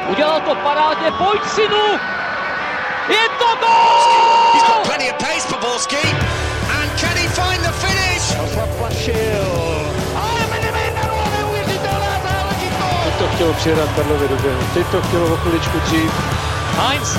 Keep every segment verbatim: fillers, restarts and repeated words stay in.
Udělal to parádně, pojď synu! Je to gól! He's got plenty of pace for Borski. And can he find the finish? Ale Medvedev, neuvěřitelná záležitost! Teď to chtělo přijedat Karlovi do běhu, teď to chtělo o chviličku dřív. Heinz!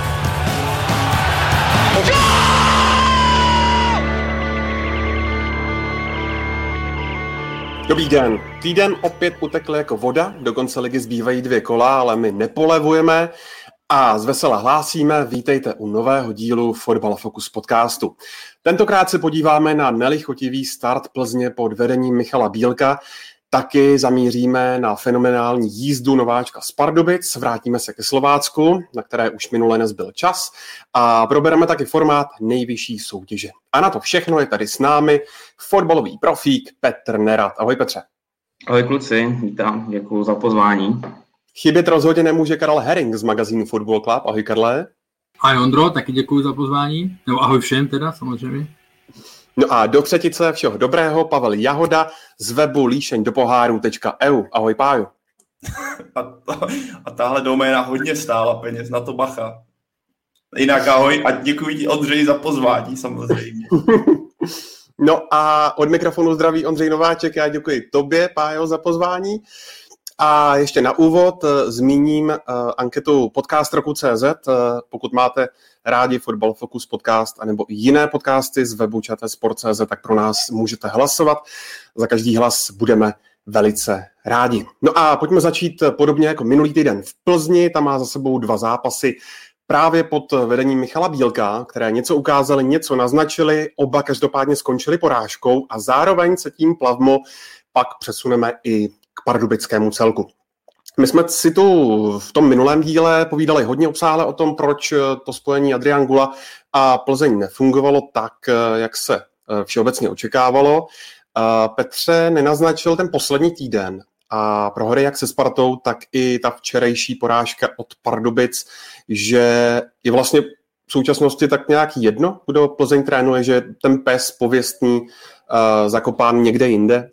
Dobrý den. Týden opět utekl jako voda, do konce ligy zbývají dvě kola, ale my nepolevujeme a zvesela hlásíme, vítejte u nového dílu Fotbal Focus podcastu. Tentokrát se podíváme na nelichotivý start Plzně pod vedením Michala Bílka, taky zamíříme na fenomenální jízdu nováčka z Pardubic, vrátíme se ke Slovácku, na které už minule nezbyl čas a probereme taky formát nejvyšší soutěže. A na to všechno je tady s námi fotbalový profík Petr Nerad. Ahoj Petře. Ahoj kluci, vítám, děkuji za pozvání. Chybět rozhodně nemůže Karel Herring z magazínu Football Club. Ahoj Karle. Ahoj Ondro, taky děkuji za pozvání. Nebo ahoj všem teda, samozřejmě. No a do třetice všeho dobrého Pavel Jahoda z webu líšeň do poháru tečka e u. Ahoj Páju. A, to, a tahle doména hodně stála peněz, na to bacha. Jinak ahoj a děkuji ti Ondřej za pozvání samozřejmě. No a od mikrofonu zdraví Ondřej Nováček, já děkuji tobě Pájo za pozvání. A ještě na úvod zmíním uh, anketu podcast roku tečka cé zet. Uh, pokud máte rádi Football Focus podcast anebo i jiné podcasty z webu čtsport tečka cé zet, tak pro nás můžete hlasovat. Za každý hlas budeme velice rádi. No a pojďme začít podobně jako minulý týden v Plzni. Tam má za sebou dva zápasy právě pod vedením Michala Bílka, které něco ukázali, něco naznačili, oba každopádně skončili porážkou a zároveň se tím plavmo pak přesuneme i k pardubickému celku. My jsme si tu v tom minulém díle povídali hodně obsáhle o tom, proč to spojení Adrian Gula a Plzeň nefungovalo tak, jak se všeobecně očekávalo. Petře, nenaznačil ten poslední týden a prohry jak se Spartou, tak i ta včerejší porážka od Pardubic, že je vlastně v současnosti tak nějak jedno, kdo Plzeň trénuje, že ten pes pověstný uh, zakopán někde jinde?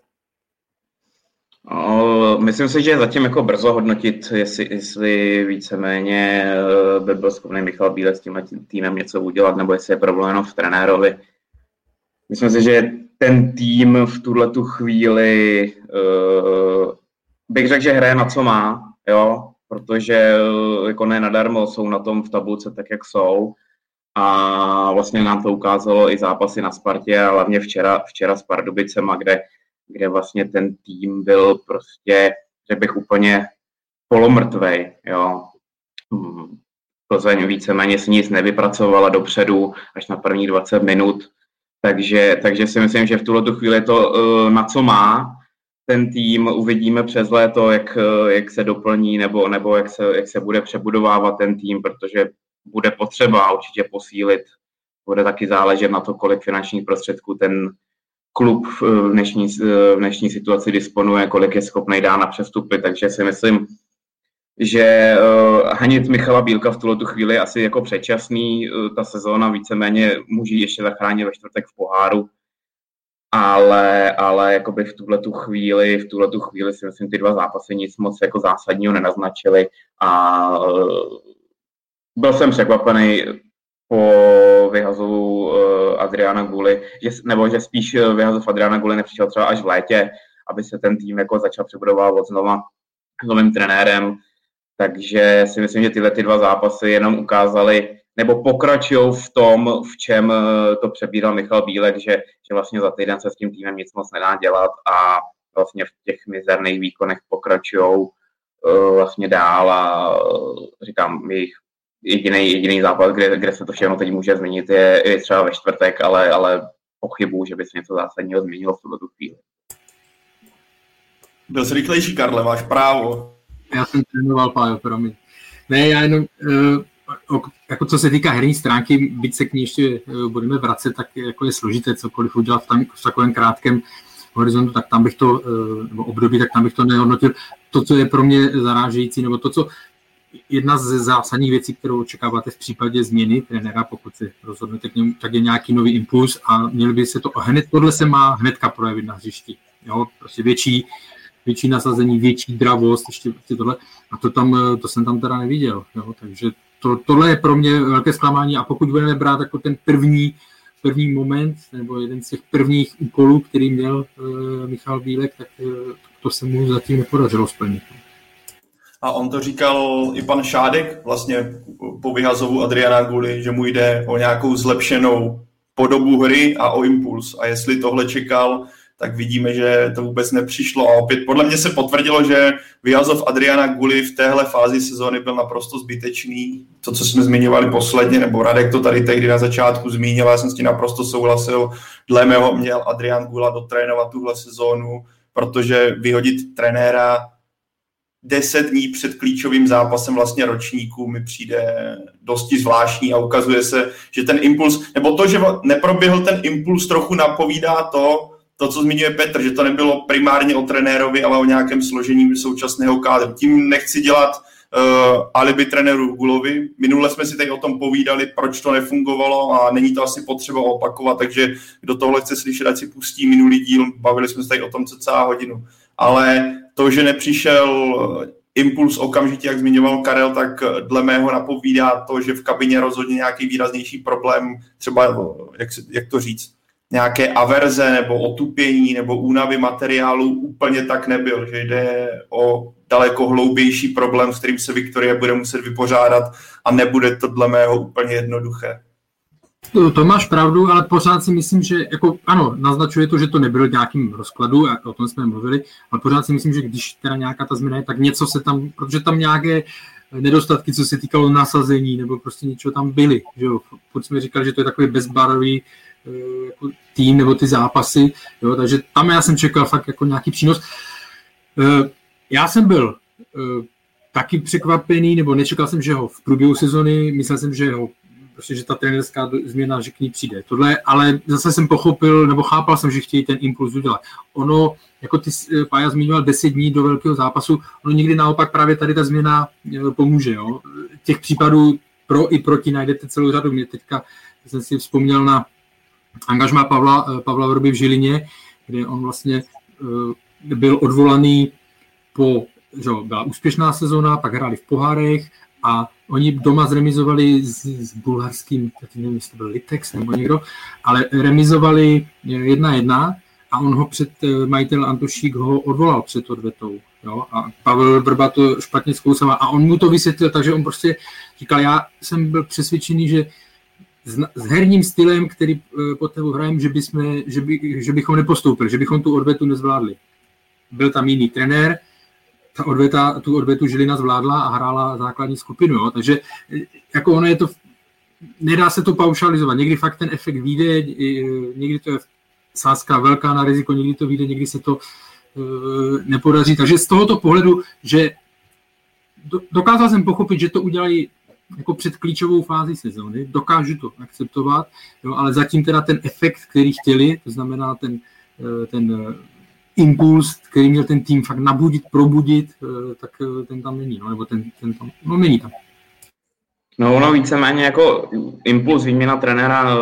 O, myslím si, že je zatím jako brzo hodnotit, jestli, jestli víceméně by byl schopný Michal Bílek s tímhle týmem něco udělat, nebo jestli je problém jenom v trenérovi. Myslím si, že ten tým v tuhletu chvíli uh, bych řekl, že hraje na co má, jo, protože uh, jako ne nadarmo jsou na tom v tabulce tak, jak jsou. A vlastně nám to ukázalo i zápasy na Spartě a hlavně včera, včera s Pardubicema, kde kde vlastně ten tým byl prostě, že bych úplně polomrtvej, jo. Plzeň víceméně si nic nevypracovala dopředu až na první dvacet minut, takže, takže si myslím, že v tuhletu chvíli to na co má ten tým, uvidíme přes léto, jak, jak se doplní nebo, nebo jak, se, jak se bude přebudovávat ten tým, protože bude potřeba určitě posílit, bude taky záležet na to, kolik finančních prostředků ten klub v dnešní, v dnešní situaci disponuje, kolik je schopný dát na přestupy, takže si myslím, že uh, hanit Michala Bílka v tuhletu chvíli asi jako předčasný, uh, ta sezóna víceméně může ještě zachránit ve čtvrtek v poháru, ale, ale jakoby v tuhletu chvíli, v tuhletu chvíli si myslím, ty dva zápasy nic moc jako zásadního nenaznačili a uh, byl jsem překvapený po vyhazu uh, Adriana Guly, že, nebo že spíš vyhazov Adriana Guly nepřišel třeba až v létě, aby se ten tým jako začal přebudovat znova s novým trenérem. Takže si myslím, že tyhle ty dva zápasy jenom ukázaly, nebo pokračují v tom, v čem to přebíral Michal Bílek, že, že vlastně za týden se s tím týmem nic moc nedá dělat a vlastně v těch mizerných výkonech pokračují uh, vlastně dál a uh, říkám, jejich Jediný, jediný zápas, kde, kde se to všechno teď může změnit, je, je třeba ve čtvrtek, ale, ale pochybuju, že by se něco zásadního změnilo v tuto chvíli. Byl jsi rychlejší, Karle, máš právo. Já jsem trénoval, Pájo, promiň. Ne, já jenom, uh, jako co se týká herní stránky, byť se k ní ještě uh, budeme vracet, tak jako je složité cokoliv udělat v, tam, v takovém krátkém horizontu, tak tam bych to, uh, nebo období, tak tam bych to nehodnotil. To, co je pro mě zarážející, nebo to, co jedna z zásadních věcí, kterou očekáváte v případě změny trenéra, pokud se rozhodnete k němu, tak je nějaký nový impuls a měli by se to hned, tohle se má hnedka projevit na hřišti. Jo, prostě větší větší nasazení, větší dravost, ještě, ještě tohle. A to, tam, to jsem tam teda neviděl. Jo? Takže to, tohle je pro mě velké zklamání a pokud budeme brát jako ten první, první moment, nebo jeden z těch prvních úkolů, který měl uh, Michal Bílek, tak uh, to se mu zatím nepodařilo splnit. A on to říkal i pan Šádek vlastně po vyhazovu Adriana Guly, že mu jde o nějakou zlepšenou podobu hry a o impuls. A jestli tohle čekal, tak vidíme, že to vůbec nepřišlo. A opět podle mě se potvrdilo, že vyhazov Adriana Guly v téhle fázi sezóny byl naprosto zbytečný. To, co jsme zmiňovali posledně, nebo Radek to tady tehdy na začátku zmínil, já jsem s tím naprosto souhlasil. Dle mého měl Adrian Gula dotrénovat tuhle sezónu, protože vyhodit trenéra deset dní před klíčovým zápasem vlastně ročníku mi přijde dosti zvláštní a ukazuje se, že ten impuls, nebo to, že neproběhl ten impuls, trochu napovídá to, to, co zmiňuje Petr, že to nebylo primárně o trenérovi, ale o nějakém složení současného kádru. Tím nechci dělat uh, alibi trenéru Gulovi. Minule jsme si tady o tom povídali, proč to nefungovalo a není to asi potřeba opakovat, takže kdo tohle chce slyšet, ať si pustí minulý díl, bavili jsme se tady o tom cca hodinu. Ale to, že nepřišel impuls okamžitě, jak zmiňoval Karel, tak dle mého napovídá to, že v kabině rozhodně nějaký výraznější problém, třeba, jak, se, jak to říct, nějaké averze nebo otupění nebo únavy materiálu úplně tak nebyl, že jde o daleko hloubější problém, s kterým se Viktoria bude muset vypořádat a nebude to dle mého úplně jednoduché. To, to máš pravdu, ale pořád si myslím, že jako, ano, naznačuje to, že to nebylo nějakým rozkladu, a o tom jsme mluvili, ale pořád si myslím, že když teda nějaká ta změna je, tak něco se tam, protože tam nějaké nedostatky, co se týkalo nasazení, nebo prostě něčeho tam byly, že jo, pokud jsme říkali, že to je takový bezbarvý jako tým, nebo ty zápasy, jo, takže tam já jsem čekal fakt jako nějaký přínos. Já jsem byl taky překvapený, nebo nečekal jsem, že ho v průběhu sezony, myslel jsem, že ho prostě, že ta trenerská změna, že k ní přijde. Tohle, ale zase jsem pochopil, nebo chápal jsem, že chtějí ten impuls udělat. Ono, jako ty Pája zmiňoval deset dní do velkého zápasu, ono někdy naopak právě tady ta změna pomůže. Jo? Těch případů pro i proti najdete celou řadu. Mě teďka jsem si vzpomněl na angažmá Pavla, Pavla Vrby v Žilině, kde on vlastně byl odvolaný po, že byla úspěšná sezóna, pak hráli v pohárech, a oni doma zremizovali s, s bulharským, nevím, jestli to byl Litex nebo někdo, ale remizovali jedna jedna a on ho před, majitel Antošík ho odvolal před odvetou. Jo? A Pavel Vrba to špatně zkousal a on mu to vysvětlil, takže on prostě říkal, já jsem byl přesvědčený, že s, s herním stylem, který pod tebou hrajeme, že, bychom, že, by, že bychom nepostoupili, že bychom tu odvetu nezvládli. Byl tam jiný trenér, ta odveta, tu odvetu Žilina zvládla a hrála základní skupinu, jo? Takže jako ono je to, nedá se to paušalizovat, někdy fakt ten efekt vyjde, někdy to je sázka velká na riziko, někdy to vyjde, někdy se to uh, nepodaří, takže z tohoto pohledu, že do, dokázal jsem pochopit, že to udělají jako před klíčovou fází sezóny, dokážu to akceptovat, jo? Ale zatím teda ten efekt, který chtěli, to znamená ten, ten impuls, který měl ten tým fakt nabudit, probudit, tak ten tam není, no, nebo ten, ten tam, no není tam. No ono víceméně jako impuls, výměna trenéra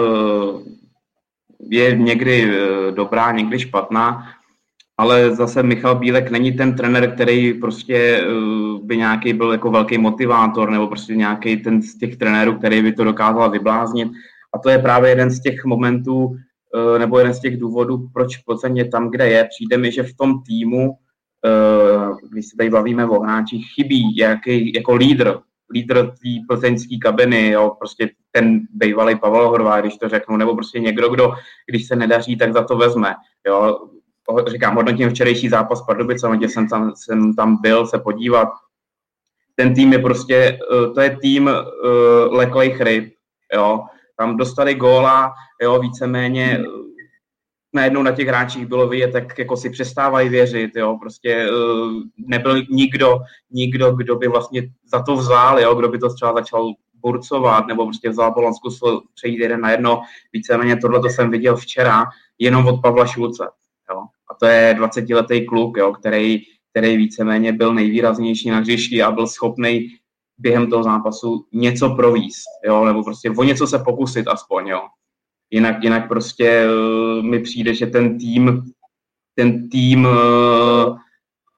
je někdy dobrá, někdy špatná, ale zase Michal Bílek není ten trenér, který prostě by nějaký byl jako velký motivátor, nebo prostě nějaký ten z těch trenérů, který by to dokázal vybláznit. A to je právě jeden z těch momentů, nebo jeden z těch důvodů, proč v podstatě tam, kde je, přijde mi, že v tom týmu, když se tady bavíme o hráčích, chybí jaký, jako lídr, lídr té plzeňské kabiny, jo, prostě ten bývalý Pavel Horvá, když to řeknu, nebo prostě někdo, kdo, když se nedaří, tak za to vezme. Jo. Říkám, hodnotím včerejší zápas s Pardubicemi, kde jsem tam, jsem tam byl se podívat. Ten tým je prostě, to je tým uh, leklejch ryb, jo. Tam dostali góla, jo, víceméně najednou na těch hráčích bylo vidět, tak jako si přestávají věřit, jo, prostě uh, nebyl nikdo, nikdo, kdo by vlastně za to vzal, jo, kdo by to třeba začal burcovat, nebo prostě vzal balon, zkusil přejít jeden na jedno, víceméně tohle to jsem viděl včera, jenom od Pavla Šulce, jo, a to je dvacetiletý kluk, jo, který, který víceméně byl nejvýraznější na hřišti a byl schopný během toho zápasu něco províst, jo, nebo prostě o něco se pokusit aspoň, jo. Jinak, jinak prostě uh, mi přijde, že ten tým, ten tým uh,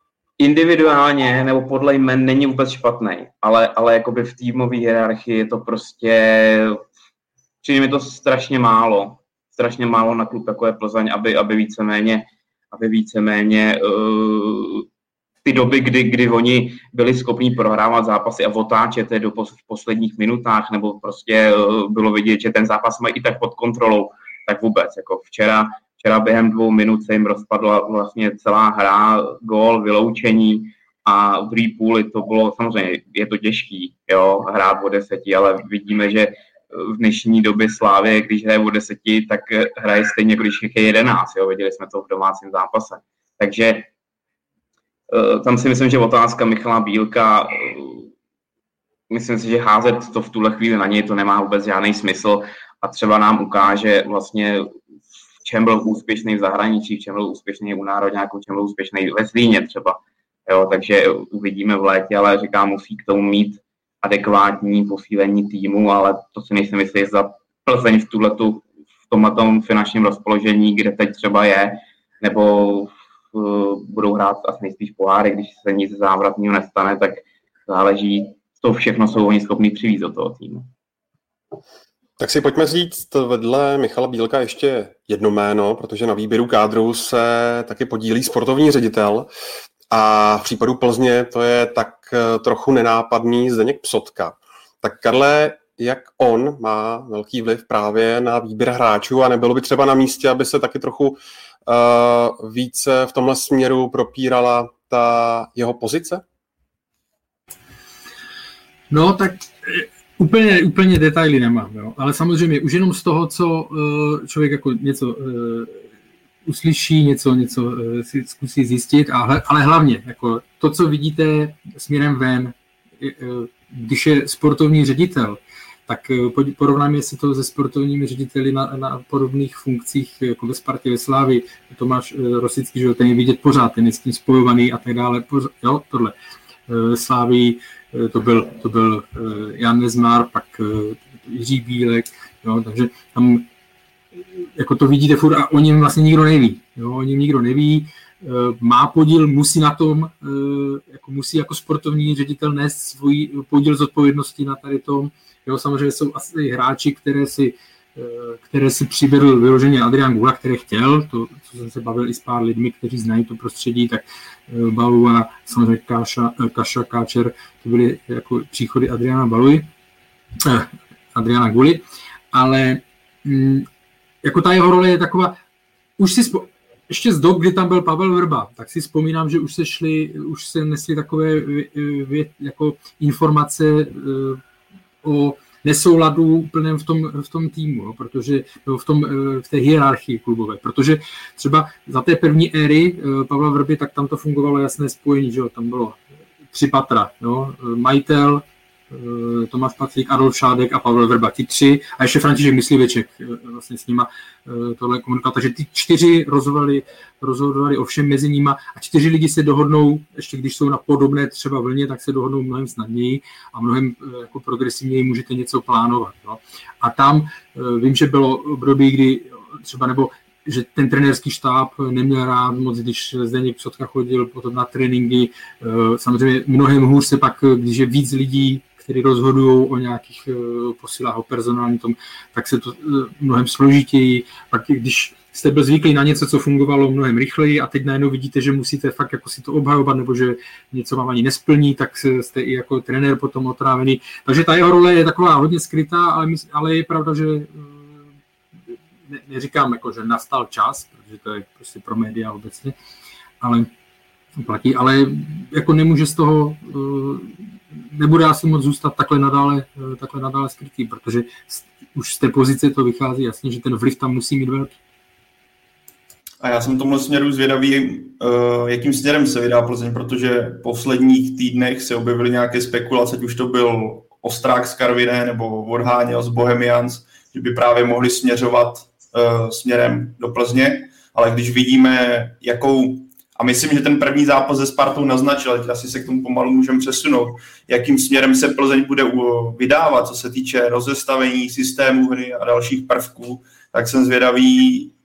individuálně nebo podle jmen není vůbec špatný, ale, ale jakoby v týmové hierarchii je to prostě, přijde mi to strašně málo, strašně málo na klub jako je Plzeň, aby, aby víceméně, aby víceméně uh, ty doby, kdy, kdy oni byli schopni prohrávat zápasy a otáčet je do pos, v posledních minutách, nebo prostě uh, bylo vidět, že ten zápas mají i tak pod kontrolou, tak vůbec, jako včera, včera během dvou minut se jim rozpadla vlastně celá hra, gól, vyloučení a v druhé půli to bylo, samozřejmě je to těžký, jo, hrát o deseti, ale vidíme, že v dnešní době Slávie, když hraje o deseti, tak hraje stejně, když je jedenáct, jo, viděli jsme to v domácím zápase. Takže tam si myslím, že otázka Michala Bílka, myslím si, že házet to v tuhle chvíli na něj, to nemá vůbec žádný smysl a třeba nám ukáže vlastně, v čem byl úspěšný v zahraničí, v čem byl úspěšný u národňáků, v čem byl úspěšný ve Zlíně třeba. Jo, takže uvidíme v létě, ale říkám, musí k tomu mít adekvátní posílení týmu, ale to si nejsem myslí za Plzeň v tuhletu, v tomhletom finančním rozpoložení, kde teď třeba je, nebo uh, budou hrát asi nejspíš poháry, když se nic závratného nestane, tak záleží, to všechno jsou oni schopní přivést do toho týmu. Tak si pojďme říct vedle Michala Bílka ještě jedno jméno, protože na výběru kádru se taky podílí sportovní ředitel a v případu Plzně to je tak trochu nenápadný Zdeněk Psotka. Tak Karle, jak on má velký vliv právě na výběr hráčů a nebylo by třeba na místě, aby se taky trochu uh, více v tomhle směru propírala ta jeho pozice? No tak úplně, úplně detaily nemám, jo. Ale samozřejmě už jenom z toho, co uh, člověk jako něco uh, uslyší, něco, něco uh, si zkusí zjistit, ale, ale hlavně jako to, co vidíte směrem ven, uh, když je sportovní ředitel, tak uh, porovnáme si to se sportovními řediteli na, na podobných funkcích jako ve Spartě, ve Slávii. Tomáš uh, Rosický, že ten je vidět pořád, ten je s tím spojovaný a tak dále, pořád, jo, tohle. Uh, Slávii to byl, to byl Jan Nezmar, pak Jiří Bílek, jo, takže tam jako to vidíte furt a o něm vlastně nikdo neví, jo, o něm nikdo neví, má podíl, musí na tom, jako musí jako sportovní ředitel nést svůj podíl zodpovědnosti na tady tom, jo, samozřejmě jsou asi hráči, které si které si přivedl vyloženě Adrian Gula, který chtěl, to, co jsem se bavil i s pár lidmi, kteří znají to prostředí, tak Balu a samozřejmě Kaša, Kaša Káčer, to byly jako příchody Adriana Baluji, eh, Adriana Guly, ale hm, jako ta jeho role je taková, už si spo- ještě z dob, kdy tam byl Pavel Vrba, tak si vzpomínám, že už se šli, už se nesly takové vě, jako informace eh, o nesouladu úplném v tom, v tom týmu, no, protože no, v, tom, v té hierarchii klubové, protože třeba za té první éry Pavla Vrby, tak tam to fungovalo jasné spojení, že jo, tam bylo tři patra, no, majitel, Tomáš Patrik, Adolf Šádek a Pavel Vrba, ti tři a ještě František Mysliveček vlastně s nima tohle komunikoval, takže ty čtyři rozhodovali, rozhodovali ovšem mezi nima a čtyři lidi se dohodnou, ještě když jsou na podobné třeba vlně, tak se dohodnou mnohem snadněji a mnohem jako progresivněji můžete něco plánovat. No. A tam vím, že bylo období, kdy třeba nebo že ten trenérský štáb neměl rád moc, když Zdeněk Psotka chodil potom na tréninky. Samozřejmě mnohem hůř se pak, když je víc lidí, kteří rozhodují o nějakých posilách, o personálním tom, tak se to mnohem složitěji. Pak když jste byl zvyklí na něco, co fungovalo mnohem rychleji a teď najednou vidíte, že musíte fakt jako si to obhajovat nebo že něco vám ani nesplní, tak jste i jako trenér potom otrávený. Takže ta jeho role je taková hodně skrytá, ale, my, ale je pravda, že ne, neříkám, jako, že nastal čas, protože to je prostě pro média obecně, ale platí, ale jako nemůže z toho, nebude asi moc zůstat takhle nadále, takhle nadále skrytý, protože už z té pozice to vychází jasně, že ten vliv tam musí mít velký. A já jsem v tomhle směru zvědavý, jakým směrem se vydá Plzeň, protože v posledních týdnech se objevily nějaké spekulace, ať už to byl Ostrák z Karviné nebo Odháněl z Bohemians, že by právě mohli směřovat směrem do Plzně, ale když vidíme, jakou, a myslím, že ten první zápas se Spartou naznačil, teď asi se k tomu pomalu můžeme přesunout, jakým směrem se Plzeň bude vydávat, co se týče rozestavení systému hry a dalších prvků, tak jsem zvědavý,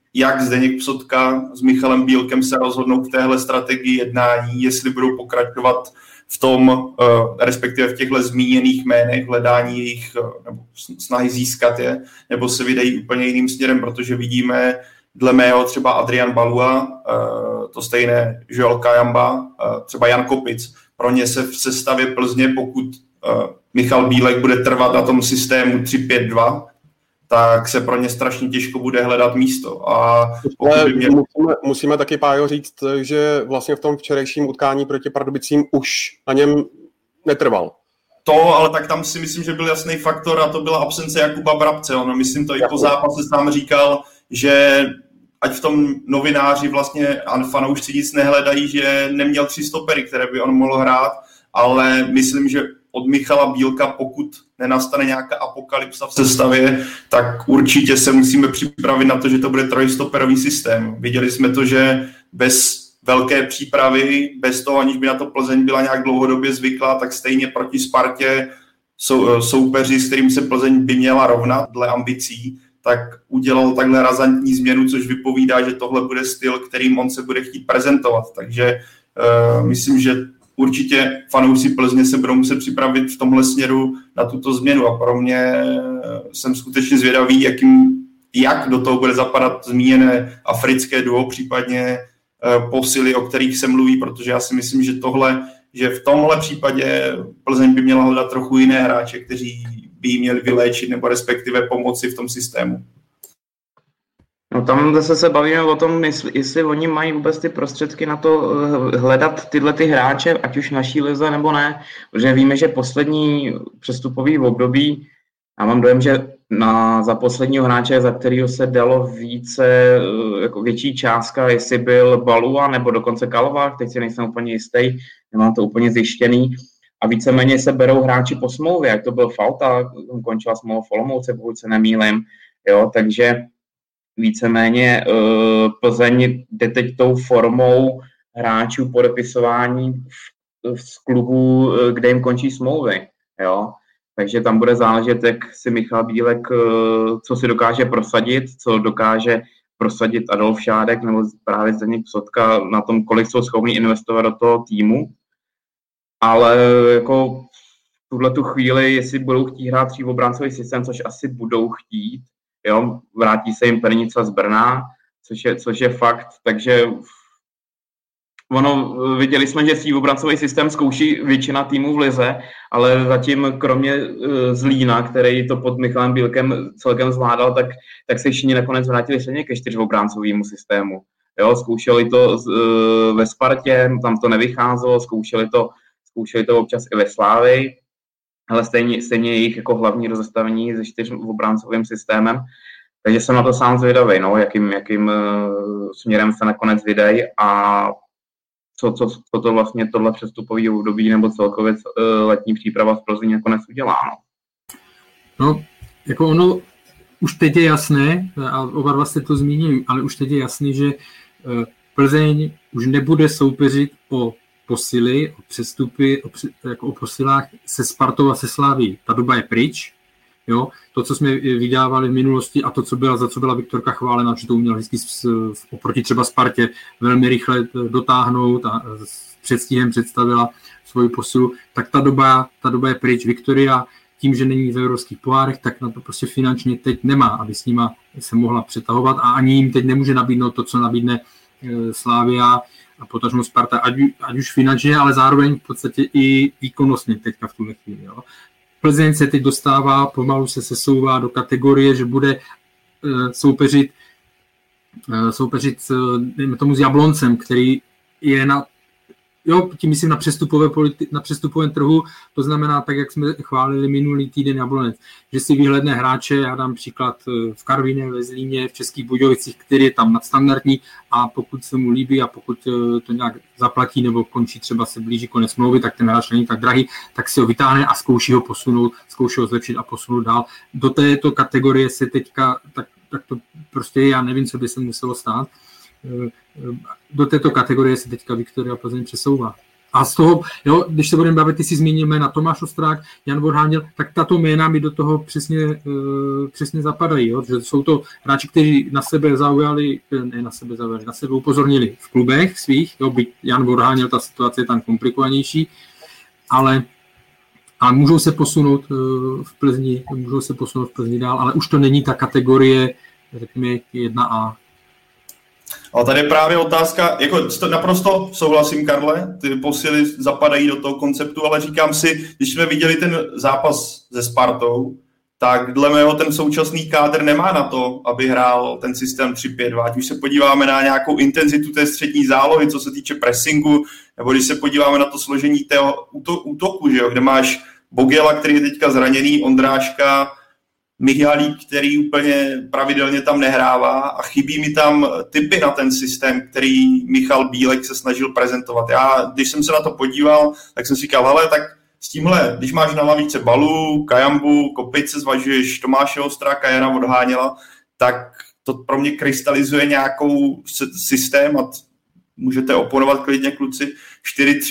jak Zdeněk Psotka s Michalem Bílkem se rozhodnou v téhle strategii jednání, jestli budou pokračovat v tom, respektive v těchto zmíněných jménech, hledání jejich, nebo snahy získat je, nebo se vydají úplně jiným směrem, protože vidíme dle mého třeba Adrian Balua, to stejné Joel Kajamba, třeba Jan Kopic. Pro ně se v sestavě Plzně, pokud Michal Bílek bude trvat na tom systému tři pět dva, tak se pro ně strašně těžko bude hledat místo. A by mě... musíme, musíme taky, Pájo, říct, že vlastně v tom včerejším utkání proti Pardubicím už na něm netrval. To, ale tak tam si myslím, že byl jasný faktor a to byla absence Jakuba Brabce. No, myslím to i po zápase sám říkal, že ať v tom novináři vlastně a fanoušci nic nehledají, že neměl tři stopery, které by on mohl hrát, ale myslím, že od Michala Bílka, pokud nenastane nějaká apokalypsa v sestavě, tak určitě se musíme připravit na to, že to bude trojstoperový systém. Viděli jsme to, že bez velké přípravy, bez toho, aniž by na to Plzeň byla nějak dlouhodobě zvyklá, tak stejně proti Spartě sou, soupeři, s kterým se Plzeň by měla rovnat dle ambicí, tak udělal takhle razantní změnu, což vypovídá, že tohle bude styl, kterým on se bude chtít prezentovat. Takže uh, myslím, že určitě fanoušci Plzně se budou muset připravit v tomhle směru na tuto změnu a pro mě jsem skutečně zvědavý, jakým, jak do toho bude zapadat zmíněné africké duo, případně uh, posily, o kterých se mluví, protože já si myslím, že tohle, že v tomhle případě Plzeň by měla hledat trochu jiné hráče, kteří by jí měli vyléčit nebo respektive pomoci v tom systému. No tam zase se bavíme o tom, jestli, jestli oni mají vůbec ty prostředky na to hledat tyhle ty hráče, ať už naší lize nebo ne, protože víme, že poslední přestupový období, já mám dojem, že na, za posledního hráče, za kterého se dalo více, jako větší částka, jestli byl Balua nebo dokonce Kalvák, teď si nejsem úplně jistý, nemám to úplně zjištěný, a víceméně se berou hráči po smlouvě, jak to byl Falta, končila smlouva v Olomouci, pokud se nemýlim, jo, takže víceméně uh, Plzeň jde teď tou formou hráčů podepisování v, v klubu, kde jim končí smlouvy, jo, takže tam bude záležet, jak si Michal Bílek, uh, co si dokáže prosadit, co dokáže prosadit Adolf Šádek nebo právě Zdeněk Psotka na tom, kolik jsou schopni investovat do toho týmu. Ale jako v tuhle tu chvíli, jestli budou chtít hrát třívobráncový systém, což asi budou chtít, jo, vrátí se jim Pernica z Brna, což je, což je fakt, takže ono, viděli jsme, že třívobráncový systém zkouší většina týmů v lize, ale zatím kromě uh, Zlína, který to pod Michalem Bílkem celkem zvládal, tak, tak se všichni nakonec vrátili stejně ke čtyřobráncovýmu systému. Jo, zkoušeli to uh, ve Spartě, tam to nevycházelo, zkoušeli to Zkoušeli to občas i ve Slávii, ale stejně, stejně jejich jako hlavní rozestavení se čtyřobráncovým systémem. Takže jsem na to sám zvědavý, no, jakým, jakým uh, směrem se nakonec vydají a co, co, co to vlastně tohle přestupový období nebo celkově uh, letní příprava v Plzni nakonec udělá. No. no, jako ono už teď je jasné, a oba dva jste to zmínili, ale už teď je jasné, že uh, Plzeň už nebude soupeřit o posily, o přestupy, o, jako o posilách se Spartou a se Slaví. Ta doba je pryč. Jo? To, co jsme vydávali v minulosti a to, co byla, za co byla Viktorka chválena, že to uměla vždycky oproti třeba Spartě velmi rychle dotáhnout a s předstihem představila svoji posilu, tak ta doba, ta doba je pryč. Viktoria tím, že není v evropských pohárech, tak na to prostě finančně teď nemá, aby s nima se mohla přetahovat a ani jim teď nemůže nabídnout to, co nabídne Slavia a potažmo Sparta, ať, ať už finančně, ale zároveň v podstatě i výkonnostně teďka v tuhle chvíli. Jo. Plzeň se teď dostává, pomalu se sesouvá do kategorie, že bude uh, soupeřit, uh, soupeřit uh, tomu s Jabloncem, který je na Jo, tím myslím na, přestupové politi- na přestupovém trhu, to znamená tak, jak jsme chválili minulý týden Jablonec, že si vyhledne hráče, já dám příklad v Karviné, ve Zlíně, v Českých Budějovicích, který je tam nadstandardní a pokud se mu líbí a pokud to nějak zaplatí nebo končí, třeba se blíží konec smlouvy, tak ten hráč není tak drahý, tak si ho vytáhne a zkouší ho posunout, zkouší ho zlepšit a posunout dál. Do této kategorie se teďka, tak, tak to prostě já nevím, co by se muselo stát, do této kategorie se teďka Viktoria Plzeň přesouvá. A z toho, jo, když se budeme bavit, ty si zmínil jména Tomáš Ostrák, Jan Vorháněl, tak tato jména mi do toho přesně, uh, přesně zapadají, jo, že jsou to hráči, kteří na sebe zaujali, ne na sebe zaujali, na sebe upozornili v klubech svých, jo, byť Jan Vorháněl, ta situace je tam komplikovanější, ale a můžou se posunout uh, v Plzni, můžou se posunout v Plzni dál, ale už to není ta kategorie, řekněme, jedna A. Ale tady je právě otázka, jako naprosto souhlasím, Karle, ty posily zapadají do toho konceptu, ale říkám si, když jsme viděli ten zápas se Spartou, tak dle mého ten současný kádr nemá na to, aby hrál ten systém tři pět dva. Ať už se podíváme na nějakou intenzitu té střední zálohy, co se týče pressingu, nebo když se podíváme na to složení tého útoku, že jo, kde máš Bogiela, který je teďka zraněný, Ondráška, Mihalík, který úplně pravidelně tam nehrává a chybí mi tam typy na ten systém, který Michal Bílek se snažil prezentovat. Já, když jsem se na to podíval, tak jsem si říkal, hele, tak s tímhle, když máš na lavičce Balu, Kajambu, Kopice, zvažuješ Tomáše Ostráka, Jana Vorháněla, tak to pro mě krystalizuje nějakou systém a můžete oponovat klidně, kluci, čtyři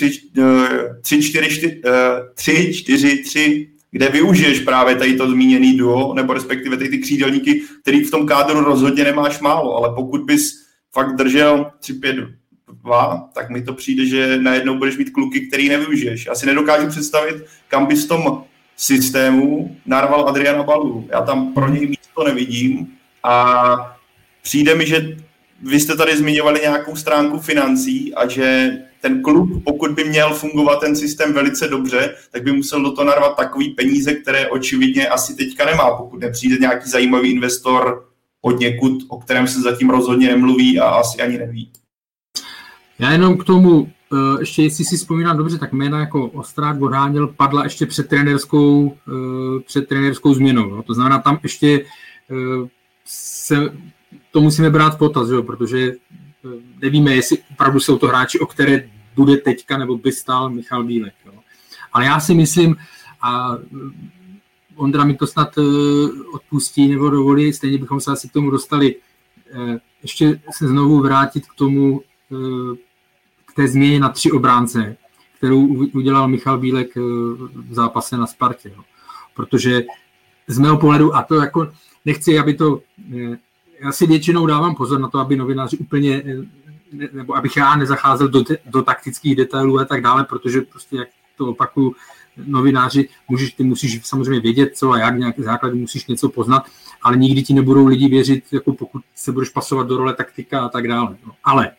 čtyři tři, kde využiješ právě tady to zmíněný duo, nebo respektive tady ty křídelníky, který v tom kádru rozhodně nemáš málo, ale pokud bys fakt držel tři pět dva, tak mi to přijde, že najednou budeš mít kluky, který nevyužiješ. Já si nedokážu představit, kam bys v tom systému narval Adriana Balu. Já tam pro něj místo nevidím a přijde mi, že vy jste tady zmiňovali nějakou stránku financí a že ten klub, pokud by měl fungovat ten systém velice dobře, tak by musel do toho narvat takový peníze, které očividně asi teďka nemá, pokud nepřijde nějaký zajímavý investor od někud, o kterém se zatím rozhodně nemluví a asi ani neví. Já jenom k tomu, ještě jestli si vzpomínám dobře, tak jména jako Ostrák, Vorháněl padla ještě před trenérskou, před trenérskou změnou. No. To znamená, tam ještě se to musíme brát v potaz, jo, protože nevíme, jestli opravdu jsou to hráči, o které bude teďka nebo by stál Michal Bílek. Jo. Ale já si myslím, a Ondra mi to snad odpustí nebo dovolí, stejně bychom se asi k tomu dostali, ještě se znovu vrátit k tomu, k té změně na tři obránce, kterou udělal Michal Bílek v zápase na Spartě. Jo. Protože z mého pohledu, a to jako nechci, aby to... Já si většinou dávám pozor na to, aby novináři úplně, nebo abych já nezacházel do, do taktických detailů a tak dále, protože prostě, jak to opakuju, novináři, můžeš, ty musíš samozřejmě vědět, co a jak, nějaké základy musíš něco poznat, ale nikdy ti nebudou lidi věřit, jako pokud se budeš pasovat do role taktika a tak dále. No. Ale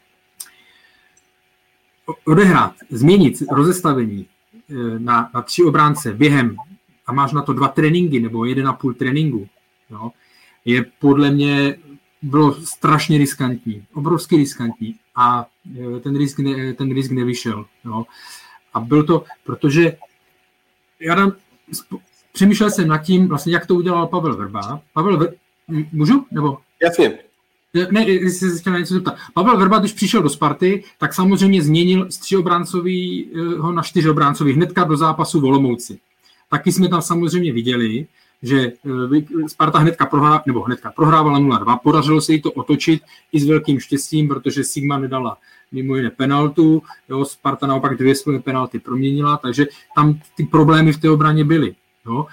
odehrát, změnit rozestavení na, na tři obránce během a máš na to dva tréninky nebo jeden a půl tréninku, no, je podle mě bylo strašně riskantní, obrovsky riskantní a ten risk, ne, ten risk nevyšel. Jo. A byl to, protože já dám, přemýšlel jsem nad tím, vlastně, jak to udělal Pavel Vrba. Pavel Vrba, můžu? Nebo? Jasně. Ne, jestli se chtěl něco zeptat. Pavel Vrba, když přišel do Sparty, tak samozřejmě změnil z tříobráncovýho na čtyřobráncový hnedka do zápasu v Olomouci. Taky jsme tam samozřejmě viděli, že Sparta hnedka, prohrá, nebo hnedka prohrávala nula dva, podařilo se jí to otočit i s velkým štěstím, protože Sigma nedala mimo jiné penaltu, jo, Sparta naopak dvě svoje penalty proměnila, takže tam ty problémy v té obraně byly. Jo.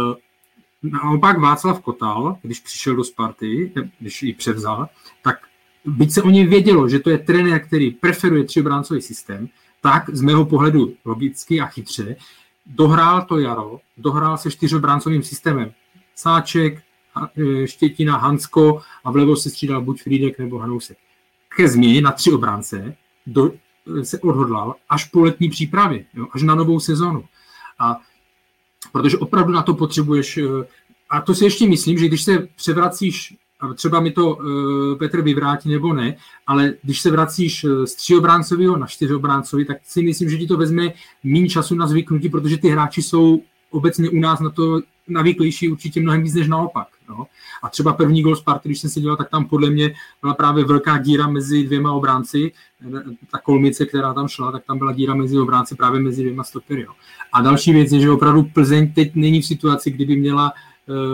Naopak Václav Kotal, když přišel do Sparty, když ji převzal, tak byť se o něm vědělo, že to je trenér, který preferuje třiobráncový systém, tak z mého pohledu logicky a chytře dohrál to jaro, dohrál se čtyřobráncovým systémem. Sáček, Štětina, Hansko a vlevo se střídal buď Frídek nebo Hanousek. Ke změně na tři obránce do, se odhodlal až po letní přípravě, jo, až na novou sezonu. A protože opravdu na to potřebuješ, a to si ještě myslím, že když se převracíš, a třeba mi to Petr vyvrátí nebo ne, ale když se vracíš z tříobráncového na čtyřobráncový, tak si myslím, že ti to vezme méně času na zvyknutí, protože ty hráči jsou obecně u nás na to navyklejší určitě mnohem víc než naopak. No. A třeba první gol Sparty, když jsem se dělal, tak tam podle mě byla právě velká díra mezi dvěma obránci. Ta kolmice, která tam šla, tak tam byla díra mezi obránci právě mezi dvěma stopery. Jo. A další věc je, že opravdu Plzeň teď není v situaci, kdyby měla uh,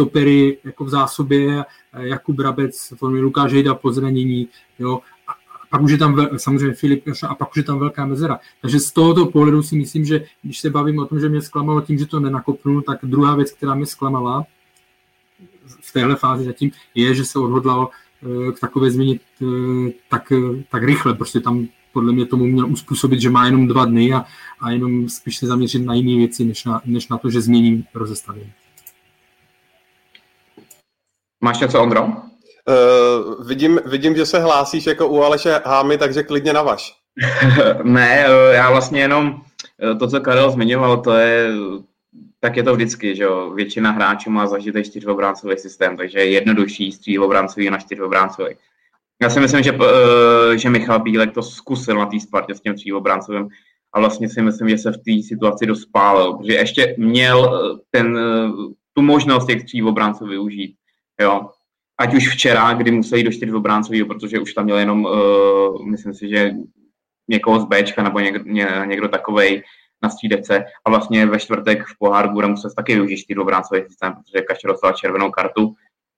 stopery jako v zásobě, Jakub Brabec, formě Lukáš Hejda po zranění. Jo. A pak už je tam samozřejmě Filip a pak už je tam velká mezera. Takže z tohoto pohledu si myslím, že když se bavím o tom, že mě zklamalo tím, že to nenakopnul, tak druhá věc, která mě zklamala v téhle fázi zatím, je, že se odhodlal k takové změně tak, tak rychle. Prostě tam podle mě tomu měl uspůsobit, že má jenom dva dny a, a jenom spíš se zaměřit na jiné věci, než na, než na to, že změním rozestavení. Máš něco, Ondro? Uh, vidím, vidím, že se hlásíš jako u Aleše Hámy, takže klidně na vaš. Ne, já vlastně jenom to, co Karel zmiňoval, to je, tak je to vždycky, že jo, většina hráčů má zažitý čtyřobráncový systém, takže je jednodušší čtyřobráncový na čtyřobráncový. Já si myslím, že, že Michal Bílek to zkusil na té Spartě s tím čtyřobráncovým a vlastně si myslím, že se v té situaci dospálil, protože ještě měl ten, tu možnost těch čtyřobránců využít, jo. Ať už včera, kdy museli do čtyřobráncového, protože už tam měl jenom, uh, myslím si, že někoho z Bčka nebo někdo, ně, někdo takovej na střídece a vlastně ve čtvrtek v poháru bude muset taky využít čtyřobráncový systém, protože Kašer dostal červenou kartu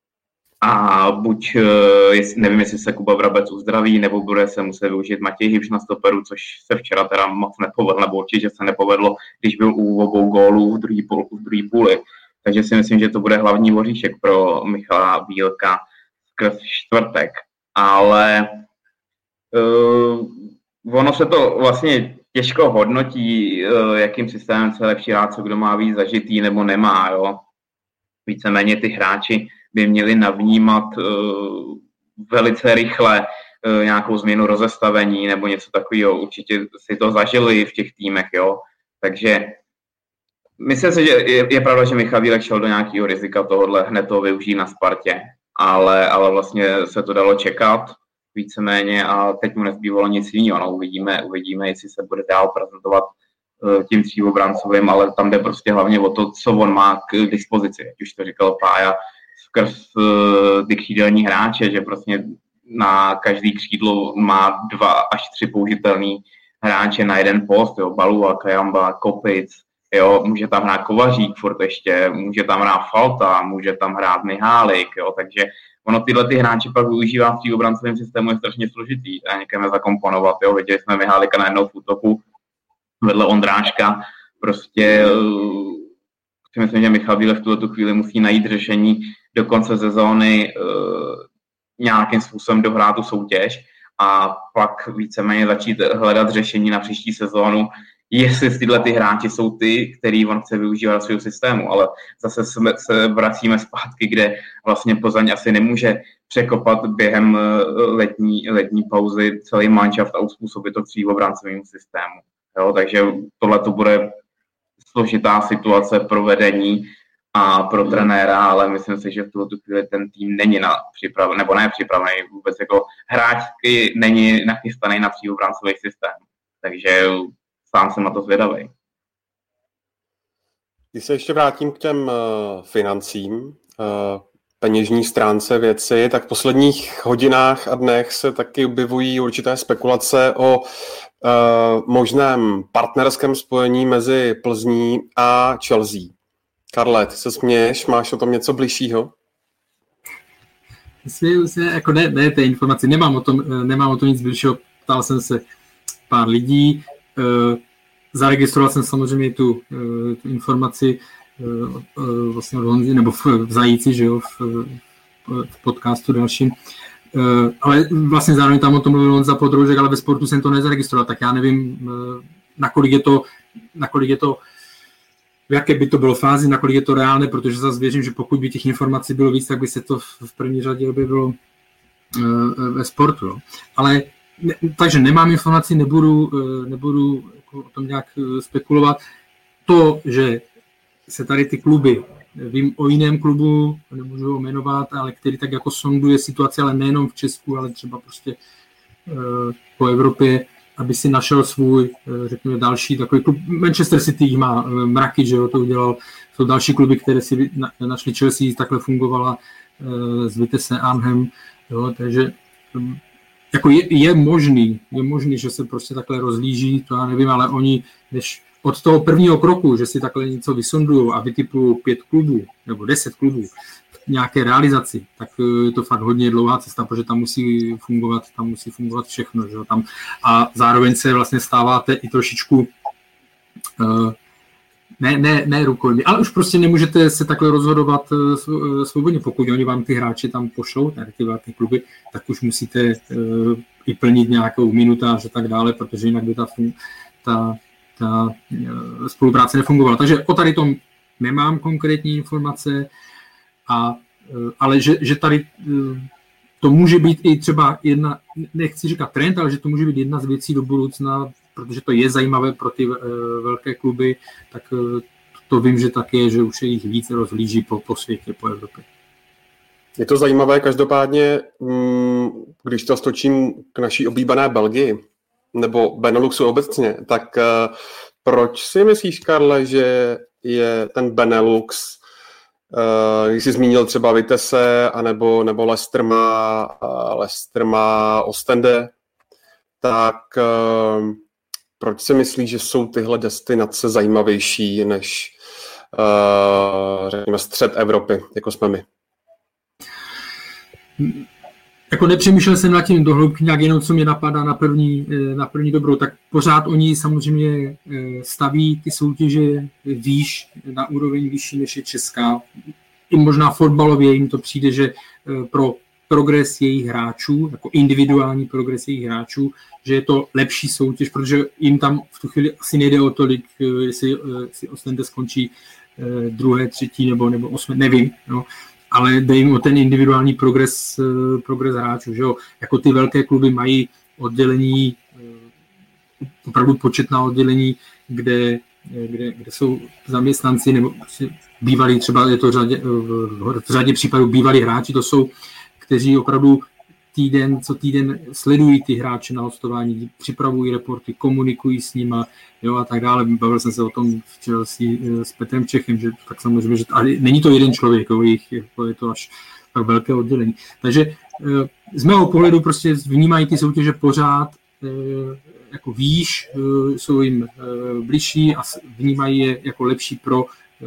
a buď, uh, nevím, jestli se Kuba Vrabec uzdraví, nebo bude se muset využít Matěj Hybš na stoperu, což se včera teda moc nepovedlo, nebo určitě se nepovedlo, když byl u obou gólů v druhé půl, v druhé půli. Takže si myslím, že to bude hlavní voříšek pro Michala Bílka skrz čtvrtek. Ale uh, ono se to vlastně těžko hodnotí, uh, jakým systémem se lepší hrát, co kdo má víc zažitý nebo nemá. Jo? Víceméně ty hráči by měli navnímat uh, velice rychle uh, nějakou změnu rozestavení nebo něco takového. Určitě si to zažili v těch týmech. Jo? Takže myslím si, že je, je pravda, že Michal Bílek šel do nějakého rizika tohohle, hned to využít na Spartě, ale, ale vlastně se to dalo čekat víceméně a teď mu nezbývalo nic jiného. No, uvidíme, uvidíme, jestli se bude dál prezentovat uh, tím stříbobráncovým, ale tam jde prostě hlavně o to, co on má k dispozici. Ať už to říkal Pája skrz uh, ty křídelní hráče, že prostě na každý křídlo má dva až tři použitelný hráče na jeden post, jo, Balua, Kajamba, Kopic. Jo, může tam hrát Kovařík furt ještě, může tam hrát Falta, může tam hrát Mihálik, jo, takže ono tyhle ty hráče pak využívá v obrancovém systému je strašně složitý a někam je zakomponovat, jo, viděli jsme Mihálika najednou v útoku vedle Ondráška, prostě uh, si myslím, že Michal Bílek v tuto chvíli musí najít řešení do konce sezóny uh, nějakým způsobem dohrát tu soutěž a pak víceméně začít hledat řešení na příští sezónu, jestli tyhle ty hráči jsou ty, který on chce využívat do svého systému, ale zase jsme, se vracíme zpátky, kde vlastně Plzeň asi nemůže překopat během letní, letní pauzy celý manšaft a uspůsobit to tříobrancovému systému. Jo, takže tohle to bude složitá situace pro vedení a pro trenéra, ale myslím si, že v tuto chvíli ten tým není na připravený, nebo ne připravený, vůbec jako hráčky není nachystaný na tříobrancový systém. Takže sám jsem na to zvědavý. Když se ještě vrátím k těm uh, financím, uh, peněžní stránce věci, tak v posledních hodinách a dnech se taky objevují určité spekulace o uh, možném partnerském spojení mezi Plzní a Chelsea. Karle, ty se směješ, máš o tom něco bližšího? Směju se, jako ne, ne té informaci, nemám o tom, nemám o tom nic bližšího, ptal jsem se pár lidí, uh, zaregistroval jsem samozřejmě tu, uh, tu informaci uh, uh, vlastně od Honzy, nebo v, v Zajíci, že jo, v, v podcastu dalším, uh, ale vlastně zároveň tam o tom mluvil Honza Podroužek, ale ve sportu jsem to nezaregistroval, tak já nevím, uh, nakolik je to, nakolik je to v jaké by to bylo fázi, nakolik je to reálné, protože zase věřím, že pokud by těch informací bylo víc, tak by se to v první řadě objevilo ve sportu. Jo. Ale ne, takže nemám informací, nebudu, nebudu jako o tom nějak spekulovat. To, že se tady ty kluby, vím o jiném klubu, nemůžu ho jmenovat, ale který tak jako sonduje situaci, ale nejenom v Česku, ale třeba prostě po Evropě, aby si našel svůj, řekněme, další takový klub. Manchester City má mraky, že jo, to udělal. Jsou další kluby, které si našli. Chelsea takhle fungovala s Vitesse Arnhem, jo, takže jako je, je možný, je možný, že se prostě takhle rozlíží, to já nevím, ale oni, než od toho prvního kroku, že si takhle něco vysondujou a vytipují pět klubů, nebo deset klubů, nějaké realizaci, tak je to fakt hodně dlouhá cesta, protože tam musí fungovat, tam musí fungovat všechno. Že? Tam, a zároveň se vlastně stáváte i trošičku uh, ne, ne, ne rukojmí, ale už prostě nemůžete se takhle rozhodovat uh, svobodně, pokud oni vám ty hráči tam pošlou, tady ty velké kluby, tak už musíte uh, i plnit nějakou minutáž a tak dále, protože jinak by ta, ta, ta uh, spolupráce nefungovala. Takže o tady tom nemám konkrétní informace, a, ale že, že tady to může být i třeba jedna, nechci říkat trend, ale že to může být jedna z věcí do budoucna, protože to je zajímavé pro ty velké kluby, tak to vím, že tak je, že už je jich víc rozhlíží po, po světě, po Evropě. Je to zajímavé, každopádně, když to stočím k naší oblíbené Belgii, nebo Beneluxu obecně, tak proč si myslíš, Karle, že je ten Benelux, když jsi zmínil třeba Vitesse, anebo, nebo Leicester má, Leicester má Ostende, tak proč si myslíš, že jsou tyhle destinace zajímavější než řekněme střed Evropy, jako jsme my? Jako nepřemýšlel jsem nad tím dohloubky nějak jenom, co mě napadá na první, na první dobrou, tak pořád oni samozřejmě staví ty soutěže výš, na úroveň vyšší než je česká. I možná fotbalově jim to přijde, že pro progres jejich hráčů, jako individuální progres jejich hráčů, že je to lepší soutěž, protože jim tam v tu chvíli asi nejde o tolik, jestli, jestli Ostende skončí druhé, třetí nebo, nebo osmé, nevím, no. Ale jde jim o ten individuální progres, progres hráčů. Že jo? Jako ty velké kluby mají oddělení, opravdu početná oddělení, kde, kde, kde jsou zaměstnanci, nebo bývalí, třeba je to v řadě, v řadě případů bývalí hráči, to jsou, kteří opravdu týden co týden sledují ty hráče na hostování, připravují reporty, komunikují s nima, jo, a tak dále. Bavil jsem se o tom v Chelsea s Petrem Čechem, že tak samozřejmě, že ale není to jeden člověk, jo, jich, jako je to až tak velké oddělení. Takže z mého pohledu prostě vnímají ty soutěže pořád jako výš, jsou jim bližší a vnímají je jako lepší pro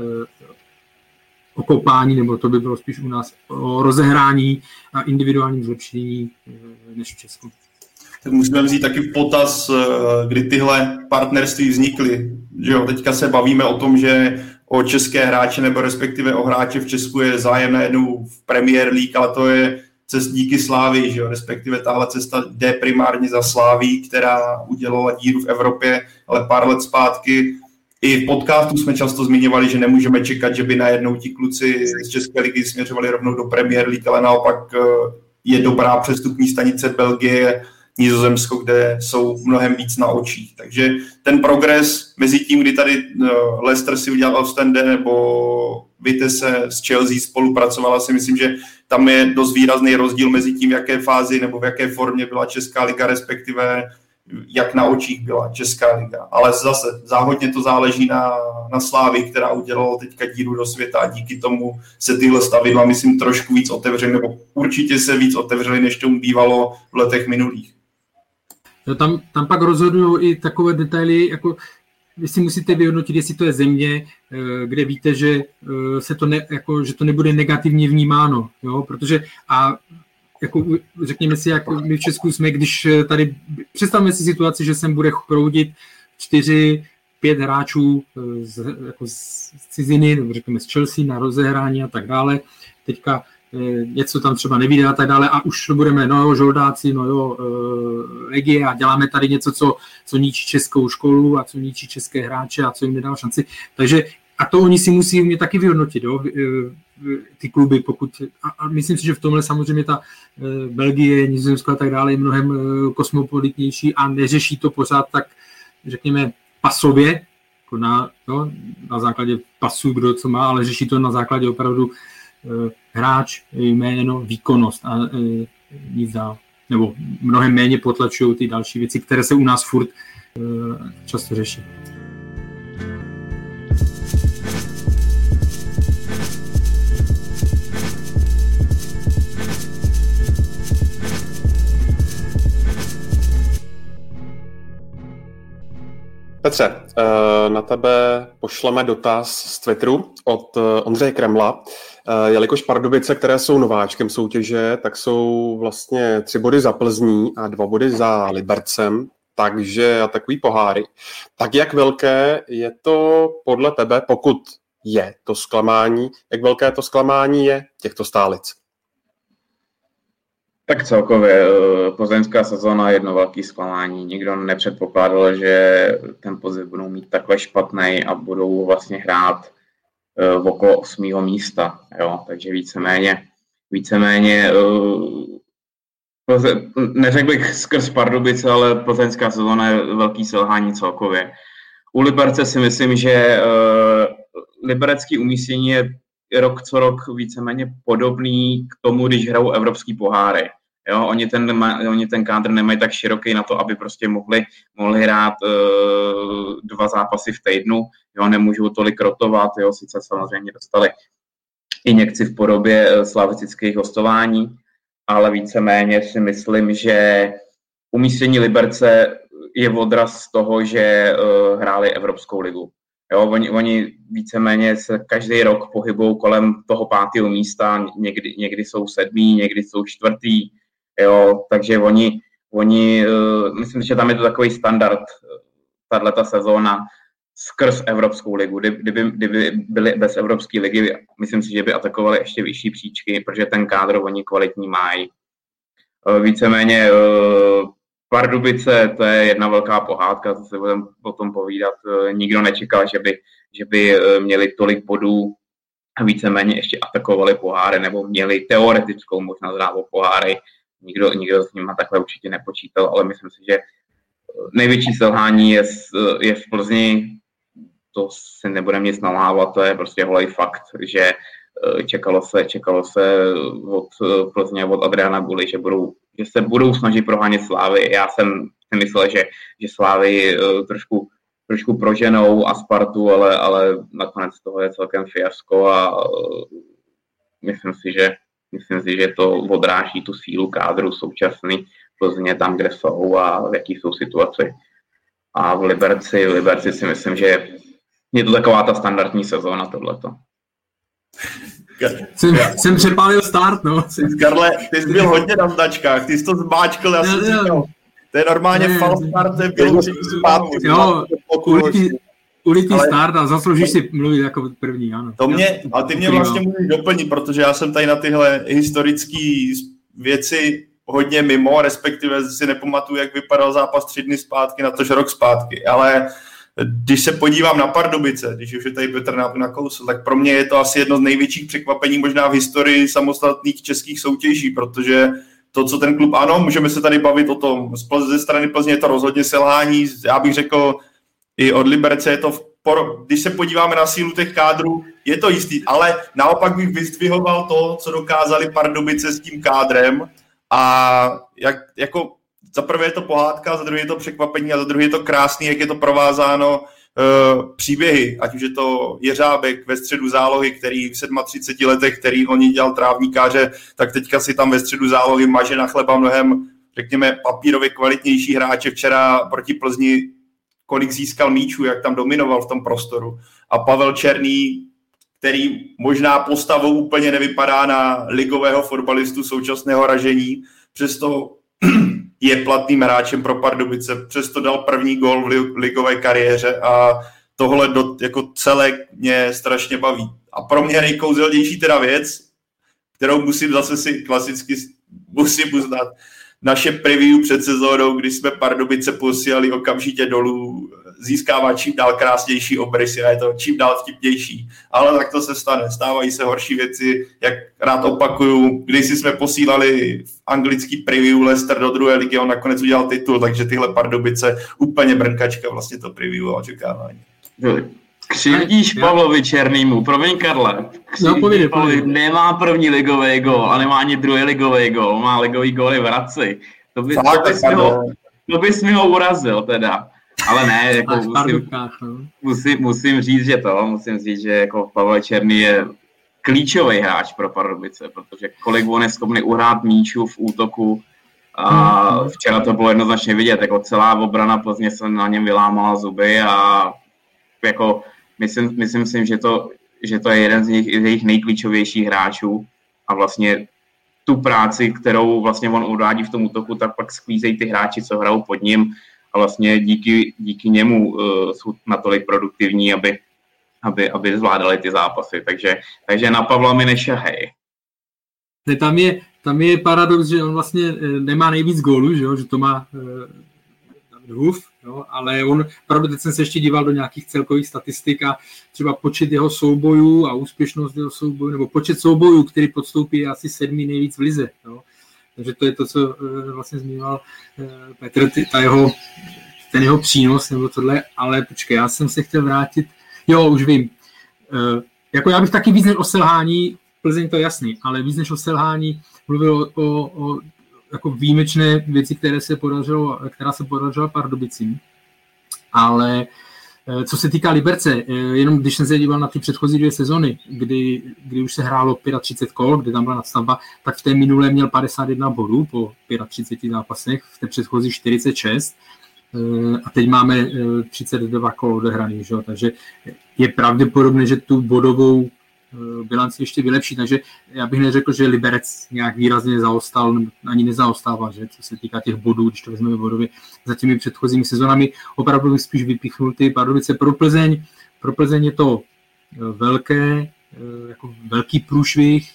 okopání, nebo to by bylo spíš u nás o rozehrání a individuálním zlepšení než v Česku. Tak musíme vzít taky potaz, kdy tyhle partnerství vznikly. Že jo, teďka se bavíme o tom, že o české hráče nebo respektive o hráče v Česku je zájem najednou v Premier League, ale to je cest díky Slávii, že jo, respektive tahle cesta jde primárně za Sláví, která udělala díru v Evropě, ale pár let zpátky i v podcastu jsme často zmiňovali, že nemůžeme čekat, že by najednou ti kluci z České ligy směřovali rovnou do Premier League, ale naopak je dobrá přestupní stanice Belgie, Nizozemsko, kde jsou mnohem víc na očích. Takže ten progres mezi tím, kdy tady Leicester si udělal Ostende nebo Vitesse s Chelsea spolupracovala, si myslím, že tam je dost výrazný rozdíl mezi tím, v jaké fázi nebo v jaké formě byla Česká liga, respektive jak na očích byla Česká liga. Ale zase záhodně to záleží na, na Slávii, která udělala teďka díru do světa a díky tomu se tyhle stavidla, myslím, trošku víc otevřely, nebo určitě se víc otevřely, než tomu bývalo v letech minulých. No tam, tam pak rozhodují i takové detaily, jako vy si musíte vyhodnotit, jestli to je země, kde víte, že se to, ne, jako, že to nebude negativně vnímáno, jo? Protože a jako řekněme si, jak my v Česku jsme, když tady, představme si situaci, že sem bude proudit čtyři, pět hráčů z, jako z ciziny, nebo řekněme z Chelsea na rozehrání a tak dále, teďka něco tam třeba nevíde a tak dále a už budeme, no jo, žoldáci, no jo, legie a děláme tady něco, co, co ničí českou školu a co ničí české hráče a co jim nedá šanci. Takže a to oni si musí mě taky vyhodnotit, jo, ty kluby, pokud, a, a myslím si, že v tomhle samozřejmě ta Belgie, Nizozemsko a tak dále je mnohem kosmopolitnější a neřeší to pořád tak, řekněme, pasově, jako na, jo, na základě pasů, kdo co má, ale řeší to na základě opravdu hráč, jméno, výkonnost a e, nic dál. Nebo mnohem méně potlačují ty další věci, které se u nás furt e, často řeší. Petře, na tebe pošleme dotaz z Twitteru od Ondřeje Kremla. Jelikož Pardubice, které jsou nováčkem soutěže, tak jsou vlastně tři body za Plzní a dva body za Libercem, takže a takový poháry. Tak jak velké je to podle tebe, pokud je to zklamání, jak velké to zklamání je těchto stálic? Tak celkově plzeňská sezóna je jedno velké zklamání. Nikdo nepředpokládal, že ten poziv budou mít takhle špatný a budou vlastně hrát v okolo osmého místa. Jo? Takže víceméně, víceméně neřekl bych skrz Pardubice, ale plzeňská sezóna je velký selhání celkově. U Liberce si myslím, že liberecký umístění je rok co rok víceméně podobný k tomu, když hrajou evropský poháry. Jo, oni, ten, oni ten kádr nemají tak široký na to, aby prostě mohli, mohli hrát uh, dva zápasy v týdnu, jo, nemůžou tolik rotovat, jo, sice samozřejmě dostali injekci v podobě uh, slavistických hostování, ale víceméně si myslím, že umístění Liberce je odraz z toho, že uh, hráli Evropskou ligu. Jo, oni, oni víceméně se každý rok pohybují kolem toho pátého místa, někdy, někdy jsou sedmý, někdy jsou čtvrtý, jo, takže oni, oni uh, myslím, že tam je to takový standard, tato sezóna skrz Evropskou ligu. Kdyby, kdyby byli bez Evropské ligy, myslím si, že by atakovali ještě vyšší příčky, protože ten kádr oni kvalitní mají. Uh, víceméně uh, Pardubice, to je jedna velká pohádka, co se budeme o tom povídat. Nikdo nečekal, že by, že by měli tolik bodů a víceméně ještě atakovali poháry, nebo měli teoretickou možnost hrát o poháry. Nikdo, nikdo s nimi takhle určitě nepočítal, ale myslím si, že největší selhání je, je v Plzni. To se nebudeme nic nalávat, to je prostě holej fakt, že čekalo se, čekalo se od Plzně, od Adriana Guly, že budou že se budou snažit prohánět Slávy. Já jsem si myslel, že, že Slávy uh, trošku, trošku proženou a Spartu, ale, ale nakonec toho je celkem fiasko a uh, myslím si, že myslím si, že to odráží tu sílu kádru současný Plzně tam, kde jsou a v jaký jsou situaci. A v Liberci, v Liberci si myslím, že je to taková ta standardní sezóna tohleto. Jsem, jsem přepálil start, no. Karle, ty jsi byl hodně na značkách, ty jsi to zmáčkl, já jsem říkal, to je normálně ne, false start, to je byl zpátky. Jo, ulitý, ulitý ale... start a zasloužíš si mluvit jako první, ano. To mě, a ty mě vlastně můžeš doplnit, protože já jsem tady na tyhle historické věci hodně mimo, respektive si nepamatuju, jak vypadal zápas tři dny zpátky, na tož rok zpátky, ale když se podívám na Pardubice, když už je tady Petr nakousl, tak pro mě je to asi jedno z největších překvapení možná v historii samostatných českých soutěží, protože to, co ten klub, ano, můžeme se tady bavit o tom, ze strany Plzně je to rozhodně selhání, já bych řekl, i od Liberce je to, v por- když se podíváme na sílu těch kádrů, je to jistý, ale naopak bych vyzdvihoval to, co dokázali Pardubice s tím kádrem a jak, jako za prvé je to pohádka, za druhé je to překvapení a za druhé je to krásný, jak je to provázáno uh, příběhy, ať už je to Jeřábek ve středu zálohy, který v třiceti sedmi letech, který loni dělal trávníkáře, tak teďka si tam ve středu zálohy maže na chleba mnohem, řekněme, papírově kvalitnější hráče. Včera proti Plzni kolik získal míčů, jak tam dominoval v tom prostoru. A Pavel Černý, který možná postavou úplně nevypadá na ligového fotbalistu současného ražení, přesto je platným hráčem pro Pardubice, přesto dal první gól v ligové kariéře a tohle do, jako celé mě strašně baví. A pro mě nejkouzelnější teda věc, kterou musím zase si klasicky musím uznat, naše preview před sezónou, kdy jsme Pardubice posílali okamžitě dolů, získává čím dál krásnější obrysy a je to čím dál vtipnější. Ale tak to se stane, stávají se horší věci, jak rád opakuju, když jsme posílali v anglický preview Leicester do druhé ligy, on nakonec udělal titul, takže tyhle Pardubice úplně brnkačka vlastně to preview a očekávání. Křivdíš Pavlovi Černýmu, promiň Karle, křivdíš no, Pavlovi, nemá první ligový gól a nemá ani druhý ligový gól, má ligový góly v Hradci. To, by, to, bys mi ho, to bys mi ho urazil teda, ale ne, jako musím, musím, musím říct, že to, musím říct, že jako Pavel Černý je klíčový hráč pro Pardubice, protože kolik on je schopný uhrát míčů v útoku, A včera to bylo jednoznačně vidět, jako celá obrana Plzně se na něm vylámala zuby a jako myslím, myslím si, že to, že to je jeden z nich, z jejich nejklíčovějších hráčů a vlastně tu práci, kterou vlastně on odvádí v tom útoku, tak pak sklízejí ty hráči, co hrajou pod ním a vlastně díky, díky němu uh, jsou natolik produktivní, aby, aby, aby zvládali ty zápasy. Takže, takže na Pavla mi nešahej. Tam je, tam je paradox, že on vlastně nemá nejvíc gólů, že, jo? Že to má uh, Huf, jo? Ale on, pravdu, teď jsem se ještě díval do nějakých celkových statistik a třeba počet jeho soubojů a úspěšnost jeho soubojů, nebo počet soubojů, který podstoupí, je asi sedmý nejvíc v lize. Jo? Takže to je to, co uh, vlastně zmiňoval uh, Petr, ty, ta jeho, ten jeho přínos, nebo tohle, ale počkej, já jsem se chtěl vrátit, jo, už vím. Uh, jako já bych taky víc než o selhání, Plzeň to je jasný, ale víc než o selhání mluvil o, o, o jako výjimečné věci, které se podařilo, která se podařila Pardubicím. Ale co se týká Liberce, jenom když jsem se díval na ty předchozí dvě sezony, kdy, kdy už se hrálo třicet pět kol, kdy tam byla nadstavba, tak v té minulé měl padesát jedna bodů po třicet pěti zápasech, v té předchozí čtyřicet šest a teď máme třicet dva kol odehraných, že? Takže je pravděpodobné, že tu bodovou bilanci ještě vylepší, takže já bych neřekl, že Liberec nějak výrazně zaostal, ani nezaostává, že co se týká těch bodů, když to vezmeme bodově za těmi předchozími sezonami, opravdu bych spíš vypíchnul ty Pardubice. Pro Plzeň, pro Plzeň je to velké, jako velký průšvih,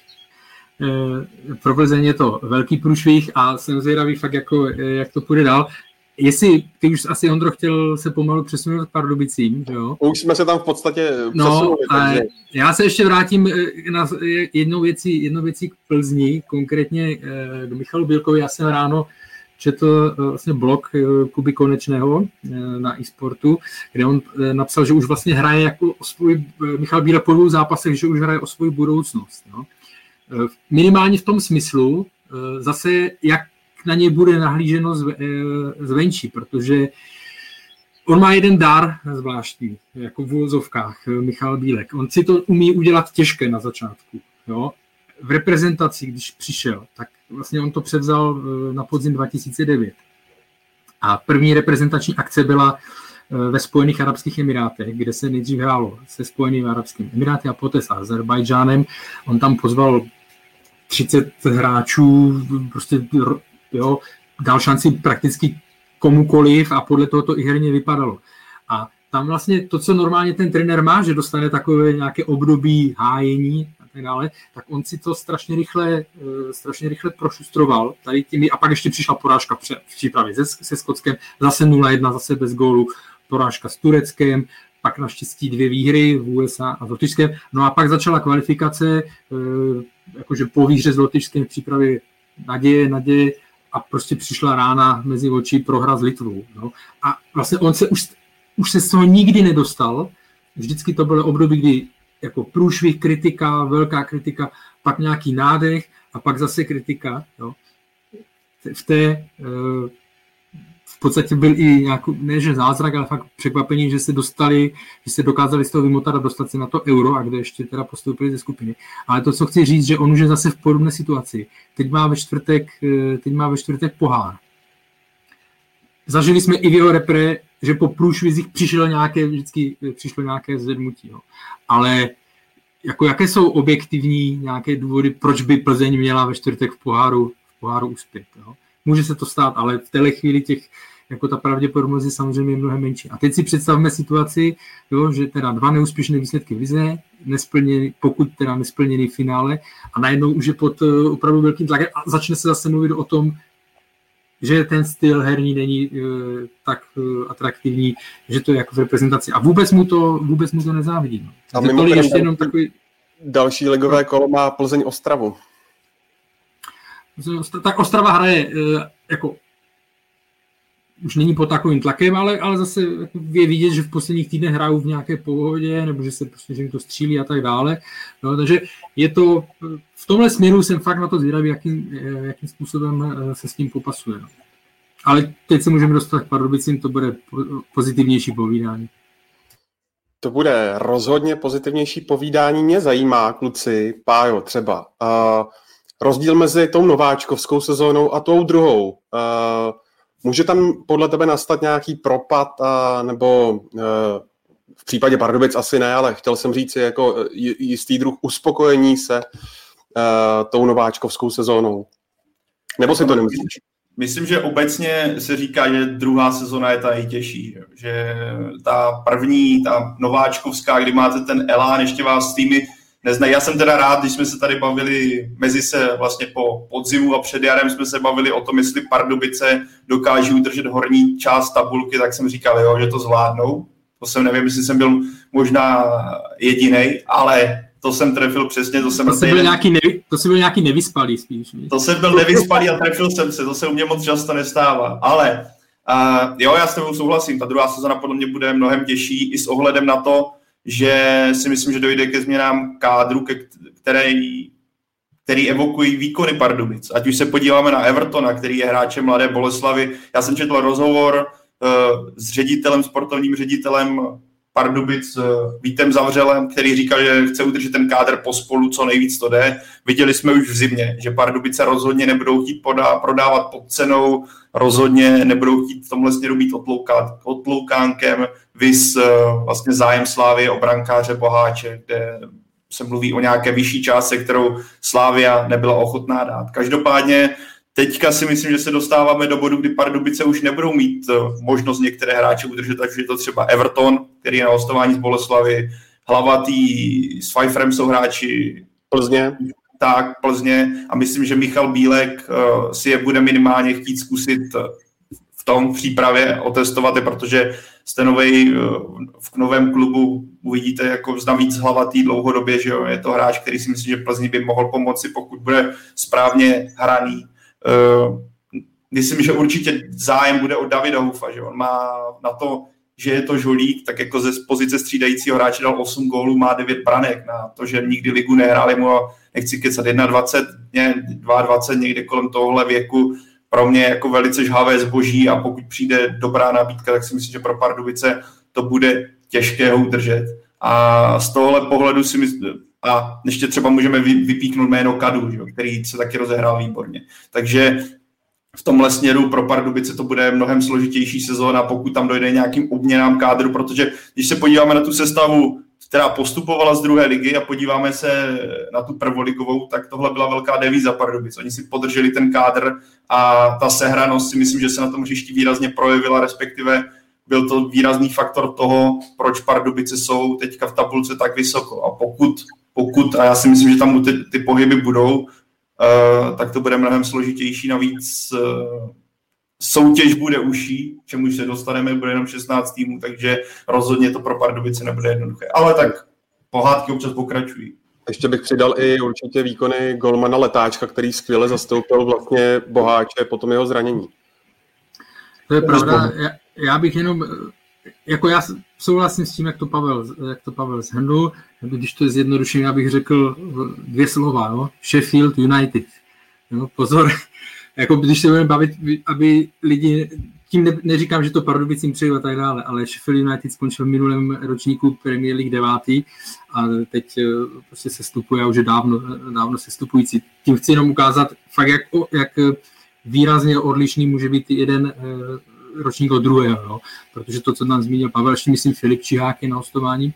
pro Plzeň je to velký průšvih a jsem zvědavý fakt, jako, jak to půjde dál. Jestli ty už asi, Ondro, chtěl se pomalu přesunout k Pardubicím, jo? Už jsme se tam v podstatě no, přesunuli. Takže... Já se ještě vrátím na jednou věcí, jednou věcí k Plzni, konkrétně k Michalu Bílkovi. Já jsem ráno četl vlastně blog Kuby Konečného na eSportu, kde on napsal, že už vlastně hraje jako o svůj, Michal Bílek po dvou zápasech, že už hraje o svou budoucnost. No? Minimálně v tom smyslu, zase jak na něj bude nahlíženo zvenčí, protože on má jeden dar zvláštní, jako v uvozovkách, Michal Bílek. On si to umí udělat těžké na začátku. Jo? V reprezentaci, když přišel, tak vlastně on to převzal na podzim dva tisíce devět. A první reprezentační akce byla ve Spojených arabských emirátech, kde se nejdřív hrálo se Spojenými arabskými emiráty a poté s Azerbajdžánem. On tam pozval třicet hráčů, prostě jo, dal šanci prakticky komukoliv a podle toho to i herně vypadalo. A tam vlastně to, co normálně ten trenér má, že dostane takové nějaké období hájení a tak dále, tak on si to strašně rychle, strašně rychle prošustroval tady těmi, a pak ještě přišla porážka v přípravě se, se Skotskem, zase nula jedna, zase bez gólu, porážka s Tureckem, pak naštěstí dvě výhry v U S A a s Lotyšskem. No a pak začala kvalifikace, jakože po výhře s Lotyšskem v přípravě naděje, naděje, a prostě přišla rána mezi oči prohra s Litvou. No. A vlastně on se už, už se z toho nikdy nedostal. Vždycky to bylo období, kdy jako průšvih, kritika, velká kritika, pak nějaký nádech a pak zase kritika. Jo. V té v podstatě byl i nějaký, ne že zázrak, ale fakt překvapení, že se dostali, že se dokázali z toho vymotat a dostat se na to euro, a kde ještě teda postoupili ze skupiny. Ale to, co chci říct, že on už je zase v podobné situaci. Teď má ve čtvrtek, teď má ve čtvrtek pohár. Zažili jsme i v jeho repre, že po průšvizích přišlo nějaké, vždycky přišlo nějaké zvednutí. Jo. Ale jako jaké jsou objektivní nějaké důvody, proč by Plzeň měla ve čtvrtek v poháru, v poháru uspět. Jo. Může se to stát, ale v téhle chvíli těch, jako ta pravděpodobnost je samozřejmě mnohem menší. A teď si představme situaci, jo, že teda dva neúspěšné výsledky v lize, nesplněný, pokud teda nesplněný finále, a najednou už je pod uh, opravdu velkým tlakem a začne se zase mluvit o tom, že ten styl herní není uh, tak uh, atraktivní, že to je jako v reprezentaci. A vůbec mu to, vůbec mu to nezávidí. No. A mimochodem ještě jenom takový... další ligové kolo má Plzeň Ostravu. Tak Ostrava hraje jako už není pod takovým tlakem, ale, ale zase je vidět, že v posledních týdnech hrajou v nějaké pohodě, nebo že se prostě, že jim to střílí a tak dále. No, takže je to, v tomhle směru jsem fakt na to zvědavý, jakým, jakým způsobem se s tím popasuje. No. Ale teď se můžeme dostat k Pardubicím, to bude pozitivnější povídání. To bude rozhodně pozitivnější povídání. Mě zajímá, kluci, Pájo třeba, uh, rozdíl mezi tou nováčkovskou sezónou a tou druhou. Uh, může tam podle tebe nastat nějaký propad, uh, nebo uh, v případě Pardubic asi ne, ale chtěl jsem říct jako jistý druh uspokojení se uh, tou nováčkovskou sezónou. Nebo si to nemyslíš? Myslím, že obecně se říká, že druhá sezona je ta nejtěžší. Že ta první, ta nováčkovská, kdy máte ten elán, ještě vás týmy neznají. Já jsem teda rád, když jsme se tady bavili mezi se vlastně po podzimu a před jarem jsme se bavili o tom, jestli Pardubice dokáží udržet horní část tabulky, tak jsem říkal, jo, že to zvládnou. To jsem nevím, jestli jsem byl možná jedinej, ale to jsem trefil přesně. To jsem to jsi byl, nějaký nevi, to jsi byl nějaký nevyspalý spíš. Ne? To jsem byl nevyspalý a trefil jsem se, to se u mě moc často nestává. Ale uh, jo, já s tebou souhlasím, ta druhá sezona podle mě bude mnohem těžší i s ohledem na to, že si myslím, že dojde ke změnám kádru, který, který evokují výkony Pardubic. Ať už se podíváme na Evertona, který je hráčem Mladé Boleslavi. Já jsem četl rozhovor uh, s ředitelem, sportovním ředitelem Pardubic Vítem Zavřelem, který říkal, že chce udržet ten kádr pospolu, co nejvíc to jde. Viděli jsme už v zimě, že Pardubice rozhodně nebudou chtít podá, prodávat pod cenou, rozhodně nebudou chtít v tomhle směru být otlouká, otloukánkem, vys vlastně zájem Slávie o brankáře Boháče, kde se mluví o nějaké vyšší částce, kterou Slavia nebyla ochotná dát. Každopádně teďka si myslím, že se dostáváme do bodu, kdy Pardubice už nebudou mít možnost některé hráče udržet, takže je to třeba Everton, který je na hostování z Boleslavy, Hlavatý, s Pfeifferem jsou hráči Plzně. Tak, Plzně. A myslím, že Michal Bílek uh, si je bude minimálně chtít zkusit v tom v přípravě otestovat, protože jste novej, uh, v novém klubu uvidíte jako navíc Hlavatý dlouhodobě, že jo? Je to hráč, který si myslím, že Plzni by mohl pomoci, pokud bude správně hraný. Uh, myslím, že určitě zájem bude od Davida Hufa, že on má na to, že je to žolík, tak jako ze pozice střídajícího hráče dal osm gólů, má devět branek, na to, že nikdy ligu nehrál, mu nechci kecat dvacet jedna, dvacet dva, někde kolem tohohle věku, pro mě jako velice žhavé zboží a pokud přijde dobrá nabídka, tak si myslím, že pro Pardubice to bude těžké ho udržet. A z tohohle pohledu si myslím, a ještě třeba můžeme vypíknout jméno Kadu, že, který se taky rozehrál výborně. Takže v tomhle směru pro Pardubice to bude mnohem složitější sezóna, pokud tam dojde nějakým obměnám kádru, protože když se podíváme na tu sestavu, která postupovala z druhé ligy a podíváme se na tu prvoligovou, tak tohle byla velká devíza Pardubic. Oni si podrželi ten kádr a ta sehranost si myslím, že se na tom hřišti výrazně projevila, respektive byl to výrazný faktor toho, proč Pardubice jsou teďka v tabulce tak vysoko. A pokud, pokud a já si myslím, že tam ty, ty pohyby budou, Uh, tak to bude mnohem složitější, navíc uh, soutěž bude užší, čemuž se dostaneme, bude jenom šestnáct týmů, takže rozhodně to pro Pardubice nebude jednoduché. Ale tak pohádky občas pokračují. Ještě bych přidal i určitě výkony golmana Letáčka, který skvěle zastoupil vlastně Boháče po tom jeho zranění. To je pravda, já, já bych jenom, jako já souhlasím s tím, jak to Pavel, jak to Pavel shrnul, když to je zjednodušeně, já bych řekl dvě slova, no? Sheffield United. No, pozor, jako když se budeme bavit, aby lidi, tím ne, neříkám, že to Pardubicím přeju a tak dále, ale Sheffield United skončil v minulém ročníku Premier League devátý a teď prostě se stupuje a už je dávno, dávno se stupující. Tím chci jenom ukázat fakt, jak, jak výrazně odlišný může být jeden ročník od druhého, no? Protože to, co nám zmínil Pavel, ještě myslím Filip Čihák je na hostování.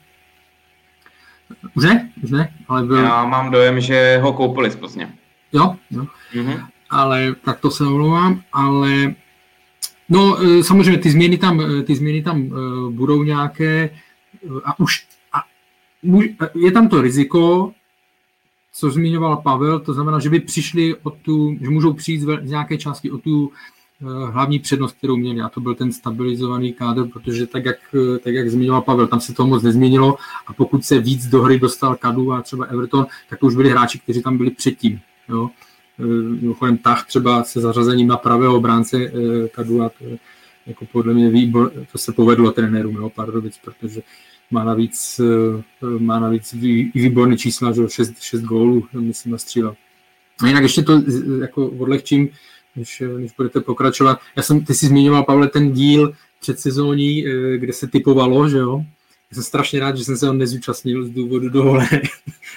Už ne? Už ne? Ale byl... Já mám dojem, že ho koupili z Plzně. Jo? jo. Mm-hmm. Ale tak to se omlouvám, ale no samozřejmě ty změny tam, ty změny tam budou nějaké a už a, je tam to riziko, co zmiňoval Pavel, to znamená, že by přišli o tu, že můžou přijít z nějaké části o tu hlavní přednost, kterou měli, a to byl ten stabilizovaný kádr, protože tak jak, tak, jak zmiňoval Pavel, tam se to moc nezměnilo a pokud se víc do hry dostal Kadu a třeba Everton, tak to už byli hráči, kteří tam byli předtím. Jo. Mimochodem Tah třeba se zařazením na pravého obránce Kadu a to, jako podle mě výbor, to se povedlo trenérům, jo, Pardubic, protože má navíc, má navíc výborný čísla, že šest, šest gólů, myslím, nastřílel. A jinak ještě to jako odlehčím, Než, než budete pokračovat. Já jsem, ty jsi zmiňoval, Pavle, ten díl předsezóní, kde se typovalo, že jo? Já jsem strašně rád, že jsem se ho nezúčastnil z důvodu dovolené.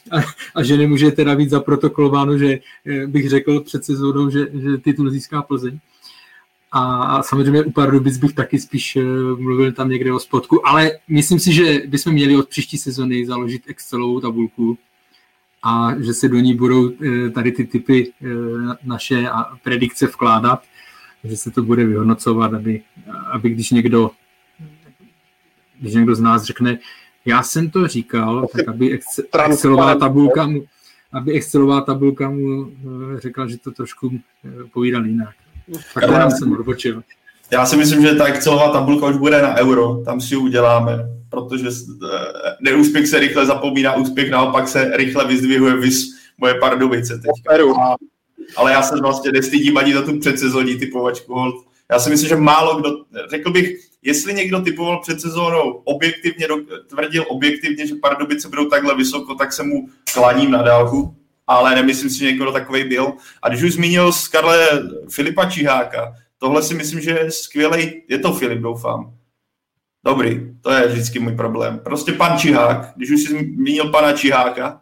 a, a že nemůže teda být zaprotokolováno, že bych řekl před sezónou, že, že titul získá Plzeň. A, a samozřejmě u Pardubic bych taky spíš mluvil tam někde o spodku, ale myslím si, že bychom měli od příští sezony založit Excelovou tabulku a že se do ní budou tady ty typy naše a predikce vkládat, že se to bude vyhodnocovat, aby, aby když někdo když někdo z nás řekne, já jsem to říkal, tak aby Excelová tabulka mu, aby Excelová tabulka mu řekla, že to trošku povídal jinak. Tak to nám jsem odbočil. Já si myslím, že ta Excelová tabulka už bude na Euro, tam si ji uděláme, protože neúspěch se rychle zapomíná, úspěch naopak se rychle vyzdvihuje, vys moje Pardubice teďka. Ale já se vlastně nestydím ani za tu předsezónní typovačku hold. Já si myslím, že málo kdo, řekl bych, jestli někdo typoval před sezónou objektivně, tvrdil objektivně, že Pardubice budou takhle vysoko, tak se mu klaním na dálku, ale nemyslím si, že někdo takovej byl. A když už zmínil z Karle Filipa Čiháka, tohle si myslím, že je skvělej, je to Filip, doufám. Dobrý, to je vždycky můj problém. Prostě pan Čihák, když už si zmínil pana Čiháka,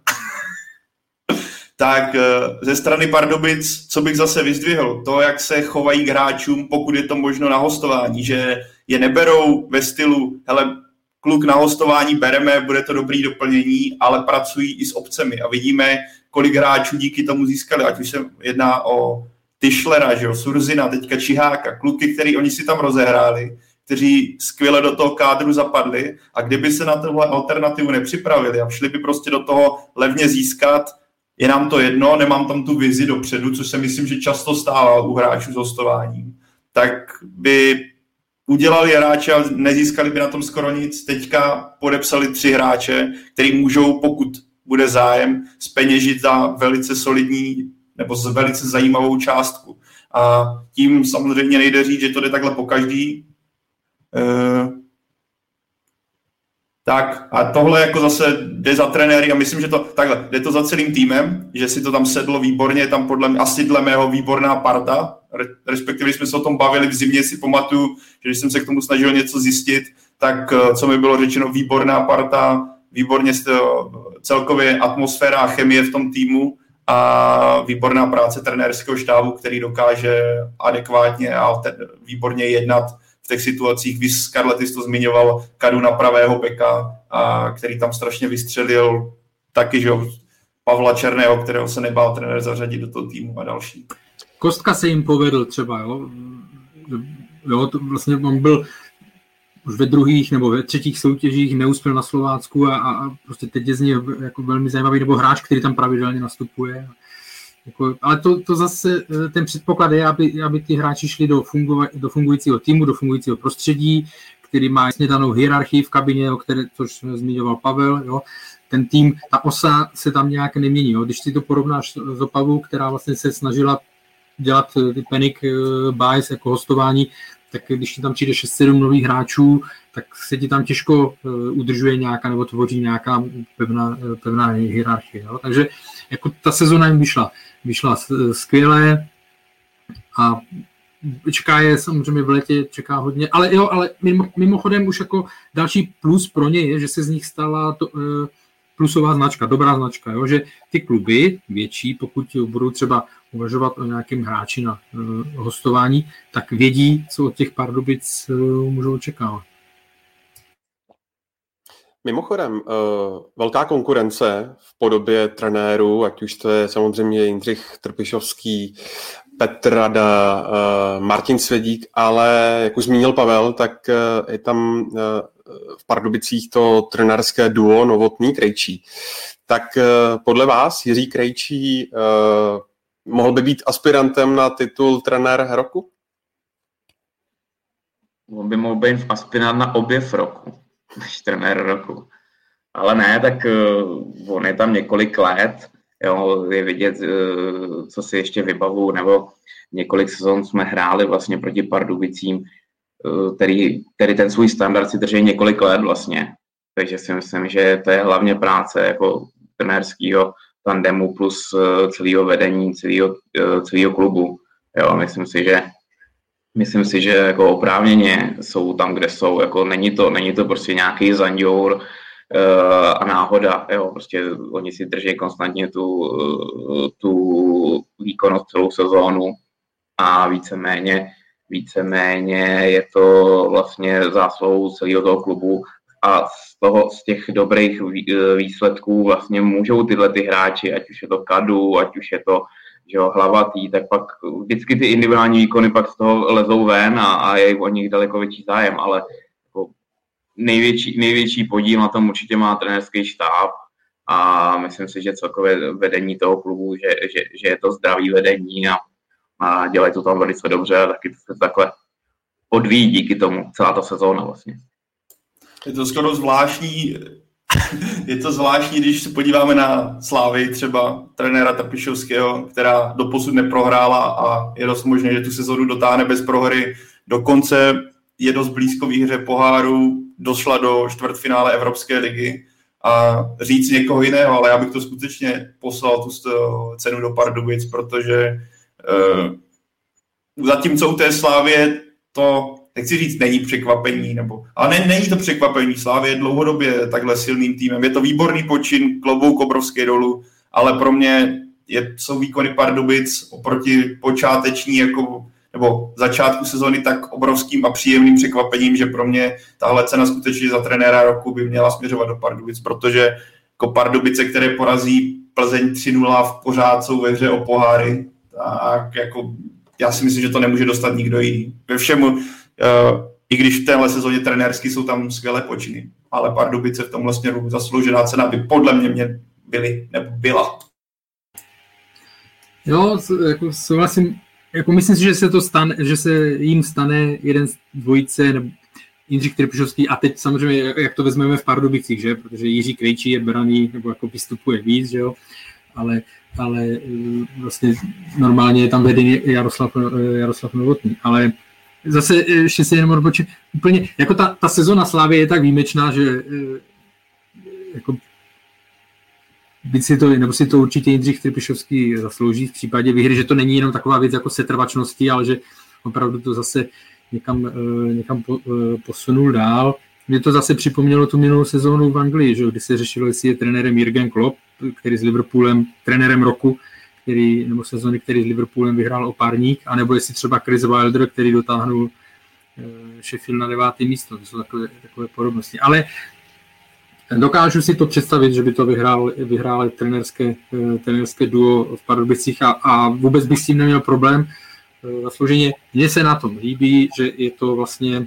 tak ze strany Pardubic, co bych zase vyzdvihl, to, jak se chovají k hráčům, pokud je to možno na hostování, že je neberou ve stylu, hele, kluk na hostování bereme, bude to dobrý doplnění, ale pracují i s obcemi a vidíme, kolik hráčů díky tomu získali, ať už se jedná o Tischlera, že jo, Surzina, teďka Čiháka, kluky, který oni si tam rozehráli, kteří skvěle do toho kádru zapadli a kdyby se na tohle alternativu nepřipravili a šli by prostě do toho levně získat, je nám to jedno, nemám tam tu vizi dopředu, což se myslím, že často stává u hráčů s hostováním, tak by udělali hráče a nezískali by na tom skoro nic. Teďka podepsali tři hráče, který můžou, pokud bude zájem, zpeněžit za velice solidní nebo za velice zajímavou částku. A tím samozřejmě nejde říct, že to jde takhle po každý. E- Tak a tohle jako zase jde za trenéry a myslím, že to takhle, jde to za celým týmem, že si to tam sedlo výborně, tam podle mě, asi dle mého výborná parta, respektive když jsme se o tom bavili v zimě, si pamatuju, že když jsem se k tomu snažil něco zjistit, tak co mi bylo řečeno, výborná parta, výborně celkově atmosféra a chemie v tom týmu a výborná práce trenérského štábu, který dokáže adekvátně a výborně jednat v těch situacích. Vy z Karlety to zmiňoval Kadu na pravého beka, a který tam strašně vystřelil, taky, že jo, Pavla Černého, kterého se nebál trenér zařadit do toho týmu a další. Kostka se jim povedl třeba, jo. jo to vlastně on byl už ve druhých nebo ve třetích soutěžích, neuspěl na Slovácku a, a prostě teď je z něj jako velmi zajímavý, nebo hráč, který tam pravidelně nastupuje. Jako, ale to, to zase ten předpoklad je, aby, aby ty hráči šli do, fungova, do fungujícího týmu, do fungujícího prostředí, který má jasně danou hierarchii v kabině, o které, což zmiňoval Pavel. Jo. Ten tým, ta osa se tam nějak nemění. Jo. Když si to porovnáš s Opavou, která vlastně se snažila dělat ty panic buys jako hostování, tak když ti tam přijde šest sedm nových hráčů, tak se ti tam těžko udržuje nějaká nebo tvoří nějaká pevná, pevná hierarchie. Jo. Takže jako ta sezona jim vyšla, vyšla skvěle a čeká je samozřejmě v létě, čeká hodně, ale jo, ale mimo, mimochodem už jako další plus pro ně je, že se z nich stala to, plusová značka, dobrá značka, jo, že ty kluby větší, pokud budou třeba uvažovat o nějakém hráči na uh, hostování, tak vědí, co od těch Pardubic uh, můžou očekávat. Mimochodem, velká konkurence v podobě trenérů, ať už to je samozřejmě Jindřich Trpišovský, Petr Rada, Martin Svědík, ale jak už zmínil Pavel, tak je tam v Pardubicích to trenérské duo Novotný Krejčí. Tak podle vás Jiří Krejčí mohl by být aspirantem na titul trenér roku? On by mohl být aspirant na objev roku. Než trenér roku. Ale ne, tak uh, on je tam několik let, jo, je vidět, uh, co si ještě vybavu, nebo několik sezon jsme hráli vlastně proti Pardubicím, uh, který, který ten svůj standard si drží několik let vlastně. Takže si myslím, že to je hlavně práce jako trenérského tandemu plus uh, celého vedení, celého, uh, celého klubu. Jo, myslím si, že Myslím si, že jako oprávněně jsou tam, kde jsou. Jako není to, není to prostě nějaký zanďour, a náhoda, jo, prostě oni si drží konstantně tu, tu výkonnost celou sezónu a víceméně, víceméně je to vlastně zásluhou celého toho klubu a z toho, z těch dobrých výsledků vlastně můžou tyhle ty hráči, ať už je to Kadu, ať už je to, že jo, Hlavatý, tak pak vždycky ty individuální výkony pak z toho lezou ven a, a je o nich daleko větší zájem, ale jako největší, největší podíl na tom určitě má trenérský štáb a myslím si, že celkově vedení toho klubu, že, že, že je to zdravý vedení a, a dělají to tam velice dobře a taky to se takhle odvíjí díky tomu celá ta sezóna vlastně. Je to skoro zvláštní, je to zvláštní, když se podíváme na Slávy, třeba trenéra Trpišovského, která doposud neprohrála a je dost možné, že tu sezonu dotáhne bez prohry. Dokonce je dost blízko výhře poháru, došla do čtvrtfinále Evropské ligy a říct někoho jiného, ale já bych to skutečně poslal tu cenu do Pardubic, protože uh, zatímco u té Slávě to, nechci říct, není překvapení, nebo, ale ne, není to překvapení. Slávě je dlouhodobě takhle silným týmem. Je to výborný počin, klobouk obrovský dolů, ale pro mě je, jsou výkony Pardubic oproti počáteční jako, nebo začátku sezóny tak obrovským a příjemným překvapením, že pro mě tahle cena skutečně za trenéra roku by měla směřovat do Pardubic, protože jako Pardubice, které porazí Plzeň tři nula v pořád jsou ve hře o poháry, tak jako já si myslím, že to nemůže dostat nikdo jiný. Ve všemu, uh, i když v téhle sezóně trenérsky jsou tam skvělé počiny, ale Pardubice v tomhle směru zasloužená cena by podle mě, mě byly, nebo byla. Jo, jako souhlasím, jako myslím si, že se to stane, že se jim stane jeden z dvojice, nebo Jindřich Trpišovský, a teď samozřejmě, jak to vezmeme v Pardubicích, že? Protože Jiří Krejčí je braný, nebo jako vystupuje víc, že jo, ale ale vlastně normálně je tam vedený Jaroslav, Jaroslav Novotný. Ale zase ještě se jenom odbočím, úplně, jako ta, ta sezona Slávy je tak výjimečná, že jako byť si to, nebo si to určitě Jindřich Trpišovský zaslouží v případě výhry, že to není jenom taková věc jako setrvačnosti, ale že opravdu to zase někam, někam posunul dál. Mě to zase připomnělo tu minulou sezónu v Anglii, že, kdy se řešilo, jestli je trenérem Jürgen Klopp, který s Liverpoolem, trenérem roku, který, nebo sezóny, který s Liverpoolem vyhrál o párník, anebo jestli třeba Chris Wilder, který dotáhnul Sheffield na devátý místo. To jsou takové, takové podobnosti. Ale dokážu si to představit, že by to vyhrál, vyhrál trenérské, trenérské duo v Pardubicích a, a vůbec bych s tím neměl problém. Zaslouženě mně se na tom líbí, že je to vlastně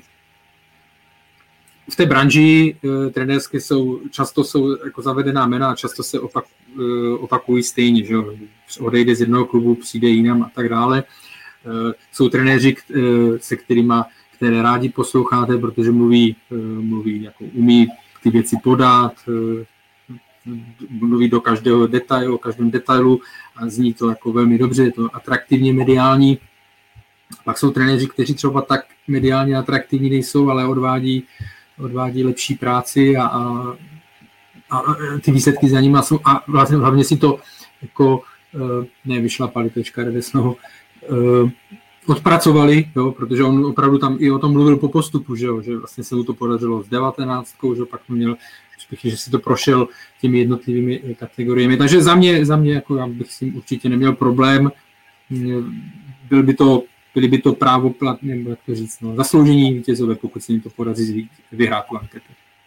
v té branži e, trenérské jsou, často jsou jako zavedená jména a často se opak, e, opakují stejně, že jo? Odejde z jednoho klubu, přijde jinam a tak dále. E, jsou trenéři, k, e, se kterými, které rádi posloucháte, protože mluví, e, mluví jako umí ty věci podat, e, mluví do každého detailu, o každém detailu a zní to jako velmi dobře, je to atraktivně mediální. Pak jsou trenéři, kteří třeba tak mediálně atraktivní nejsou, ale odvádí odvádí lepší práci a, a, a ty výsledky za nimi jsou a vlastně hlavně si to jako ne vyšlapali, tečka Redesnoho, odpracovali, jo, protože on opravdu tam i o tom mluvil po postupu, že, jo, že vlastně se mu to podařilo s devatenáctkou, že pak měl úspěchy, že si to prošel těmi jednotlivými kategoriemi, takže za mě, za mě jako já bych s tím určitě neměl problém, byl by to byli by to právoplatné, nebo jak to říct, no, zasloužení vítězové, pokud se jim to podaří vyhrát tu anketu.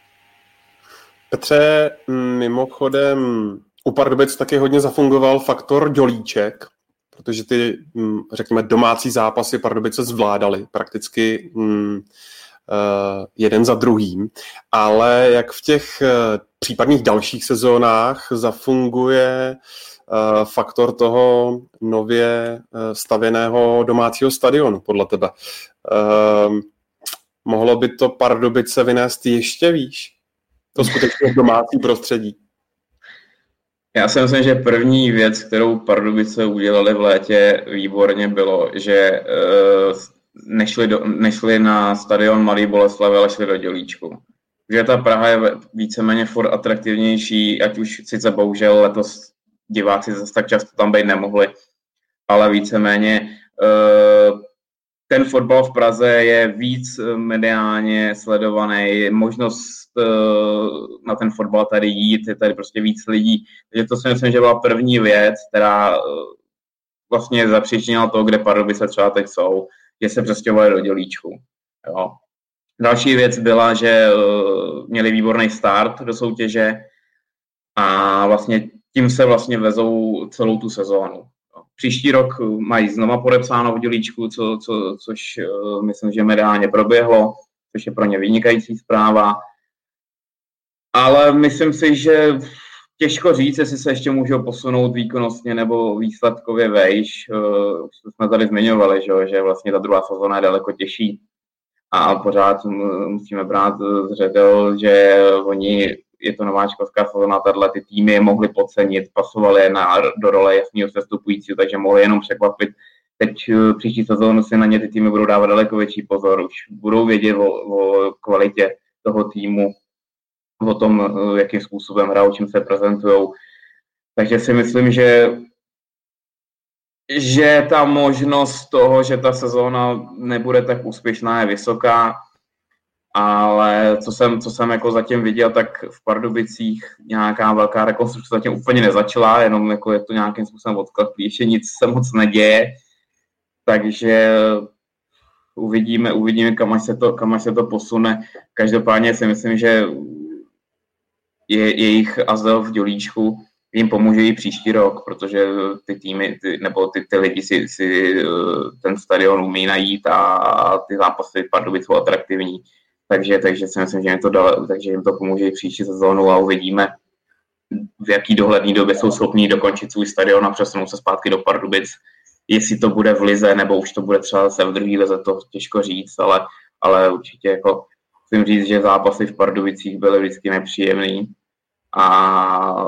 Petře, mimochodem u Pardubic taky hodně zafungoval faktor Dělíček, protože ty, řekněme, domácí zápasy Pardubice zvládali prakticky mm, uh, jeden za druhým, ale jak v těch uh, případných dalších sezónách zafunguje faktor toho nově stavěného domácího stadionu, podle tebe. Um, mohlo by to Pardubice vynést ještě výš? To skutečně domácí prostředí. Já si myslím, že první věc, kterou Pardubice udělali v létě výborně, bylo, že uh, nešli, do, nešli na stadion Mladý Boleslavi, ale šli do Dělíčku. Že ta Praha je víceméně furt atraktivnější, ať už sice bohužel letos diváci zase tak často tam být nemohli, ale víceméně uh, ten fotbal v Praze je víc mediálně sledovaný, možnost na ten fotbal tady jít, je tady prostě víc lidí. Takže to si myslím, že byla první věc, která vlastně zapříčinila to, kde Pardubice třeba teď jsou, že se přestěhovali do Dělíčku. Jo. Další věc byla, že měli výborný start do soutěže a vlastně tím se vlastně vezou celou tu sezónu. Příští rok mají znova podepsáno v Dělíčku, co, co, což uh, myslím, že mediálně proběhlo, což je pro ně vynikající zpráva. Ale myslím si, že těžko říct, jestli se ještě můžou posunout výkonnostně nebo výsledkově vejš. Uh, jsme tady zmiňovali, že, že vlastně ta druhá sezóna je daleko těžší. A pořád musíme brát zřetel, že oni, je to nováčkovská sezóna, tato ty týmy mohly podcenit, pasovaly na, do role jasného sestupujícího, takže mohly jenom překvapit. Teď příští sezónu si na ně ty týmy budou dávat daleko větší pozor, už budou vědět o, o kvalitě toho týmu, o tom, jakým způsobem hrajou, čím se prezentujou. Takže si myslím, že že ta možnost toho, že ta sezóna nebude tak úspěšná, je vysoká, ale co jsem, co jsem jako zatím viděl, tak v Pardubicích nějaká velká rekonstrukce zatím úplně nezačala, jenom jako je to nějakým způsobem odkladlý, ještě nic se moc neděje, takže uvidíme, uvidíme kam, až se to, kam až se to posune. Každopádně si myslím, že je, jejich azyl v Dělíčku jim pomůže i příští rok, protože ty týmy, ty, nebo ty, ty lidi si, si ten stadion umí najít a ty zápasy v Pardubicích jsou atraktivní. Takže, takže si myslím, že jim to, dalo, takže jim to pomůže i příští sezónu a uvidíme, v jaký dohledný době jsou schopní dokončit svůj stadion a přesunout se zpátky do Pardubic. Jestli to bude v lize, nebo už to bude třeba zase v druhé lize, to těžko říct, ale, ale určitě jako musím říct, že zápasy v Pardubicích byly vždycky nepříjemný a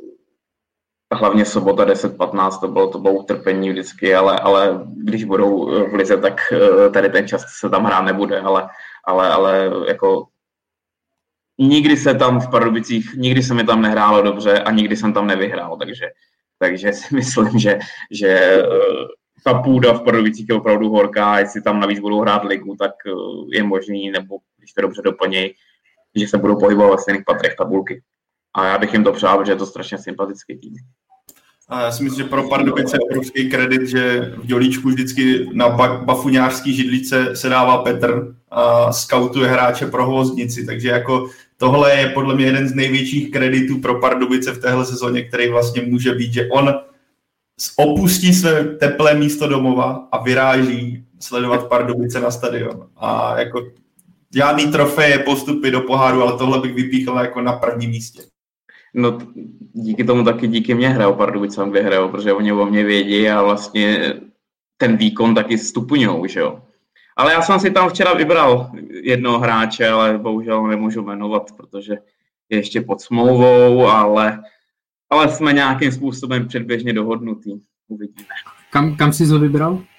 hlavně sobota deset patnáct, to bylo, to bylo utrpení vždycky, ale, ale když budou v lize, tak tady ten čas se tam hrát nebude, ale, ale, ale jako nikdy se tam v Pardubicích, nikdy se mi tam nehrálo dobře a nikdy jsem tam nevyhrál, takže, takže si myslím, že, že ta půda v Pardubicích je opravdu horká a jestli tam navíc budou hrát ligu, tak je možný, nebo když to dobře doplnějí, že se budou pohybovat ve stejných patrech tabulky. A já bych jim to přál, protože je to strašně sympatický tým. A já si myslím, že pro Pardubice je obrovský kredit, že v Dělíčku vždycky na bafuňářský židlice se dává Petr a skautuje hráče pro Hvoznici. Takže jako tohle je podle mě jeden z největších kreditů pro Pardubice v téhle sezóně, který vlastně může být, že on opustí své teplé místo domova a vyráží sledovat Pardubice na stadion. A jako žádný trofeje, postupy do poháru, ale tohle bych vypíchl jako na prvním místě. No díky tomu taky díky mě hrajou Pardubicám, kde hrajou, protože oni o mě vědí a vlastně ten výkon taky stupňou, že jo. Ale já jsem si tam včera vybral jednoho hráče, ale bohužel nemůžu jmenovat, protože je ještě pod smlouvou, ale, ale jsme nějakým způsobem předběžně dohodnutý. Uvidíme. Kam, kam jsi ho vybral? Uh,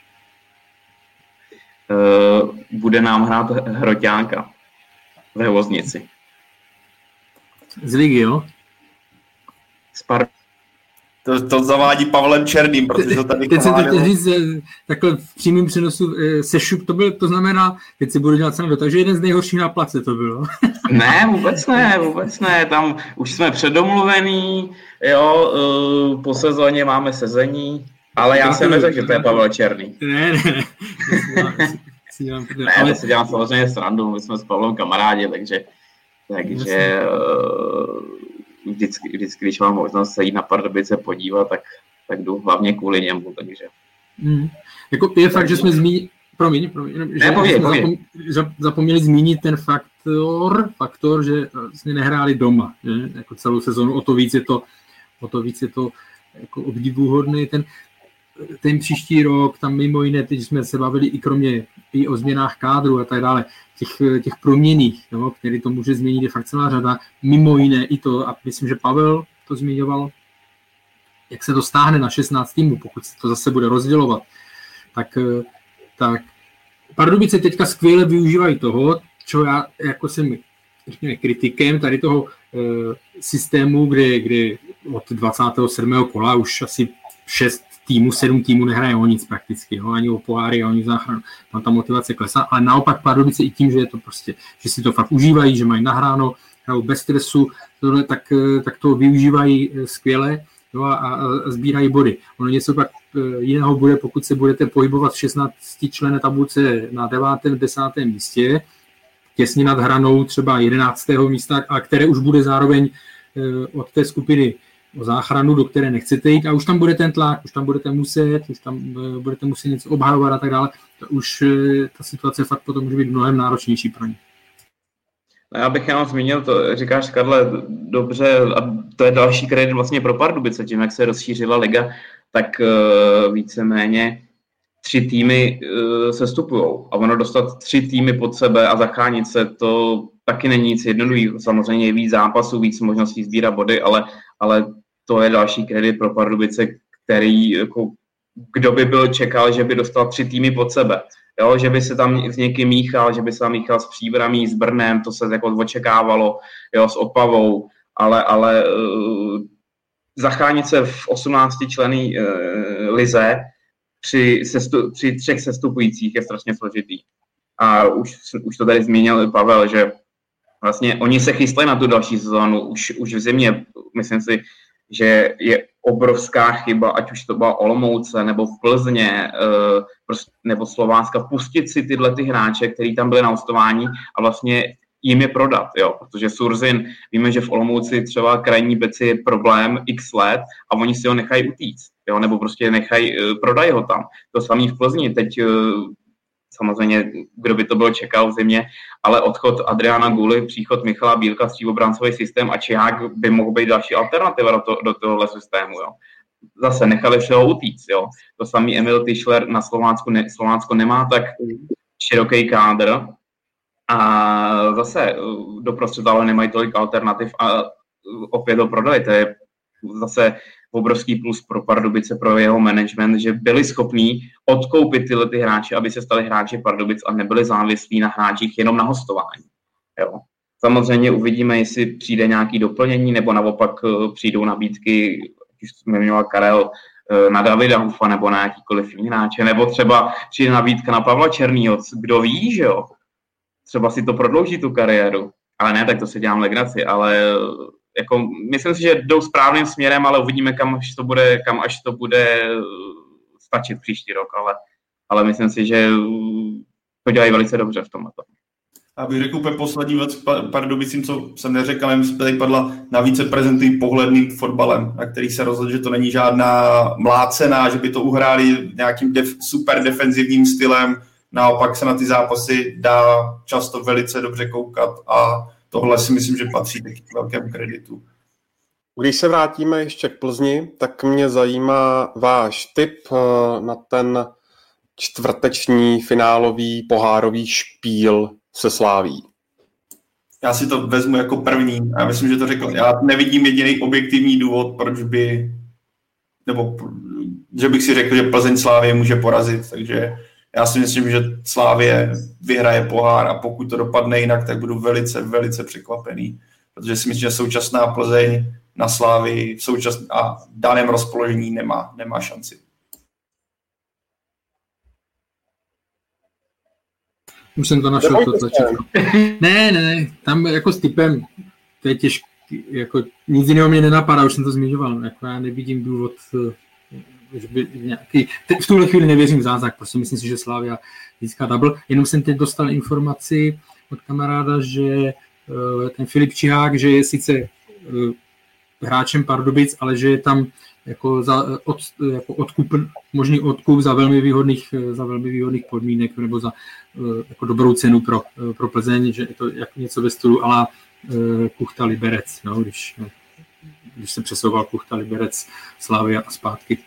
bude nám hrát Hroťánka ve Hvoznici. Z ligy, jo? Spar- to, to zavádí Pavlem Černým, protože to tady teď jsem to chtěl říct, takhle v přímém přenosu sešup, to bylo, to znamená, teď si budu dělat sám, takže jeden z nejhorších na place to bylo. Ne, vůbec ne, vůbec ne, tam už jsme předomluvený, jo, po sezóně máme sezení, ale já jsem neřekl, že to je Pavel Černý. Ne, ne, ne. Ne, ale... to si dělám samozřejmě srandu, my jsme s Pavlem kamarádi, takže, takže vždycky, vždycky, když mám možnost se jít na Pardubice podívat, tak, tak jdu hlavně kvůli němu, takže. Mm. Jako je fakt, že jsme zmínili, promiň, promiň, že ne, pověd, jsme pověd. Zapom, zapomněli zmínit ten faktor, faktor, že vlastně nehráli doma, že? Jako celou sezonu, o to víc je to, o to víc je to jako obdivuhodný ten, ten příští rok, tam mimo jiné, teď jsme se bavili i kromě i o změnách kádru a tak dále, těch, těch proměnných, jo, který to může změnit, je fakt celá řada, mimo jiné i to, a myslím, že Pavel to zmiňoval, jak se to stáhne na šestnáct týmů, pokud se to zase bude rozdělovat, tak, tak Pardubice teďka skvěle využívají toho, čo já jako jsem řekněme, kritikem tady toho e, systému, kde, kde od dvacátého sedmého kola už asi šest týmu, sedm týmů nehraje o nic prakticky, jo, ani o poháry, ani o záchranu. Tam ta motivace klesá, ale naopak Pardubice i tím, že je to prostě, že si to fakt užívají, že mají nahráno, hrajou bez stresu, tohle, tak, tak to využívají skvěle, jo, a, a sbírají body. Ono něco pak jiného bude, pokud se budete pohybovat v šestnácti členné tabulce na devátém, desátém místě, těsně nad hranou třeba jedenáctého místa, a které už bude zároveň od té skupiny o záchranu, do které nechcete jít, a už tam bude ten tlak, už tam budete muset, už tam budete muset něco obhajovat a tak dále. To už ta situace fakt potom může být mnohem náročnější pro ně. No, já bych jenom zmínil, to říkáš, Karle, dobře, a to je další kredit vlastně pro Pardubice, tím, jak se rozšířila liga, tak uh, víceméně tři týmy uh, se stupujou. A ono dostat tři týmy pod sebe a zachránit se, to taky není nic jednoduchého. Samozřejmě je víc zápasů, víc možností sbírat body, ale, ale to je další kredit pro Pardubice, který, jako, kdo by byl čekal, že by dostal tři týmy pod sebe. Jo, že by se tam s někým míchal, že by se tam míchal s Příbramí, s Brnem, to se jako očekávalo, jo, s Opavou, ale, ale uh, zachránit se v osmnáctičlenné uh, lize při, sestu, při třech sestupujících je strašně složitý. A už, už to tady zmínil Pavel, že vlastně oni se chystají na tu další sezónu už, už v zimě. Myslím si, že je obrovská chyba, ať už to byla Olomouce, nebo v Plzně, nebo Slovácka, pustit si tyhle ty hráče, který tam byli na hostování a vlastně jim je prodat, jo, protože Surzin, víme, že v Olomouci třeba krajní beci je problém x let a oni si ho nechají utíct, jo, nebo prostě nechají, prodají ho tam. To samý v Plzni, teď samozřejmě, kdo by to byl čekal v zimě, ale odchod Adriana Guly, příchod Michala Bílka, stříbrobrancový systém a Čihák by mohl být další alternativa do, to, do tohohle systému. Jo. Zase nechali všeho utíct. Jo. To samý Emil Tischler na Slovánsku, ne, Slovácko nemá tak široký kádr a zase doprostřed ale nemají tolik alternativ a opět ho prodali. To je zase obrovský plus pro Pardubice, pro jeho management, že byli schopní odkoupit tyhle ty hráče, aby se stali hráči Pardubic a nebyli závislí na hráčích jenom na hostování. Jo. Samozřejmě uvidíme, jestli přijde nějaké doplnění, nebo naopak přijdou nabídky, když jsme měli Karel, na Davida Hufa nebo na jakýkoliv jiný hráče, nebo třeba přijde nabídka na Pavla Černýho, kdo ví, že jo. Třeba si to prodlouží tu kariéru, ale ne, tak to si dělám legraci, ale jako, myslím si, že jdou správným směrem, ale uvidíme, kam až to bude, kam až to bude stačit příští rok, ale, ale myslím si, že to dělají velice dobře v tomhle. Abych řekl úplně poslední věc Pardubicím, co jsem neřekl, jen se tady padla, navíc se prezentují pohledným fotbalem, na který se rozhodl, že to není žádná mlácená, že by to uhráli nějakým def, super defenzivním stylem, naopak se na ty zápasy dá často velice dobře koukat a tohle si myslím, že patří taky k velkému kreditu. Když se vrátíme ještě k Plzni, tak mě zajímá váš tip na ten čtvrteční finálový pohárový špíl se Slaví. Já si to vezmu jako první. Já myslím, že to řekl. Já nevidím jediný objektivní důvod, proč by, nebo že bych si řekl, že Plzeň Slávie může porazit, takže já si myslím, že Slávie vyhraje pohár a pokud to dopadne jinak, tak budu velice, velice překvapený, protože si myslím, že současná Plzeň na Slávii v současném a daném rozpoložení nemá, nemá šanci. Už jsem to našel, to tlačítko. Ne, ne, ne, tam jako s typem, to je těžké, jako nic jiného mě nenapadá, už jsem to zmiňoval, jako já nevidím důvod, že by nějaký, v tuhle chvíli nevěřím v zázrak, prostě myslím si, že Slavia získá double, jenom jsem teď dostal informaci od kamaráda, že uh, ten Filip Čihák, že je sice uh, hráčem Pardubic, ale že je tam jako, za, od, jako odkup, možný odkup za velmi výhodných, za velmi výhodných podmínek nebo za uh, jako dobrou cenu pro, uh, pro Plzeň, že je to jako něco ve stylu a la uh, Kuchta Liberec, no, když, no, když se přesouval Kuchta Liberec Slavia a zpátky.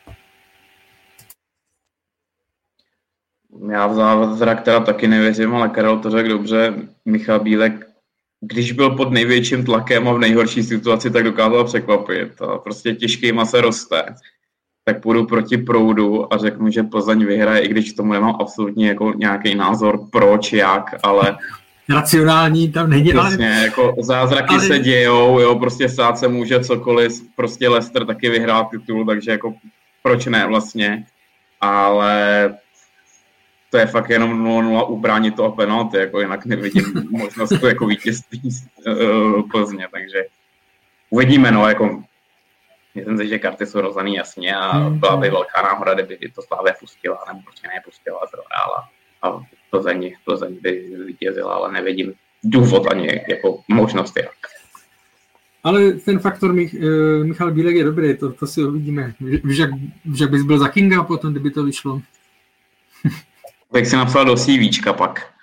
Já v zázrak teda taky nevěřím, ale Karel to řekl dobře. Michal Bílek, když byl pod největším tlakem a v nejhorší situaci, tak dokázal překvapit. A prostě těžkýma se roste. Tak půjdu proti proudu a řeknu, že Plzeň vyhraje, i když k tomu nemám absolutně jako nějaký názor, proč, jak, ale... Racionální tam není, přesně, ale... jako zázraky ale... se dějou, jo, prostě stát se může cokoliv, prostě Leicester taky vyhrál titul, takže jako proč ne vlastně, ale to je fakt jenom nula nula ubránit toho penalty, jako jinak nevidím možnost jako vítězství uh, Plzně, takže uvidíme, no, jako myslím si, že karty jsou rozdaný jasně a byla by velká náhoda, kdyby to Slavia pustila, nebo prostě nepustila z Reála a Plzeň, Plzeň by vítězila, ale nevidím důvod ani jako možnost jak. Ale ten faktor Mich, uh, Michal Bílek je dobrý, to, to si uvidíme. Víš, jak, jak bys byl za Kinga potom, kdyby to vyšlo? Tak si napsal do CVčka pak.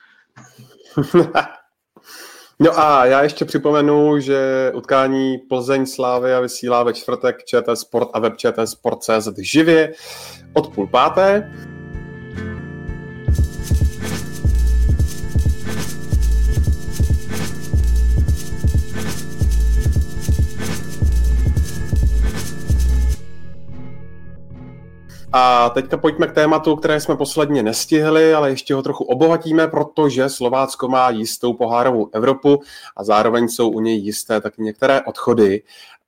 No a já ještě připomenu, že utkání Plzeň Slavia vysílá ve čtvrtek ČT Sport a web čtsport tečka cé zet živě od půl páté. A teďka pojďme k tématu, které jsme posledně nestihli, ale ještě ho trochu obohatíme, protože Slovácko má jistou pohárovou Evropu a zároveň jsou u něj jisté taky některé odchody.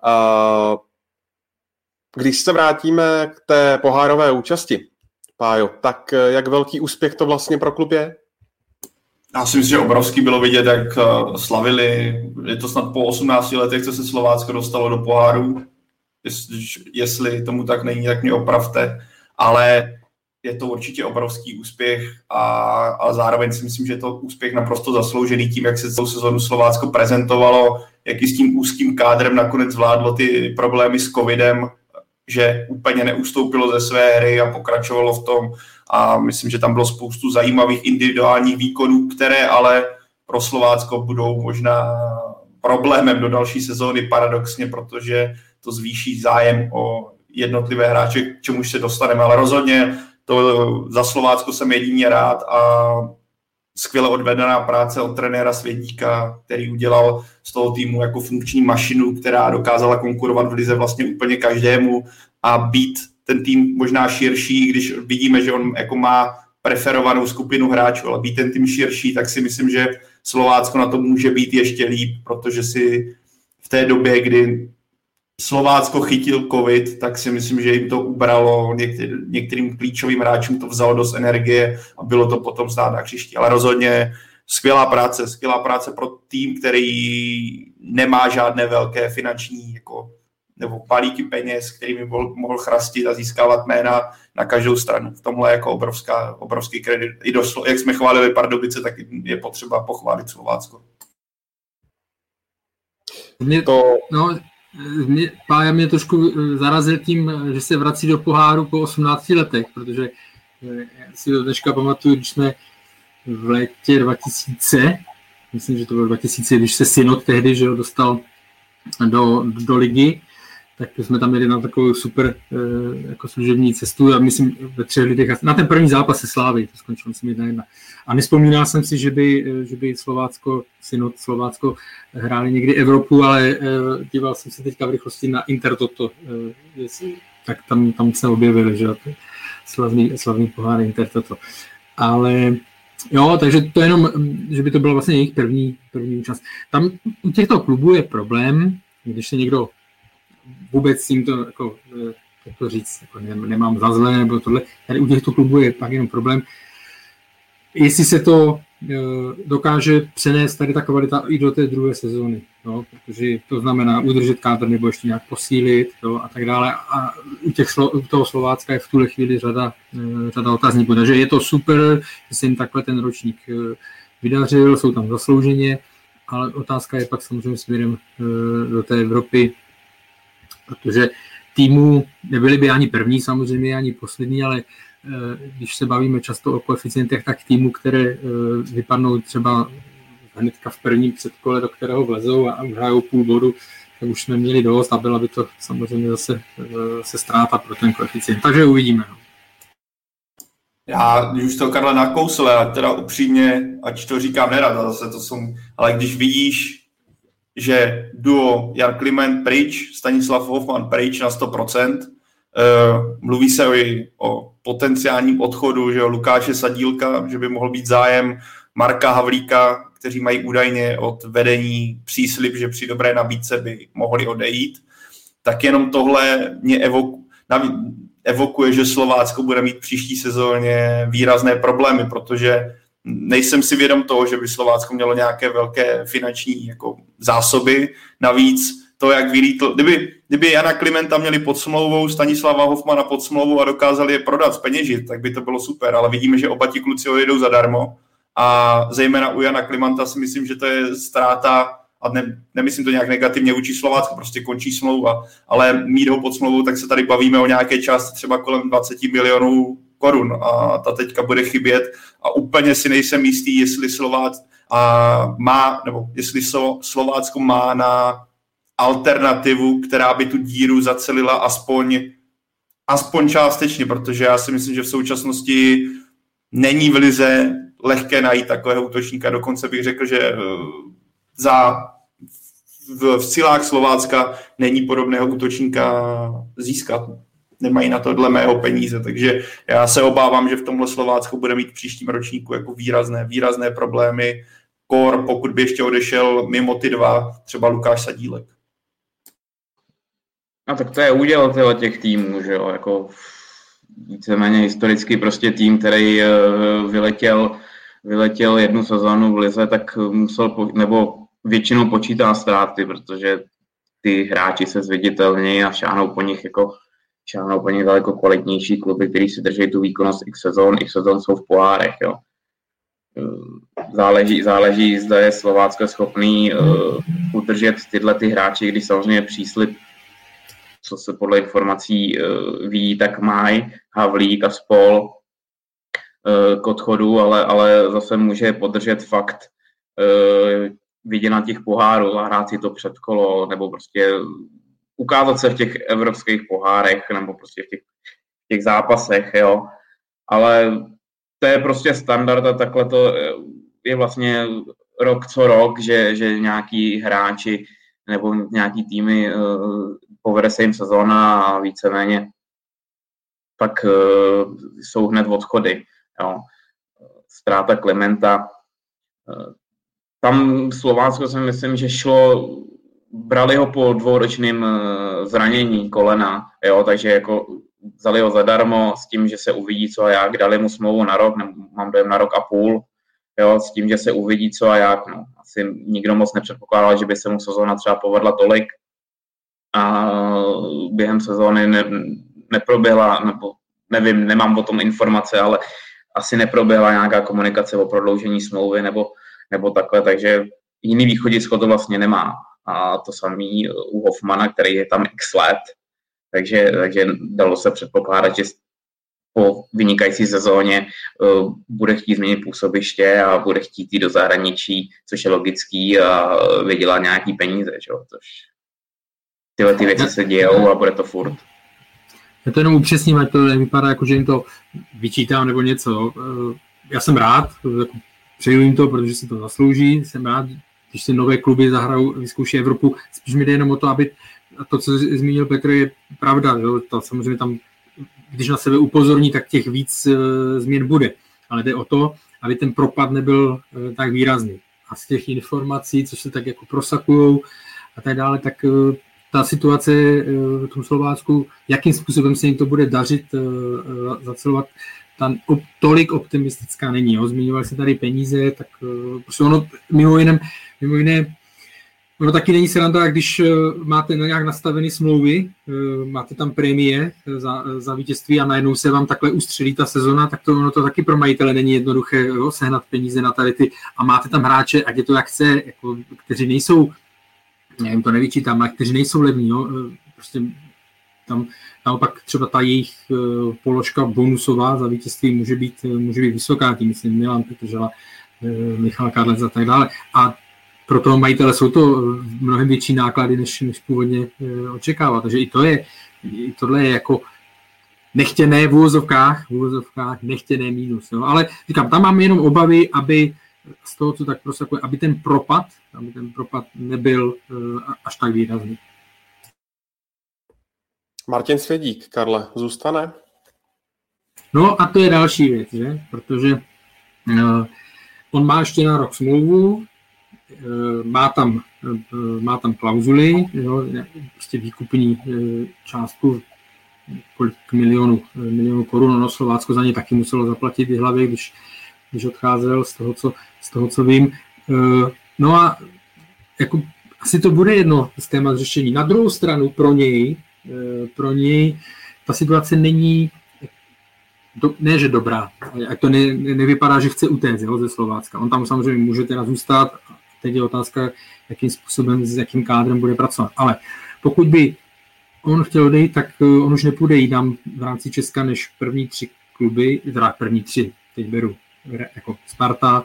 Když se vrátíme k té pohárové účasti, Pájo, tak jak velký úspěch to vlastně pro klub je? Já si myslím, že obrovský bylo vidět, jak slavili, je to snad po osmnácti letech, co se Slovácko dostalo do poháru. Jestli tomu tak není, tak mě opravte, ale je to určitě obrovský úspěch a, a zároveň si myslím, že je to úspěch naprosto zasloužený tím, jak se celou sezonu Slovácko prezentovalo, jak i s tím úzkým kádrem nakonec zvládlo ty problémy s covidem, že úplně neustoupilo ze své hry a pokračovalo v tom a myslím, že tam bylo spoustu zajímavých individuálních výkonů, které ale pro Slovácko budou možná problémem do další sezóny paradoxně, protože to zvýší zájem o jednotlivé hráče, k čemuž se dostaneme, ale rozhodně to za Slovácko jsem jedině rád a skvěle odvedená práce od trenéra Svědíka, který udělal z toho týmu jako funkční mašinu, která dokázala konkurovat v lize vlastně úplně každému a být ten tým možná širší, když vidíme, že on jako má preferovanou skupinu hráčů, ale být ten tým širší, tak si myslím, že Slovácko na to může být ještě líp, protože si v té době, kdy Slovácko chytil covid, tak si myslím, že jim to ubralo, některý, některým klíčovým hráčům to vzalo dost energie a bylo to potom znát na hřišti. Ale rozhodně skvělá práce, skvělá práce pro tým, který nemá žádné velké finanční jako, nebo balíky peněz, kterými mohl, mohl chrastit a získávat jména na každou stranu. V tomhle jako obrovská, obrovský kredit. I doslo, jak jsme chválili Pardubice, tak je potřeba pochválit Slovácko. Mě, to... no, mě, Pája mě trošku zarazil tím, že se vrací do poháru po osmnácti letech, protože já si do dneška pamatuju, když jsme v létě dva tisíce, myslím, že to bylo dva tisíce, když se Synod tehdy, že ho dostal do, do ligy, tak jsme tam jeli na takovou super jako služební cestu a myslím ve třech lidech, na ten první zápas se Slávy, to skončilo myslím jedna jedna. A nespomínal jsem si, že by, že by Slovácko, Synod Slovácko hráli někdy Evropu, ale díval jsem se teďka v rychlosti na Intertoto, tak tam, tam se objevili, že slavný, slavný pohár Intertoto. Ale jo, takže to jenom, že by to bylo vlastně jejich první, první účast. Tam u těchto klubů je problém, když se někdo vůbec jim to, jako, jak to říct, jako nemám za zlé, nebo tohle, tady u těchto klubů je pak jenom problém, jestli se to dokáže přenést tady ta kvalita i do té druhé sezóny, jo, protože to znamená udržet kádr nebo ještě nějak posílit, jo, a tak dále. A u, těch, u toho Slovácka je v tuhle chvíli řada, řada otázníků, takže je to super, že se jim takhle ten ročník vydařil, jsou tam zaslouženě, ale otázka je pak samozřejmě směrem do té Evropy, protože týmů nebyly by ani první, samozřejmě ani poslední, ale když se bavíme často o koeficientech, tak týmů, které vypadnou třeba hnedka v prvním předkole, do kterého vlezou a hrajou půl bodu, tak už jsme měli dost a byla by to samozřejmě zase se ztráta pro ten koeficient. Takže uvidíme. Já, když už to Karla nakousl, já teda upřímně, ať to říkám nerad, zase to jsou, ale když vidíš, že duo Jan Kliment pryč, Stanislav Hofman pryč na sto procent, uh, mluví se o, o potenciálním odchodu, že o Lukáše Sadílka, že by mohl být zájem Marka Havlíka, kteří mají údajně od vedení příslib, že při dobré nabídce by mohli odejít, tak jenom tohle mě evokuje, navíc evokuje, že Slovácko bude mít příští sezóně výrazné problémy, protože nejsem si vědom toho, že by Slovácko mělo nějaké velké finanční jako zásoby. Navíc to, jak vylítl, kdyby, kdyby Jana Klimenta měli pod smlouvou, Stanislava Hofmana pod smlouvou a dokázali je prodat, zpeněžit, tak by to bylo super, ale vidíme, že oba ti kluci ojedou zadarmo a zejména u Jana Klimenta si myslím, že to je ztráta, a ne, nemyslím to nějak negativně vůči Slovácku, prostě končí smlouva, ale mít ho pod smlouvou, tak se tady bavíme o nějaké části třeba kolem dvacet milionů korun a ta teďka bude chybět a úplně si nejsem jistý, jestli Slovác a má, nebo jestli Slovácko má na alternativu, která by tu díru zacelila aspoň, aspoň částečně, protože já si myslím, že v současnosti není v lize lehké najít takového útočníka. Dokonce bych řekl, že za, v, v silách Slovácka není podobného útočníka získat. Nemají na to dle mého peníze, takže já se obávám, že v tomhle Slovácko bude mít v příštím ročníku jako výrazné, výrazné problémy. Kor, pokud by ještě odešel mimo ty dva, třeba Lukáš Sadílek. No tak to je úděl těch týmů, že jo, jako víceméně historicky prostě tým, který vyletěl, vyletěl jednu sezónu v lize, tak musel, nebo většinou počítá ztráty, protože ty hráči se zviditelnějí a šáhnou po nich jako šáhnou po nich daleko kvalitnější kluby, který si drží tu výkonnost x sezon, x sezon jsou v pohárech, jo. Záleží, záleží, zda je Slovácko schopný uh, udržet tyhle ty hráči, když samozřejmě příslib, co se podle informací uh, ví, tak mají Havlík a spol uh, k odchodu, ale, ale zase může podržet fakt uh, vidět na těch pohárů a hrát si to předkolo, nebo prostě ukázat se v těch evropských pohárech, nebo prostě v těch, v těch zápasech, jo. Ale to je prostě standard a takhle to je vlastně rok co rok, že, že nějaký hráči nebo nějaký týmy uh, povede se jim sezóna a víceméně pak uh, jsou hned odchody. Jo. Ztráta Klimenta. Uh, tam Slovácko si myslím, že šlo, brali ho po dvouročním uh, zranění kolena, jo, takže jako vzali ho zadarmo s tím, že se uvidí co a jak, dali mu smlouvu na rok, nebo mám dojem na rok a půl, jo, s tím, že se uvidí co a jak. No. Asi nikdo moc nepředpokládal, že by se mu sezóna třeba povedla tolik a během sezóny ne, neproběhla, nebo nevím, nemám o tom informace, ale asi neproběhla nějaká komunikace o prodloužení smlouvy nebo, nebo takhle, takže jiný východisko to vlastně nemá. A to samý u Hofmana, který je tam x let, Takže, takže dalo se předpokládat, že po vynikající sezóně uh, bude chtít změnit působiště a bude chtít jít do zahraničí, což je logický a vydělá nějaký peníze. Čo? Tož tyhle ty věci se dějou a bude to furt. Já to jenom upřesním, ať to nevypadá jako, že jim to vyčítám nebo něco. Já jsem rád, přeju jim to, protože si to zaslouží. Jsem rád, když si nové kluby zahrajou, vyzkouší Evropu. Spíš mi jde jenom o to, aby a to, co zmínil Petr, je pravda. Jo? To samozřejmě tam, když na sebe upozorní, tak těch víc e, změn bude. Ale jde o to, aby ten propad nebyl e, tak výrazný. A z těch informací, co se tak jako prosakujou a tak dále, tak e, ta situace e, v tom Slovácku, jakým způsobem se jim to bude dařit e, e, zacelovat, tam op, tolik optimistická není. Jo? Zmiňovali se tady peníze, tak e, prostě ono mimo jiné, mimo jiné ono taky není sranda, když máte nějak nastavené smlouvy, máte tam prémie za, za vítězství a najednou se vám takhle ustřelí ta sezona, tak to, ono to taky pro majitele není jednoduché, jo, sehnat peníze na tady ty. A máte tam hráče, ať je to jak chce, jako, kteří nejsou, nevím, to nevyčítám, ale kteří nejsou levní. Jo, prostě tam naopak třeba ta jejich položka bonusová za vítězství může být, může být vysoká, tím myslím Milan Petržela, Michal Kadlec a tak dále. A pro toho majitele jsou to mnohem větší náklady, než, než původně e, očekával. Takže i to je, i tohle je jako nechtěné v úvozovkách, v úvozovkách nechtěné mínus. Jo. Ale říkám, tam mám jenom obavy, aby z toho, co tak prosakuje, aby ten propad, aby ten propad nebyl e, až tak výrazný. Martin Svědík, Karle, zůstane? No a to je další věc, že? Protože e, on má ještě na rok smlouvu, má tam, má tam klauzuly, jo, prostě výkupní částku kolik milionu, milionu korun, no Slovácko za ně taky muselo zaplatit v hlavě, když, když odcházel z toho, co, z toho, co vím. No a jako, asi to bude jedno z témat řešení. Na druhou stranu pro něj, pro něj ta situace není do, ne, že dobrá, ale to ne, nevypadá, že chce utéct jo, ze Slovácka. On tam samozřejmě může teda zůstat, teď je otázka, jakým způsobem, s jakým kádrem bude pracovat. Ale pokud by on chtěl odejít, tak on už nepůjde jinam v rámci Česka než první tři kluby, teda první tři, teď beru jako Sparta,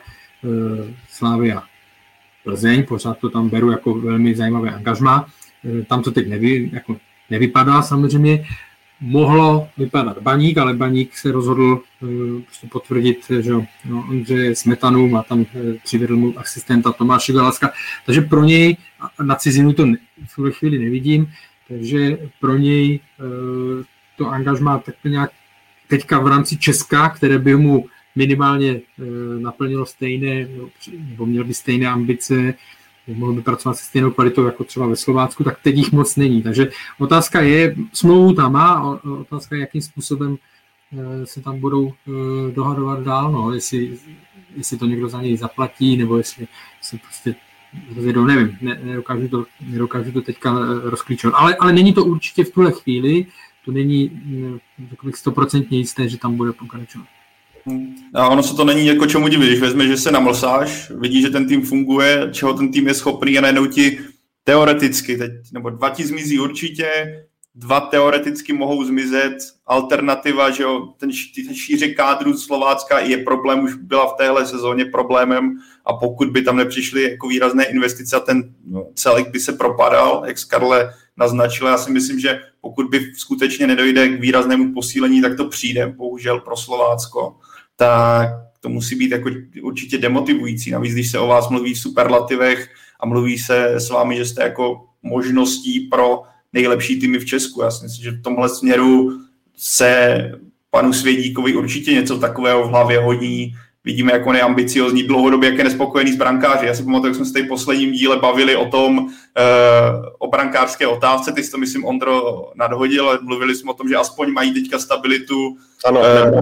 Slavia, Plzeň, pořád to tam beru jako velmi zajímavé angažmá. Tam to teď nevy, jako nevypadá samozřejmě. Mohlo vypadat Baník, ale Baník se rozhodl uh, prostě potvrdit, že no, Ondřeje Smetanu, má tam uh, přivedl mu asistenta Tomáše Galaska, takže pro něj, na cizinu to ne, v tuhle chvíli nevidím, takže pro něj uh, to angažmá tak nějak teďka v rámci Česka, které by mu minimálně uh, naplnilo stejné, nebo měl by stejné ambice, mohl by pracovat se stejnou kvalitou jako třeba ve Slovácku, tak teď jich moc není. Takže otázka je, smlouvu tam má, otázka je, jakým způsobem se tam budou dohadovat dál, no, jestli, jestli to někdo za něj zaplatí, nebo jestli se prostě rozjedou, nevím, ne, nedokážu, to, nedokážu to teďka rozklíčovat. Ale, ale není to určitě v tuhle chvíli, to není takových stoprocentně jisté, že tam bude pokračovat. A ono se to není jako čemu divit, když vezme, že se namlsáš, vidí, že ten tým funguje, čeho ten tým je schopný a najednou ti teoreticky, teď, nebo dva ti zmizí určitě, dva teoreticky mohou zmizet, alternativa, že jo, ten, ten šířek kádru Slovácka je problém, už byla v téhle sezóně problémem a pokud by tam nepřišly jako výrazné investice a ten celek by se propadal, jak Karle naznačil, já si myslím, že pokud by skutečně nedojde k výraznému posílení, tak to přijde, bohužel pro Slovácko, tak to musí být jako určitě demotivující. Navíc, když se o vás mluví v superlativech a mluví se s vámi, že jste jako možností pro nejlepší týmy v Česku. Já si myslím, že v tomhle směru se panu Svědíkovi určitě něco takového v hlavě hodí. Vidíme, jak on je ambiciozní, dlouhodobě, jak je nespokojený s brankáři. Já si pamatuju, jak jsme se tady v posledním díle bavili o tom, uh, o brankářské otázce, ty jsi to, myslím, Ondro nadhodil, ale mluvili jsme o tom, že aspoň mají teďka stabilitu. Ano. Uh,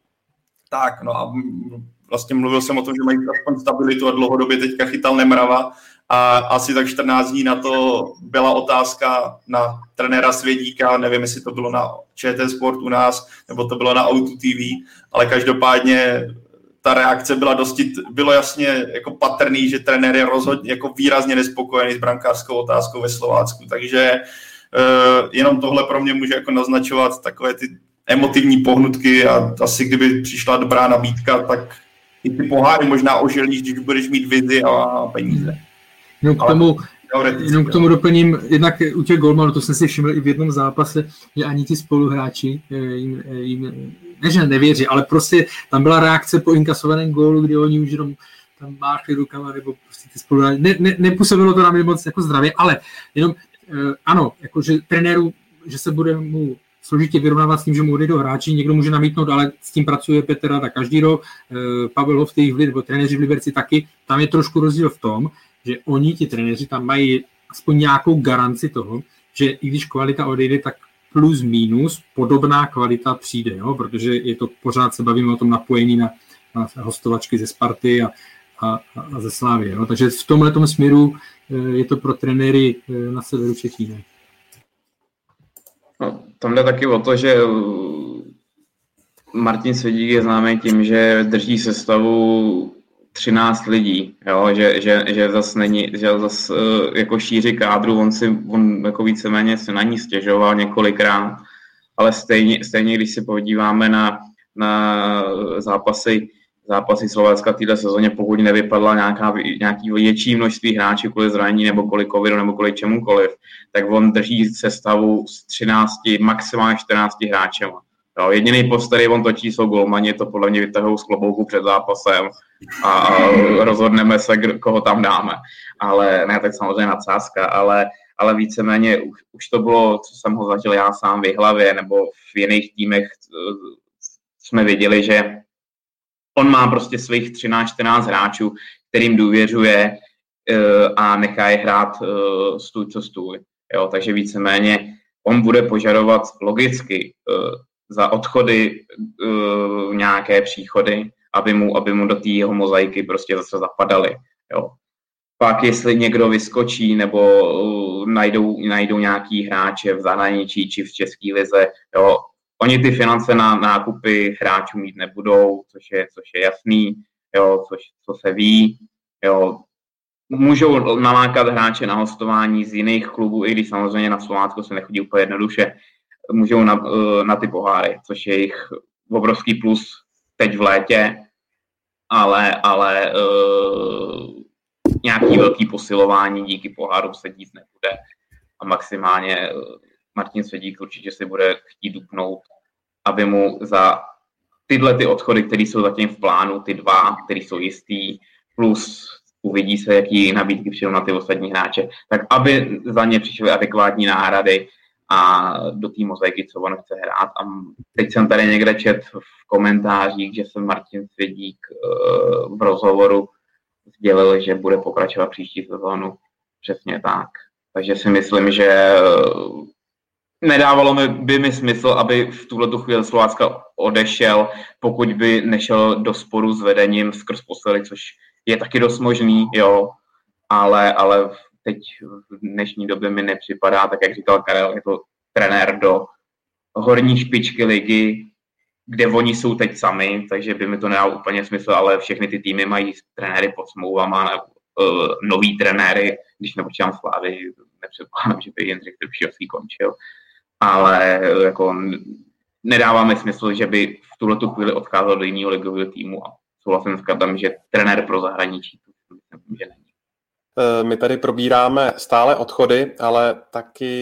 tak, no a vlastně mluvil jsem o tom, že mají aspoň stabilitu a dlouhodobě teďka chytal Nemrava. A asi tak čtrnáct dní na to byla otázka na trenéra Svědíka, nevím, jestli to bylo na ČT Sport u nás, nebo to bylo na Auto T V, ale každopádně ta reakce byla dosti, bylo jasně jako patrný, že trenér je rozhodně jako výrazně nespokojený s brankářskou otázkou ve Slovácku, takže uh, jenom tohle pro mě může jako naznačovat takové ty emotivní pohnutky a asi kdyby přišla dobrá nabídka, tak i ty poháry možná oželíš, když budeš mít vizi a peníze. Jenom k tomu, jenom k tomu doplním, jednak u těch golmanů, to jsem si všiml i v jednom zápase, že ani ti spoluhráči jim, jim ne, že nevěří, ale prostě tam byla reakce po inkasovaném gólu, kdy oni už jenom tam máchli rukama, nebo prostě ty spoluhráči, ne, ne, nepůsobilo to na mě moc jako zdravě, ale jenom ano, jakože trenéru, že se bude mu složitě vyrovnávat s tím, že mu odejdou hráči, někdo může namítnout, ale s tím pracuje Petr Rada každý rok, Pavel Hovtych, nebo trenéři v Liberci taky, tam je trošku rozdíl v tom, že oni, ti trenéři, tam mají aspoň nějakou garanci toho, že i když kvalita odejde, tak plus minus podobná kvalita přijde, jo? Protože je to pořád, se bavíme o tom napojení na, na hostovačky ze Sparty a, a, a ze Slávy. Jo? Takže v tomhletom směru je to pro trenéry na severu Čech jiné. No, tam jde taky o to, že Martin Svědík je známý tím, že drží sestavu třináct lidí, jo, že, že, že zase není, že zase jako šíří kádru, on si, on jako víceméně se na ní stěžoval několikrát, ale stejně, stejně když se podíváme na, na zápasy, zápasy Slovácka této sezóně, pokud nevypadla nějaká, nějaký větší množství hráčů kvůli zranění nebo kvůli covidu nebo kvůli čemukoliv, tak on drží sestavu z třinácti, maximálně čtrnácti hráčema. Jo, jediný post, který on točí, jsou golmani, to podle mě vytahují z klobouku před zápasem a, a rozhodneme se, koho tam dáme. Ale ne, tak samozřejmě nadsázka, ale, ale víceméně už, už to bylo, co jsem ho zažil já sám v Jihlavě, nebo v jiných týmech jsme viděli, že on má prostě svých třináct čtrnáct hráčů, kterým důvěřuje a nechá je hrát stůj co stůj. Jo, takže víceméně on bude požadovat logicky uh, za odchody uh, nějaké příchody, aby mu, aby mu do té jeho mozaiky prostě zase zapadaly. Jo. Pak jestli někdo vyskočí nebo uh, najdou, najdou nějaký hráče v zahraničí či v české lize, jo, oni ty finance na nákupy hráčů mít nebudou, což je, což je jasný, jo, což, co se ví. Jo. Můžou nalákat hráče na hostování z jiných klubů, i když samozřejmě na Slovácko se nechodí úplně jednoduše, můžou na, na ty poháry, což je jejich obrovský plus teď v létě, ale, ale uh, nějaký velký posilování díky poháru se dít nebude a maximálně uh, Martin Svědík určitě si bude chtít dupnout, aby mu za tyhle ty odchody, které jsou zatím v plánu, ty dva, které jsou jistý, plus uvidí se, jaký nabídky přijdou na ty ostatní hráče, tak aby za ně přišly adekvátní náhrady a do té mozaiky, co on chce hrát. A teď jsem tady někde čet v komentářích, že se Martin Svědík uh, v rozhovoru sdělil, že bude pokračovat příští sezónu. Přesně tak. Takže si myslím, že uh, nedávalo mi, by mi smysl, aby v tuhletu chvíli Slovácka odešel, pokud by nešel do sporu s vedením skrz posily, což je taky dost možný, jo, ale, ale teď v dnešní době mi nepřipadá, tak jak říkal Karel, je to trenér do horní špičky ligy, kde oni jsou teď sami, takže by mi to nedalo úplně smysl, ale všechny ty týmy mají trenéry pod smlouvama, nebo uh, nový trenéry, když nepočítám Slávy, nepředpokládám, že by Jindřich Trpšovský končil, ale jako nedává mi smysl, že by v tuhletu chvíli odcházel do jiného ligového týmu a souhlasím s Karlem, že trenér pro zahraničí to myslím, že není. My tady probíráme stále odchody, ale taky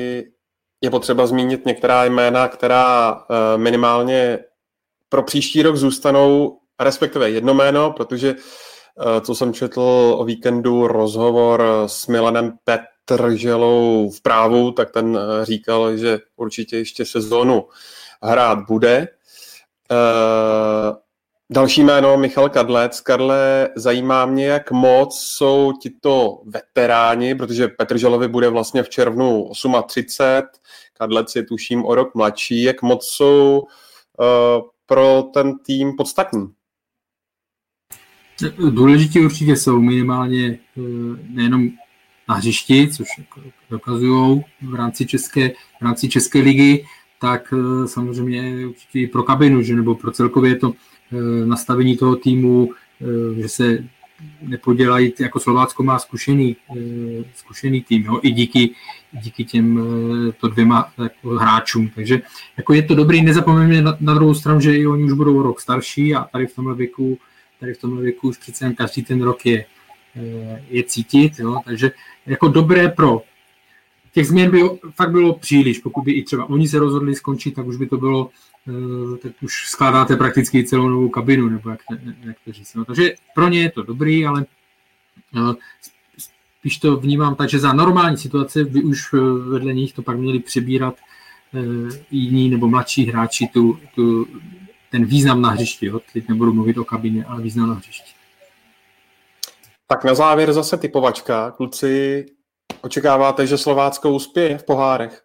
je potřeba zmínit některá jména, která minimálně pro příští rok zůstanou, respektive jedno jméno, protože co jsem četl o víkendu rozhovor s Milanem Petrželou v Právu, tak ten říkal, že určitě ještě sezónu hrát bude. Další jméno Michal Kadlec. Karle, zajímá mě, jak moc jsou tito veteráni, protože Petrželovi bude vlastně v červnu třicet osm, Kadlec je tuším o rok mladší, jak moc jsou uh, pro ten tým podstatní? Důležitý určitě jsou minimálně nejenom na hřišti, což dokazují v rámci České, v rámci České ligy, tak samozřejmě určitě i pro kabinu, že, nebo pro celkově to nastavení toho týmu, že se nepodělají, jako Slovácko má zkušený, zkušený tým, jo, i díky, díky těm to dvěma jako, hráčům. Takže jako je to dobrý, nezapomeňme na, na druhou stranu, že i oni už budou rok starší a tady v tomhle věku, tady v tomhle věku už přece jen každý ten rok je, je cítit, jo, takže jako dobré pro těch změn by fakt bylo příliš, pokud by i třeba oni se rozhodli skončit, tak už by to bylo, tak už skládáte prakticky celou novou kabinu, nebo jak, jak to říct. No, takže pro ně je to dobrý, ale spíš to vnímám tak, že za normální situace by už vedle nich to pak měli přebírat jiní nebo mladší hráči tu, tu, ten význam na hřišti. Jo? Teď nebudu mluvit o kabině, ale význam na hřišti. Tak na závěr zase typovačka. Kluci, očekáváte, že Slovácko uspěje v pohárech?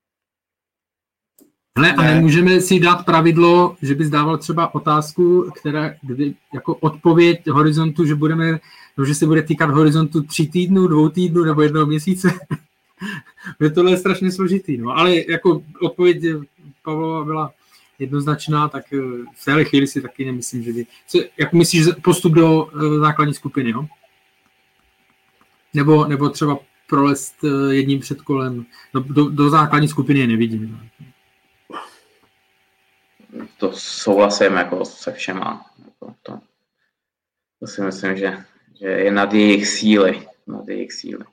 Hele, a nemůžeme si dát pravidlo, že bys dával třeba otázku, která, kdy, jako odpověď horizontu, že budeme, no, že se bude týkat horizontu tři týdnů, dvou týdnů nebo jednoho měsíce. Tohle je strašně složitý, no. Ale jako odpověď Pavlova byla jednoznačná, tak v téhle chvíli si taky nemyslím, že by... Co, jak myslíš postup do uh, základní skupiny, jo? Nebo, nebo třeba prolest uh, jedním předkolem. No, do, do základní skupiny je nevidím. No. To souhlasím jako se všema. Jako to, to si myslím, že, že je nad jejich síly. Nad jejich síly.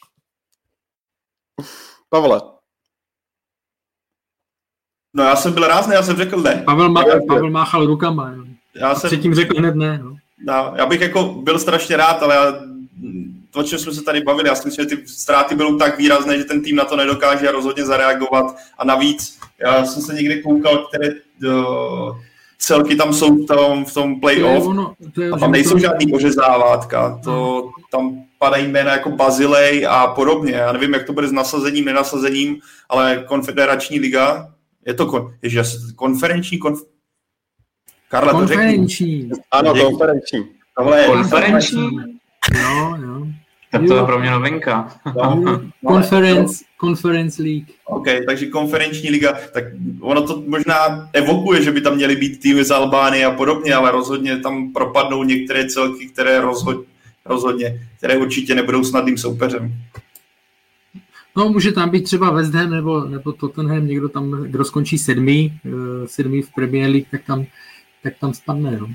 Pavle. No já jsem byl rázný, já jsem řekl ne. Pavel, má, Pavel máchal rukama. Já jsem, předtím řekl hned ne. No. No, já bych jako byl strašně rád, ale já, to, o čem jsme se tady bavili, já si myslím, že ty ztráty byly tak výrazné, že ten tým na to nedokáže rozhodně zareagovat. A navíc, já jsem se někde koukal, které, celky tam jsou v tom, v tom play-off ono, je, a tam nejsou to... žádný ořezávátka. To, tam padají jména jako Bazilej a podobně. Já nevím, jak to bude s nasazením, nenasazením, ale konfederační liga, je to kon, ježi, konferenční, konf... Karla, to konferenční. Ano, konferenční. Tohle je konferenční? No, no. Tak to je pro mě novinka. No, conference, conference League. OK, takže konferenční liga, tak ono to možná evokuje, že by tam měly být týmy z Albánie a podobně, ale rozhodně tam propadnou některé celky, které rozhod, rozhodně, které určitě nebudou snadným soupeřem. No, může tam být třeba West Ham nebo, nebo Tottenham, někdo tam, kdo skončí sedmý, sedmý v Premier League, tak tam, tak tam spadne, no.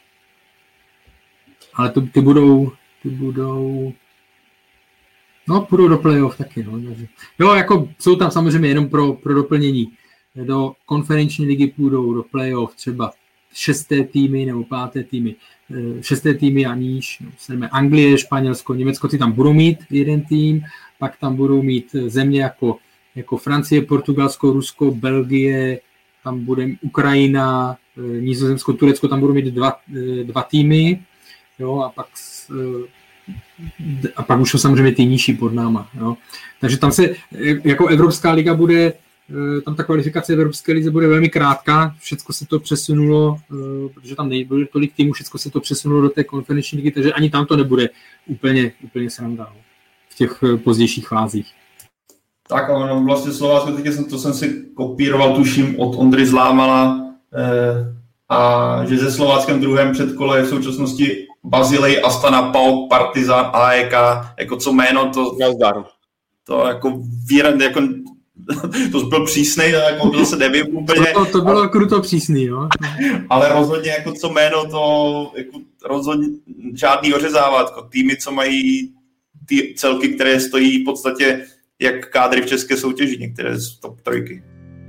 Ale to, ty budou, ty budou, no, půjdou do playoff taky, no. Jo, jako jsou tam samozřejmě jenom pro, pro doplnění. Do konferenční ligy půjdou do playoff třeba šesté týmy nebo páté týmy. Šesté týmy a níž, no, Anglie, Španělsko, Německo, ty tam budou mít jeden tým, pak tam budou mít země jako, jako Francie, Portugalsko, Rusko, Belgie, tam bude Ukrajina, Nizozemsko, Turecko, tam budou mít dva, dva týmy, jo, a pak a pak už jsou samozřejmě ty nižší pod náma. Jo. Takže tam se, jako Evropská liga bude, tam ta kvalifikace Evropské lize bude velmi krátká, všechno se to přesunulo, protože tam nebylo tolik týmů, všechno se to přesunulo do té konferenční ligy, takže ani tam to nebude úplně, úplně sranda v těch pozdějších fázích. Tak a no, vlastně Slovácko, teď jsem, to jsem si kopíroval, tuším, od Ondry Zlámala, eh, a že ze Slováckem druhém předkole je v současnosti Bazilej, Astana, PAOK, Partizan, A E K, jako co jméno, to, to jako výrazně, jako to byl přísnej, jako to se nevím úplně. To, to bylo kruto přísný, jo. Ale rozhodně jako co jméno, to jako rozhodně žádný ořezávátko. Týmy, co mají ty celky, které stojí v podstatě jak kádry v české soutěži, některé z top trojky.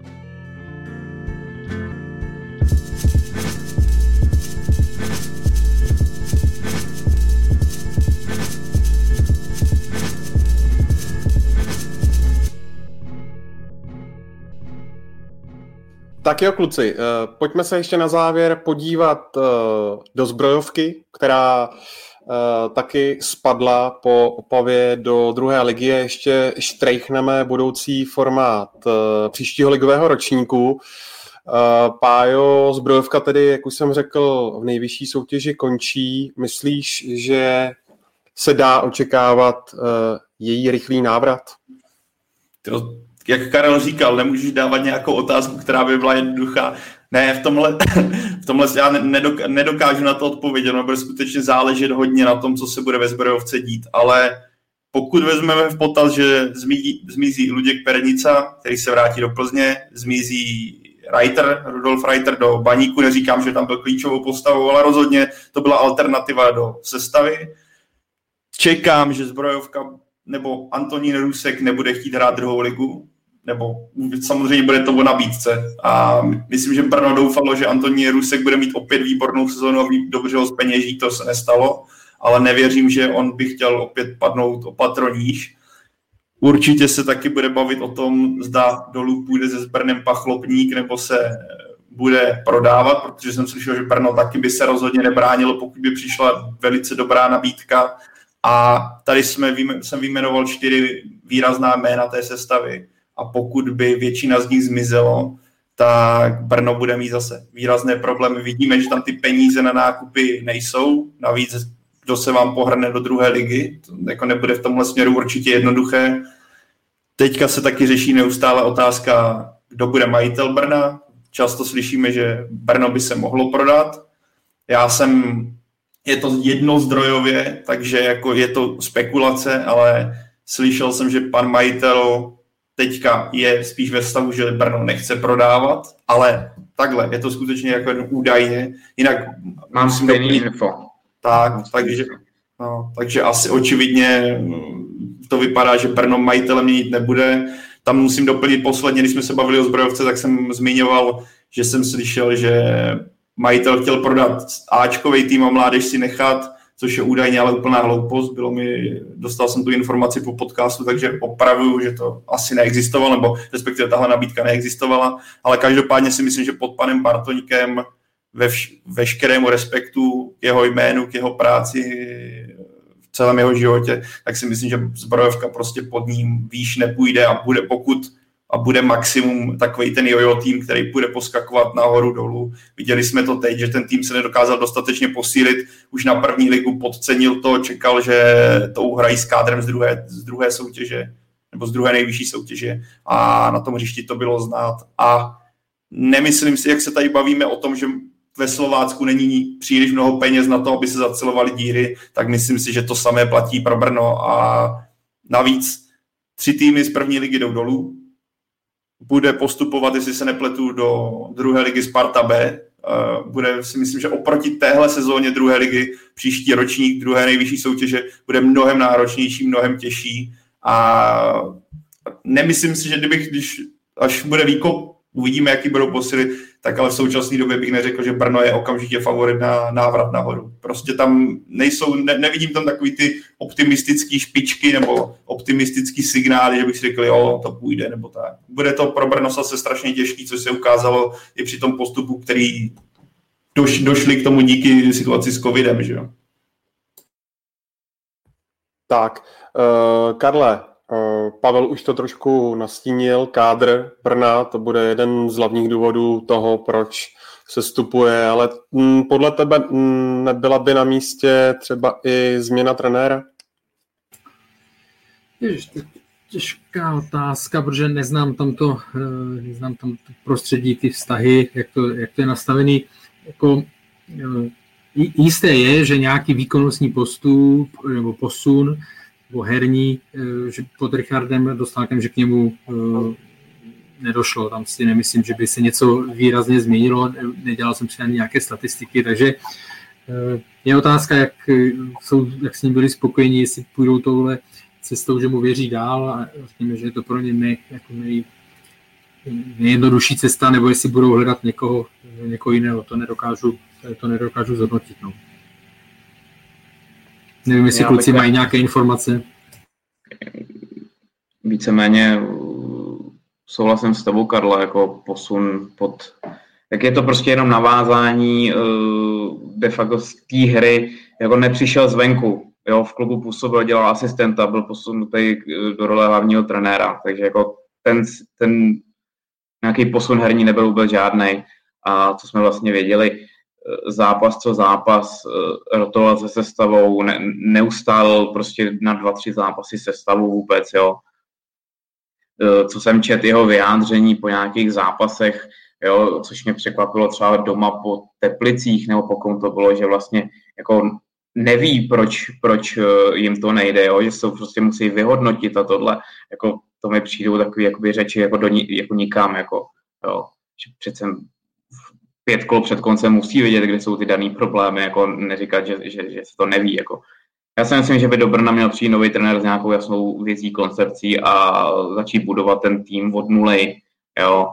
Tak jo, kluci, pojďme se ještě na závěr podívat do zbrojovky, která taky spadla po Opavě do druhé ligy. Ještě štrejchneme budoucí formát příštího ligového ročníku. Pájo, zbrojovka tedy, jak už jsem řekl, v nejvyšší soutěži končí. Myslíš, že se dá očekávat její rychlý návrat? To, jak Karel říkal, nemůžeš dávat nějakou otázku, která by byla jednoduchá. Ne, v tomhle, v tomhle já nedokážu na to odpovědět, no, bude skutečně záležet hodně na tom, co se bude ve zbrojovce dít, ale pokud vezmeme v potaz, že zmizí, zmizí Luděk Pernica, který se vrátí do Plzně, zmizí Reiter, Rudolf Reiter do Baníku, neříkám, že tam byl klíčovou postavou, ale rozhodně to byla alternativa do sestavy. Čekám, že zbrojovka nebo Antonín Rusek nebude chtít hrát druhou ligu, nebo samozřejmě bude to o nabídce. A myslím, že Brno doufalo, že Antonín Rusek bude mít opět výbornou sezónu a dobře ho zpeněží, to se nestalo, ale nevěřím, že on by chtěl opět padnout o patro níž. Určitě se taky bude bavit o tom, zda dolů půjde se s Brnem Pachlopník, nebo se bude prodávat, protože jsem slyšel, že Brno taky by se rozhodně nebránilo, pokud by přišla velice dobrá nabídka. A tady jsme, jsem vyjmenoval čtyři výrazná jména té sestavy. A pokud by většina z nich zmizelo, tak Brno bude mít zase výrazné problémy. Vidíme, že tam ty peníze na nákupy nejsou. Navíc, kdo se vám pohrne do druhé ligy, to jako nebude v tomhle směru určitě jednoduché. Teďka se taky řeší neustále otázka, kdo bude majitel Brna. Často slyšíme, že Brno by se mohlo prodat. Já jsem, je to jednozdrojově, takže jako je to spekulace, ale slyšel jsem, že pan majitel teďka je spíš ve stavu, že Brno nechce prodávat, ale takhle, je to skutečně jako jen údajně. Jinak mám stejný info. Tak, takže, no, takže asi očividně to vypadá, že Brno majitele měnit nebude. Tam musím doplnit posledně, když jsme se bavili o zbrojovce, tak jsem zmiňoval, že jsem slyšel, že majitel chtěl prodat áčkovej tým a mládež si nechat, což je údajně ale úplná hloupost. Bylo mi, dostal jsem tu informaci po podcastu, takže opravuju, že to asi neexistovalo, nebo respektive tahle nabídka neexistovala, ale každopádně si myslím, že pod panem Bartoňkem ve vš- veškerému respektu k jeho jménu, k jeho práci v celém jeho životě, tak si myslím, že Zbrojovka prostě pod ním výš nepůjde a bude pokud a bude maximum takový ten jojo tým, který bude poskakovat nahoru dolů. Viděli jsme to teď, že ten tým se nedokázal dostatečně posílit, už na první ligu podcenil to, čekal, že to uhrají s kádrem z druhé, z druhé soutěže, nebo z druhé nejvyšší soutěže a na tom hřišti to bylo znát. A nemyslím si, jak se tady bavíme o tom, že ve Slovácku není příliš mnoho peněz na to, aby se zacelovaly díry, tak myslím si, že to samé platí pro Brno a navíc tři týmy z první ligy jdou dolů, bude postupovat, jestli se nepletu, do druhé ligy Sparta B. Bude si myslím, že oproti téhle sezóně druhé ligy příští ročník druhé nejvyšší soutěže bude mnohem náročnější, mnohem těžší a nemyslím si, že kdybych, když až bude výkop, uvidíme, jaký budou posily, tak ale v současné době bych neřekl, že Brno je okamžitě favorit na návrat nahoru. Prostě tam nejsou, ne, nevidím tam takový ty optimistický špičky nebo optimistický signály, že bych si řekl, jo, to půjde, nebo tak. Bude to pro Brno zase strašně těžký, což se ukázalo i při tom postupu, který doš, došli k tomu díky situaci s covidem, že jo. Tak, uh, Karle, Pavel už to trošku nastínil, kádr Brna, to bude jeden z hlavních důvodů toho, proč se vstupuje, ale podle tebe nebyla by na místě třeba i změna trenéra? Ježiš, těžká otázka, protože neznám tam to, neznám tam to prostředí, ty vztahy, jak to, jak to je nastavený. Jako, jisté je, že nějaký výkonnostní postup nebo posun nebo herní, že pod Richardem Dostálkem, že k němu nedošlo. Tam si nemyslím, že by se něco výrazně změnilo. Nedělal jsem si ani nějaké statistiky, takže je otázka, jak, jsou, jak s ním byli spokojení, jestli půjdou touhle cestou, že mu věří dál a řekněme, že je to pro ně nej, jako nej, nejjednodušší cesta, nebo jestli budou hledat někoho, někoho jiného. To nedokážu, to nedokážu zhodnotit. No. Nevím, jestli Já kluci mají nějaké informace. Víceméně souhlasím s tebou, Karla, jako posun pod... Tak je to prostě jenom navázání de facto z té hry, jako nepřišel zvenku. Jo, v klubu působil, dělal asistenta, byl posunutý do role hlavního trenéra, takže jako ten, ten nějaký posun herní nebyl vůbec žádnej. A co jsme vlastně věděli, zápas co zápas, rotoval se sestavou, ne, neustál prostě na dva, tři zápasy sestavou vůbec, jo. Co jsem četl jeho vyjádření po nějakých zápasech, jo, což mě překvapilo třeba doma po Teplicích, nebo po kom to bylo, že vlastně jako neví, proč, proč jim to nejde, jo, že se prostě musí vyhodnotit a tohle, jako to mi přijdou takové jakoby řeči jako, do, jako nikam, jako, jo, že přece pět kol před koncem musí vědět, kde jsou ty daný problémy, jako neříkat, že, že, že se to neví, jako. Já si myslím, že by do Brna měl přijít nový trenér s nějakou jasnou věcí, koncepcí a začít budovat ten tým od nuly, jo.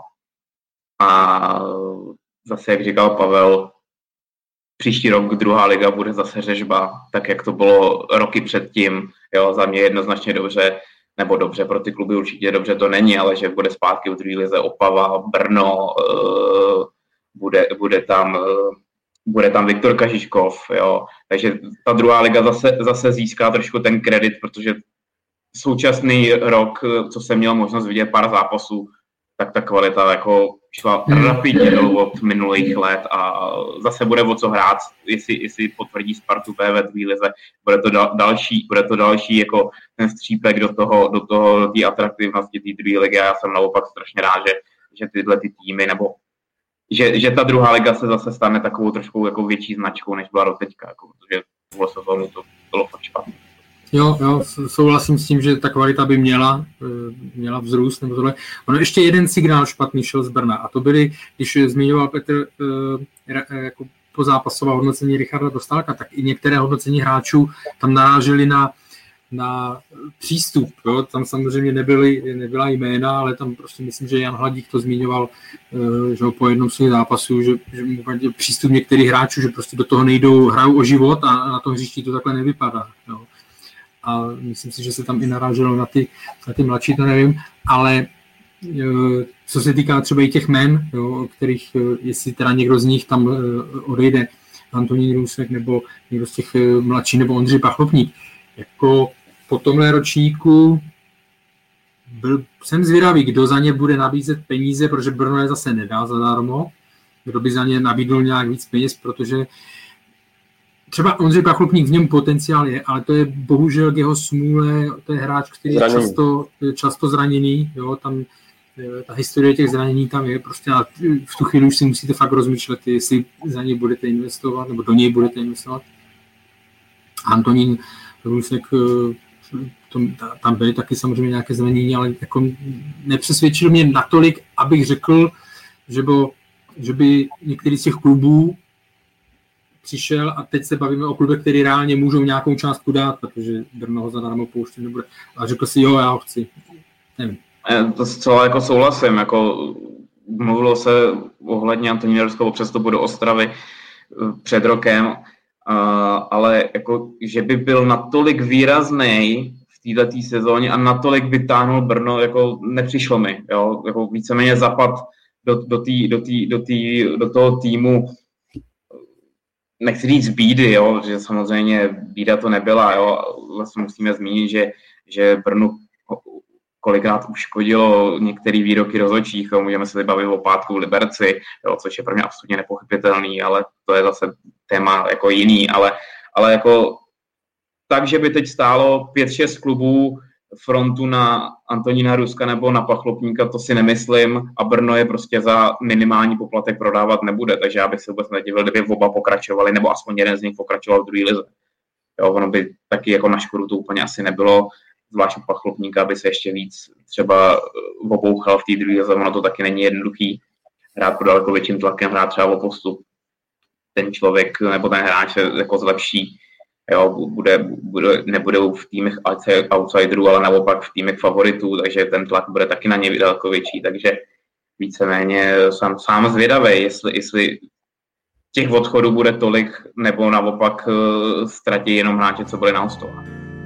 A zase, jak říkal Pavel, příští rok druhá liga bude zase řežba, tak jak to bylo roky předtím, jo, za mě jednoznačně dobře, nebo dobře, pro ty kluby určitě dobře to není, ale že bude zpátky v druhé lize Opava, Brno, uh, bude, bude tam... Uh, bude tam Viktor Kažiškov, jo. Takže ta druhá liga zase, zase získá trošku ten kredit, protože současný rok, co jsem měl možnost vidět pár zápasů, tak ta kvalita jako šla rapidně dolů od minulých let a zase bude o co hrát, jestli, jestli potvrdí Spartu B ve druhé lize, bude to dal, další, bude to další jako ten střípek do toho, do toho, do té atraktivnosti té druhé ligy a já jsem naopak strašně rád, že, že tyhle ty týmy, nebo Že, že ta druhá liga se zase stane takovou trošku jako větší značkou, než byla doteďka, jako, protože tohle sezónu to bylo fakt špatné. Jo, jo, souhlasím s tím, že ta kvalita by měla, měla vzrůst, nebo tohle. Ono ještě jeden signál špatný šel z Brna, a to byly, když zmiňoval Petr jako pozápasová hodnocení Richarda Dostálka, tak i některé hodnocení hráčů tam narážely na na přístup, jo? Tam samozřejmě nebyly, nebyla jména, ale tam prostě myslím, že Jan Hladík to zmiňoval, že po jednom svém zápasu, že, že přístup některých hráčů, že prostě do toho nejdou, hrajou o život a na tom hřišti to takhle nevypadá. Jo? A myslím si, že se tam i naráželo na ty, na ty mladší, to nevím, ale co se týká třeba i těch men, jo, kterých, jestli teda někdo z nich tam odejde, Antonín Růsek nebo někdo z těch mladších, nebo Ondřej Pachlopník, jako po tomhle ročníku byl, jsem zvědavý, kdo za ně bude nabízet peníze, protože Brno je zase nedá zadarmo, kdo by za ně nabídl nějak víc peněz, protože třeba Ondřej Pachlopník, v něm potenciál je, ale to je bohužel k jeho smůle, to je hráč, který je často, často zraněný, jo, tam ta historie těch zranění tam je, prostě a v tu chvíli už si musíte fakt rozmýšlet, jestli za něj budete investovat, nebo do něj budete investovat. Antonín Růsek, tam byly taky samozřejmě nějaké zranění, ale jako nepřesvědčil mě natolik, abych řekl, že, bo, že by některý z těch klubů přišel, a teď se bavíme o klubech, který reálně můžou nějakou částku dát, protože Brno ho zadarmo pouštět nebude. A řekl si, jo, já ho chci. Nevím. To zcela jako souhlasím, jako mluvilo se ohledně Antonína Růskova přestupu do Ostravy před rokem, ale jako, že by byl natolik výrazný v této sezóně a natolik vytáhnul Brno, jako nepřišlo mi, jo, jako víceméně zapad do, do, tý, do, tý, do, tý, do toho týmu, nechci říct bídy, jo, že samozřejmě bída to nebyla, jo, vlastně musíme zmínit, že, že Brnu kolikrát uškodilo některé výroky rozhodčích, můžeme se bavit o pátku v Liberci, jo, což je pro mě absolutně nepochopitelný, ale to je zase téma jako jiný, ale, ale jako tak, že by teď stálo pět šest klubů frontu na Antonína Růska nebo na Pachlopníka, to si nemyslím, a Brno je prostě za minimální poplatek prodávat nebude, takže já bych se vůbec nedivil, kdyby oba pokračovali, nebo aspoň jeden z nich pokračoval v druhé lize. Jo, ono by taky jako na škodu to úplně asi nebylo, zvlášť u Pachlopníka, aby se ještě víc třeba obouchal v té druhé lize, ono to taky není jednoduchý hrát pod daleko větším tlakem, hrát třeba o postup. Ten člověk nebo ten hráč se jako zlepší, jo, bude, bude, nebudou v týmech outsiderů, ale naopak v týmech favoritů, takže ten tlak bude taky na ně daleko větší, takže víceméně jsem sám zvědavý, jestli, jestli těch odchodů bude tolik, nebo naopak uh, ztratí jenom hráče, co byli na hostování.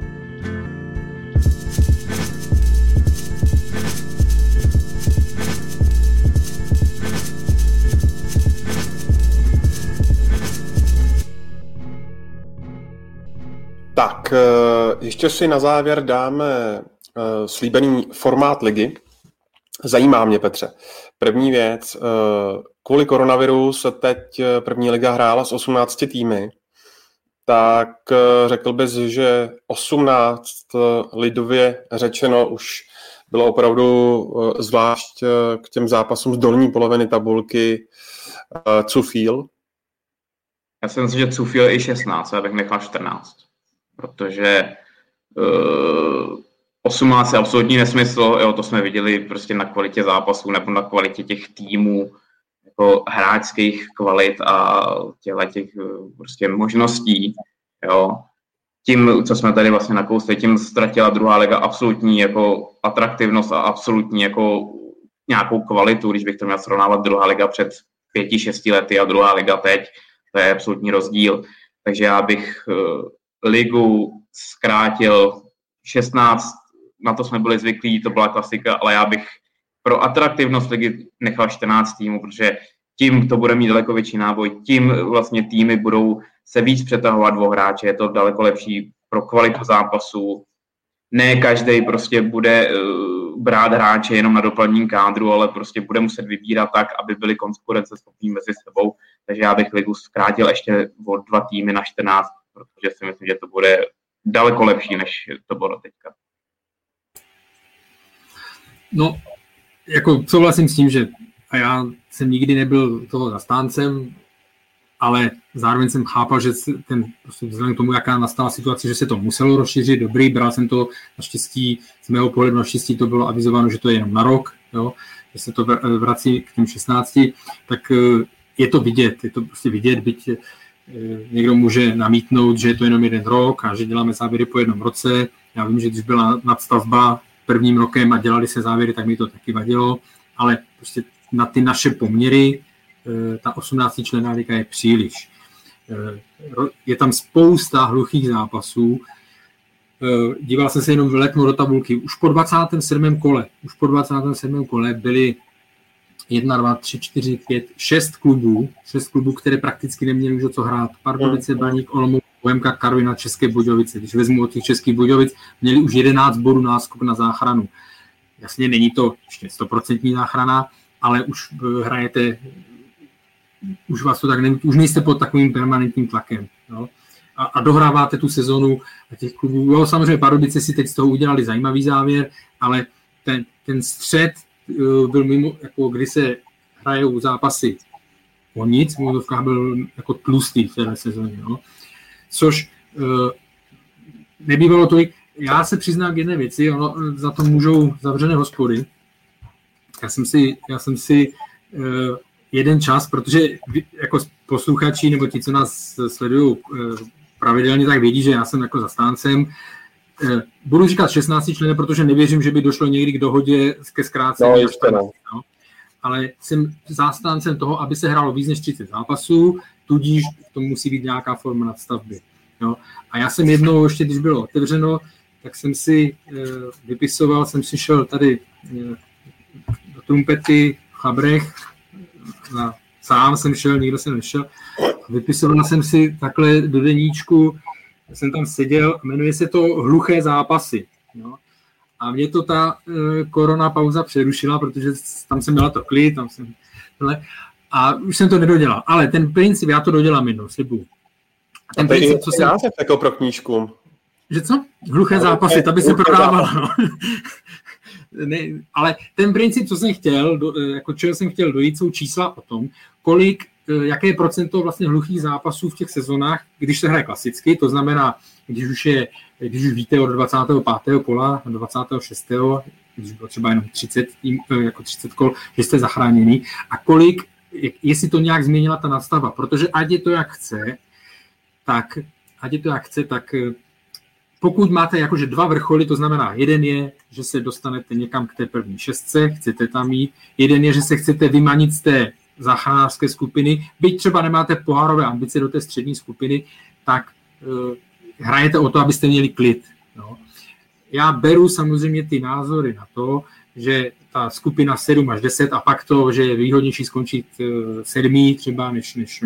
Tak, ještě si na závěr dáme slíbený formát ligy. Zajímá mě, Petře. První věc, kvůli koronaviru se teď první liga hrála s osmnácti týmy, tak řekl bys, že osmnáct lidově řečeno už bylo opravdu zvlášť k těm zápasům z dolní poloviny tabulky cufíl? Já si myslím, že cufíl je i šestnáct, já bych nechal čtrnáct. Protože uh, osmnáct je absolutní nesmysl, jo, to jsme viděli prostě na kvalitě zápasů nebo na kvalitě těch týmů, jako hráčských kvalit a těchto těch prostě možností, jo. Tím, co jsme tady vlastně nakousli, tím ztratila druhá liga absolutní jako atraktivnost a absolutní jako nějakou kvalitu, když bych to měl srovnávat druhá liga před pěti, šesti lety a druhá liga teď, to je absolutní rozdíl, takže já bych uh, ligu zkrátil šestnáct, na to jsme byli zvyklí, to byla klasika, ale já bych pro atraktivnost ligy nechal čtrnáct týmů, protože tím to bude mít daleko větší náboj, tím vlastně týmy budou se víc přetahovat o hráče, je to daleko lepší pro kvalitu zápasů. Ne každý prostě bude uh, brát hráče jenom na doplnění kádru, ale prostě bude muset vybírat tak, aby byli konkurenceschopní mezi sebou, takže já bych ligu zkrátil ještě o dva týmy na čtrnáct, protože si myslím, že to bude daleko lepší, než to bylo teďka. No, jako souhlasím s tím, že a já jsem nikdy nebyl toho zastáncem, ale zároveň jsem chápal, že ten, prostě vzhledem k tomu, jaká nastala situace, že se to muselo rozšířit, dobrý, bral jsem to naštěstí, z mého pohledu naštěstí to bylo avizováno, že to je jenom na rok, jo, že se to vrací k těm šestnácti, tak je to vidět, je to prostě vidět, byť někdo může namítnout, že je to jenom jeden rok a že děláme závěry po jednom roce. Já vím, že když byla nadstavba prvním rokem a dělali se závěry, tak mi to taky vadilo, ale prostě na ty naše poměry ta osmnáctičlenná liga je příliš. Je tam spousta hluchých zápasů. díval jsem se jenom v letmo do tabulky, už po dvacátém sedmém kole, už po dvacátém sedmém kole byly jedna, dva, tři, čtyři, pět, šest klubů, šest klubů, které prakticky neměly už o co hrát. Pardubice, Baník, Olomouc, Bohemka, Karviná, České Budějovice. Když vezmu od těch Českých Budějovic, měli už jedenáct bodů náskok na záchranu. Jasně, není to ještě stoprocentní záchrana, ale už hrajete, už vás to tak ne, už nejste pod takovým permanentním tlakem. No. A, a dohráváte tu sezonu těch klubů. Jo, samozřejmě Pardubice si teď z toho udělali zajímavý závěr, ale ten, ten střed uh, byl mimo, jako kdy se hrajou zápasy o nic, Moldovka byl jako tlustý v té sezóně. No. Což uh, nebývalo tolik. Já se přiznám k jedné věci, ono, za to můžou zavřené hospody. Já jsem si, já jsem si uh, jeden čas, protože jako posluchači nebo ti, co nás sledují uh, pravidelně, tak vědí, že já jsem jako zastáncem. Uh, budu říkat šestnáct členů, protože nevěřím, že by došlo někdy k dohodě ke zkrácení. No, čtrnáct, no. Ale jsem zastáncem toho, aby se hrálo víc než třicet zápasů, tudíž to musí být nějaká forma nadstavby. No. A já jsem jednou, ještě když bylo otevřeno, tak jsem si e, vypisoval, jsem si šel tady e, do trumpety v Chabrech, na, sám jsem šel, nikdo jsem nešel, vypisoval jsem si takhle do deníčku, jsem tam seděl, jmenuje se to Hluché zápasy. No. A mě to ta e, korona pauza přerušila, protože tam jsem měla to klid, tam jsem, a už jsem to nedodělal. Ale ten princip, já to dodělám jednou, slibuju. Ten princip, co se název jako pro knížku. Že co? Hluché zápasy, ta by se prodávala. No. Ne, ale ten princip, co jsem chtěl, do, jako čeho jsem chtěl dojít, jsou čísla o tom, kolik, jaké je procento vlastně hluchých zápasů v těch sezonách, když se hraje klasicky, to znamená, když už, je, když už víte od dvacátého pátého kola do dvacátého šestého když bylo třeba jenom třicet, jako třicet kol, že jste zachráněný, a kolik, jestli to nějak změnila ta nadstavba, protože ať je to jak chce, tak ať je to jak chce, tak pokud máte jakože dva vrcholy, to znamená, jeden je, že se dostanete někam k té první šestce, chcete tam jít, jeden je, že se chcete vymanit z té záchranářské skupiny, byť třeba nemáte pohárové ambice do té střední skupiny, tak uh, hrajete o to, abyste měli klid. No. Já beru samozřejmě ty názory na to, že ta skupina sedm až deset a pak to, že je výhodnější skončit uh, sedmý třeba než, než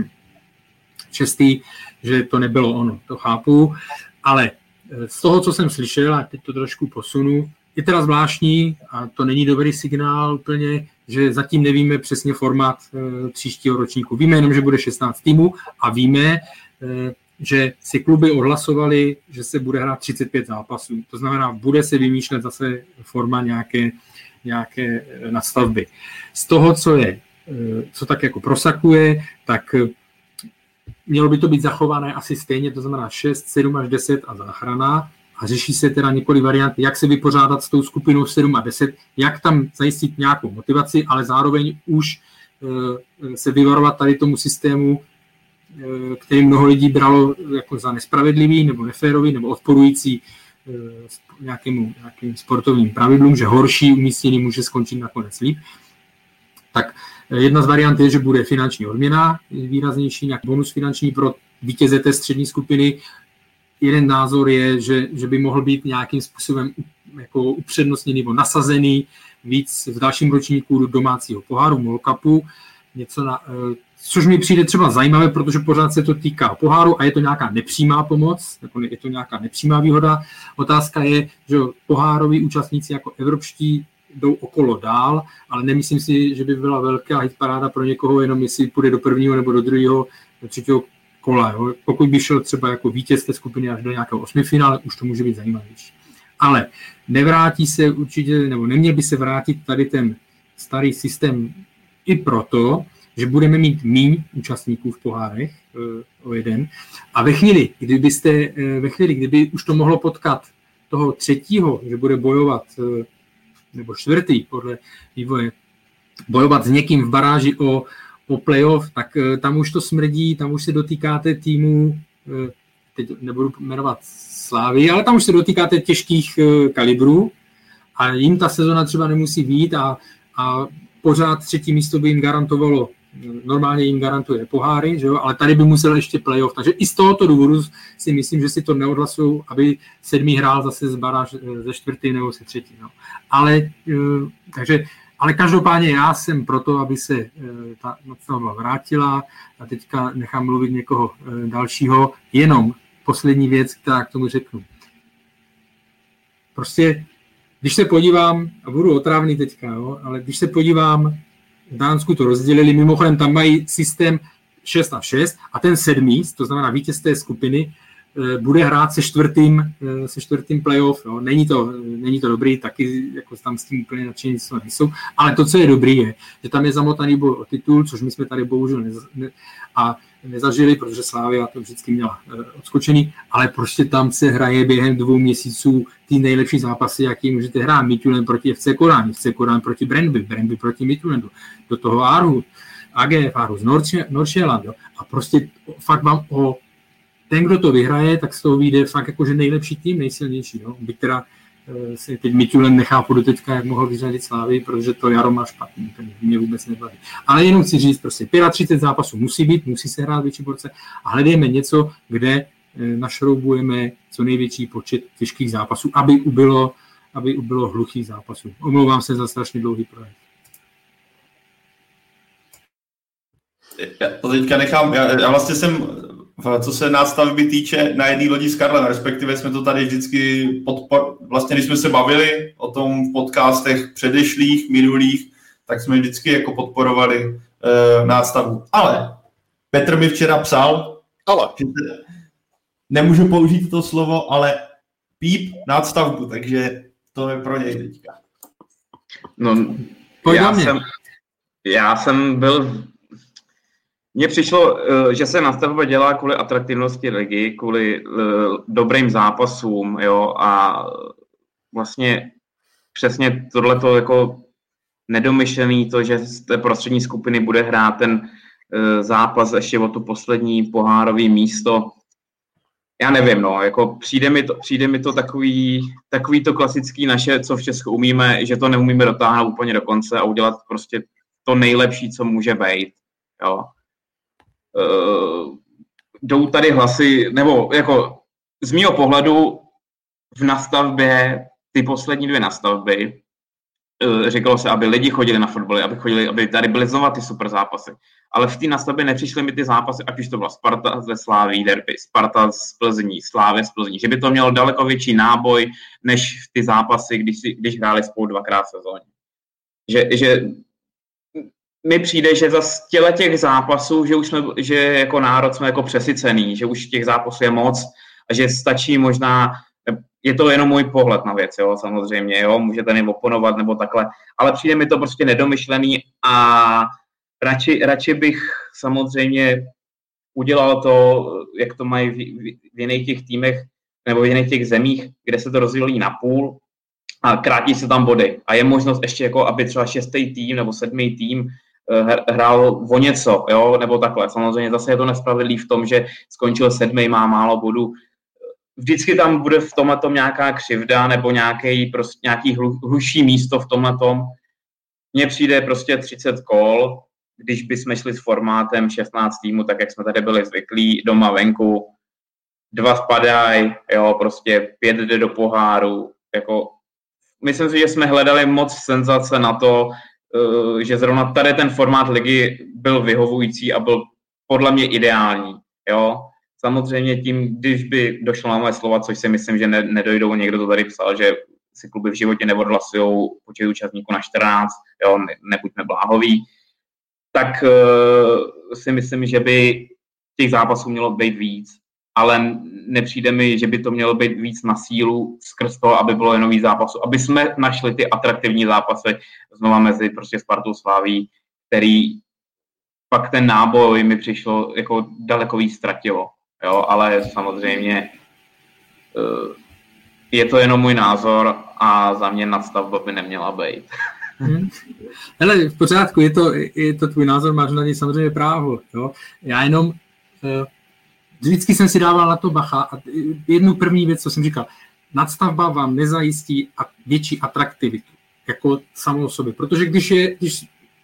šestý, že to nebylo ono, to chápu, ale z toho, co jsem slyšel, a teď to trošku posunu, je teda zvláštní, a to není dobrý signál úplně, že zatím nevíme přesně formát e, příštího ročníku. Víme jenom, že bude šestnáct týmů a víme, e, že si kluby odhlasovali, že se bude hrát třicet pět zápasů. To znamená, bude se vymýšlet zase forma nějaké, nějaké nadstavby. Z toho, co je, e, co tak jako prosakuje, tak mělo by to být zachované asi stejně, to znamená šest, sedm až deset a záchrana. A řeší se teda několik variant, jak se vypořádat s tou skupinou sedm a deset, jak tam zajistit nějakou motivaci, ale zároveň už e, se vyvarovat tady tomu systému, e, který mnoho lidí bralo jako za nespravedlivý nebo neférový nebo odporující e, nějakému, nějakým sportovním pravidlům, že horší umístění může skončit nakonec líp. Tak jedna z variant je, že bude finanční odměna výraznější, nějaký bonus finanční pro vítěze té střední skupiny. Jeden názor je, že, že by mohl být nějakým způsobem jako upřednostněný nebo nasazený víc v dalším ročníku do domácího poháru, Molkapu, něco na, což mi přijde třeba zajímavé, protože pořád se to týká poháru a je to nějaká nepřímá pomoc, jako je to nějaká nepřímá výhoda. Otázka je, že pohároví účastníci jako evropští jdou okolo dál, ale nemyslím si, že by byla velká hitparáda pro někoho, jenom jestli půjde do prvního nebo do druhého, do třetího kola. Jo. Pokud by šel třeba jako vítěz té skupiny až do nějakého osmifinále, už to může být zajímavější. Ale nevrátí se určitě, nebo neměl by se vrátit tady ten starý systém i proto, že budeme mít míň účastníků v pohárech o jeden. A ve chvíli, kdybyste, ve chvíli, kdyby už to mohlo potkat toho třetího, že bude bojovat nebo čtvrtý podle vývoje, bojovat s někým v baráži o, o playoff, tak tam už to smrdí, tam už se dotýkáte týmu, teď nebudu jmenovat Slávy, ale tam už se dotýkáte těžkých kalibrů a jim ta sezona třeba nemusí být a, a pořád třetí místo by jim garantovalo normálně jim garantuje poháry, že jo? Ale tady by musel ještě playoff, takže i z tohoto důvodu si myslím, že si to neodhlasují, aby sedmý hrál zase z baráž ze čtvrtý nebo se třetí. No. Ale, takže, ale každopádně já jsem proto, aby se ta nadstavba vrátila a teďka nechám mluvit někoho dalšího, jenom poslední věc, která k tomu řeknu. Prostě, když se podívám, a budu otrávný teďka, jo, ale když se podívám, v Dánsku to rozdělili, mimochodem tam mají systém šest na šest a ten sedmý, to znamená vítěz té skupiny, bude hrát se čtvrtým, se čtvrtým playoff. Jo. Není, to, není to dobrý, taky jako tam s tím úplně nadšení nejsou, ale to, co je dobrý, je, že tam je zamotaný boj o titul, což my jsme tady bohužel neza, ne, a nezažili, protože Slavia to vždycky měla odskočený, ale prostě tam se hraje během dvou měsíců ty nejlepší zápasy, jaký můžete hrát. Midtjylland proti F C Koran, F C Koran proti Brøndby, Brøndby proti Midtjyllandu, do toho Aarhus, A G F Aarhus, Nordsjælland. A prostě fakt vám o ten, kdo to vyhraje, tak z toho vyjde fakt jakože nejlepší tým, nejsilnější. No. Byť teda si teď Midtjylland nechápu do teďka, jak mohl vyřadit Slávy, protože to jaro má špatný, ten mě vůbec nebaví. třicet jenom chci říct, prostě třicet pět zápasů musí být, musí se hrát větší porce a hledejme něco, kde našroubujeme co největší počet těžkých zápasů, aby ubylo, aby ubylo hluchých zápasů. Omlouvám se za strašně dlouhý projev. Já to teďka nechám, já, já vlastně jsem, co se nástavby týče, na jedné lodi s Karlem, respektive jsme to tady vždycky podpor, vlastně když jsme se bavili o tom v podcastech předešlých, minulých, tak jsme vždycky jako podporovali uh, nástavbu. Ale Petr mi včera psal, ale nemůžu použít to slovo, ale píp nástavbu, takže to je pro něj teďka. No, já jsem, já jsem byl... Mně přišlo, že se nastavba dělá kvůli atraktivnosti ligy, kvůli dobrým zápasům, jo, a vlastně přesně tohleto jako nedomyšlený to, že z té prostřední skupiny bude hrát ten zápas ještě o to poslední pohárový místo. Já nevím, no, jako přijde mi to, přijde mi to takový, takový to klasický naše, co v Česku umíme, že to neumíme dotáhnout úplně do konce a udělat prostě to nejlepší, co může být, jo. Uh, jdou tady hlasy, nebo jako z mýho pohledu v nastavbě, ty poslední dvě nastavby, uh, říkalo se, aby lidi chodili na fotbaly, aby, chodili, aby tady byly znova ty super zápasy. Ale v té nastavbě nepřišly mi ty zápasy, ať už to byla Sparta ze Sláví, derby, Sparta z Plzní, Slávě z Plzní, že by to mělo daleko větší náboj, než ty zápasy, když, si, když hráli spolu dvakrát v sezóně. Že, že mi přijde, že za těle těch zápasů, že už jsme, že jako národ jsme jako přesycený, že už těch zápasů je moc a že stačí možná, je to jenom můj pohled na věc, jo, samozřejmě, jo, můžete mi oponovat nebo takhle, ale přijde mi to prostě nedomyšlený a radši, radši bych samozřejmě udělal to, jak to mají v, v jiných těch týmech nebo v jiných těch zemích, kde se to rozdělí na půl a krátí se tam body a je možnost ještě jako, aby třeba šestý tým nebo sedmý tým hrál o něco, jo, nebo takhle. Samozřejmě zase je to nespravedlivý v tom, že skončil sedmý, má málo bodů. Vždycky tam bude v tomhletom nějaká křivda nebo nějaký, prostě, nějaký hlu, hluší místo v tomhletom. Mně přijde prostě třicet kol, když bychom šli s formátem šestnáct týmů, tak jak jsme tady byli zvyklí, doma venku, dva spadají, jo, prostě pět jde do poháru, jako myslím si, že jsme hledali moc senzace na to, že zrovna tady ten formát ligy byl vyhovující a byl podle mě ideální. Jo? Samozřejmě tím, když by došlo na moje slova, což si myslím, že ne, nedojdou, někdo to tady psal, že si kluby v životě neodhlasují počet účastníků na čtrnáct, jo? Ne, nebuďme bláhoví, tak uh, si myslím, že by těch zápasů mělo být víc. Ale nepřijde mi, že by to mělo být víc na sílu skrz toho, aby bylo jenom víc zápasů. Aby jsme našli ty atraktivní zápasy znova mezi prostě Spartou Slaví, který pak ten náboj mi přišlo jako daleko víc ztratilo. Jo, ale samozřejmě je to jenom můj názor a za mě nadstavba by neměla být. Hmm. Hele, v pořádku, je to, je to tvůj názor, máš na něj samozřejmě právo. Jo? Já jenom... Vždycky jsem si dával na to bacha a jednu první věc, co jsem říkal, nadstavba vám nezajistí větší atraktivitu, jako samou sobě, protože když, je, když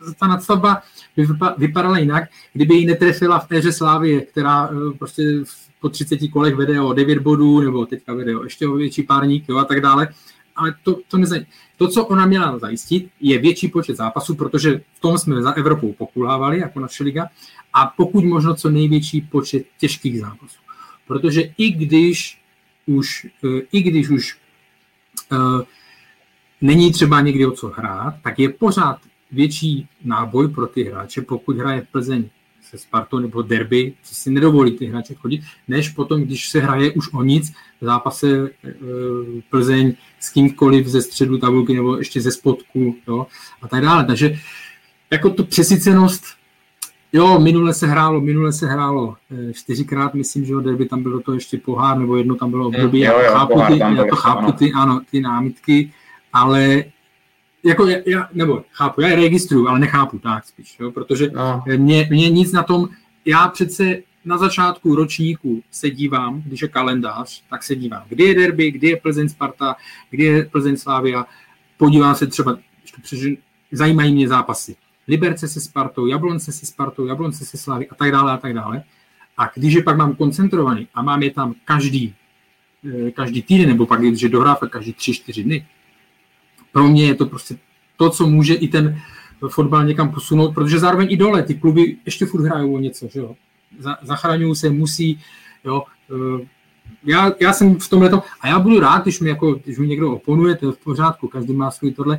ta nadstavba by vypadala jinak, kdyby ji netrefila v éře Slávie, která prostě po třiceti kolech vede o devět bodů, nebo teďka vede o ještě o větší párník, jo, a tak dále. Ale to, to, nezaj... to, co ona měla zajistit, je větší počet zápasů, protože v tom jsme za Evropou pokulávali, jako naše liga, a pokud možno co největší počet těžkých zápasů. Protože i když už, i když už uh, není třeba někdy o co hrát, tak je pořád větší náboj pro ty hráče, pokud hraje Plzeň se Spartou nebo derby, co si nedovolí ty hráče chodit, než potom, když se hraje už o nic v zápase e, Plzeň s kýmkoliv ze středu tabulky nebo ještě ze spodku, jo, a tak dále. Takže jako tu přesycenost, jo, minule se hrálo, minule se hrálo e, čtyřikrát, myslím, že o derby tam bylo to ještě pohár, nebo jedno tam bylo období, já to chápu, ty, já to chápu ty, ano, ty námitky, ale jako já, já, nebo chápu, já je registruju, ale nechápu tak spíš, jo, protože no. mě, mě nic na tom, já přece na začátku ročníku se dívám, když je kalendář, tak se dívám, kdy je derby, kdy je Plzeň Sparta, kdy je Plzeň Slavia, podívám se třeba, protože zajímají mě zápasy, Liberce se Spartou, Jablonce se Spartou, Jablonce se Slaví a tak dále a tak dále. A když je pak mám koncentrovaný a mám je tam každý, každý týden, nebo pak, když je dohrávka každý tři, čtyři dny, pro mě je to prostě to, co může i ten fotbal někam posunout, protože zároveň i dole ty kluby ještě furt hrajou o něco, že jo. Zachraňují se, musí, jo. Já, já jsem v tomhletom, a já budu rád, když mi, jako, když mi někdo oponuje, to je v pořádku, každý má svůj tohle.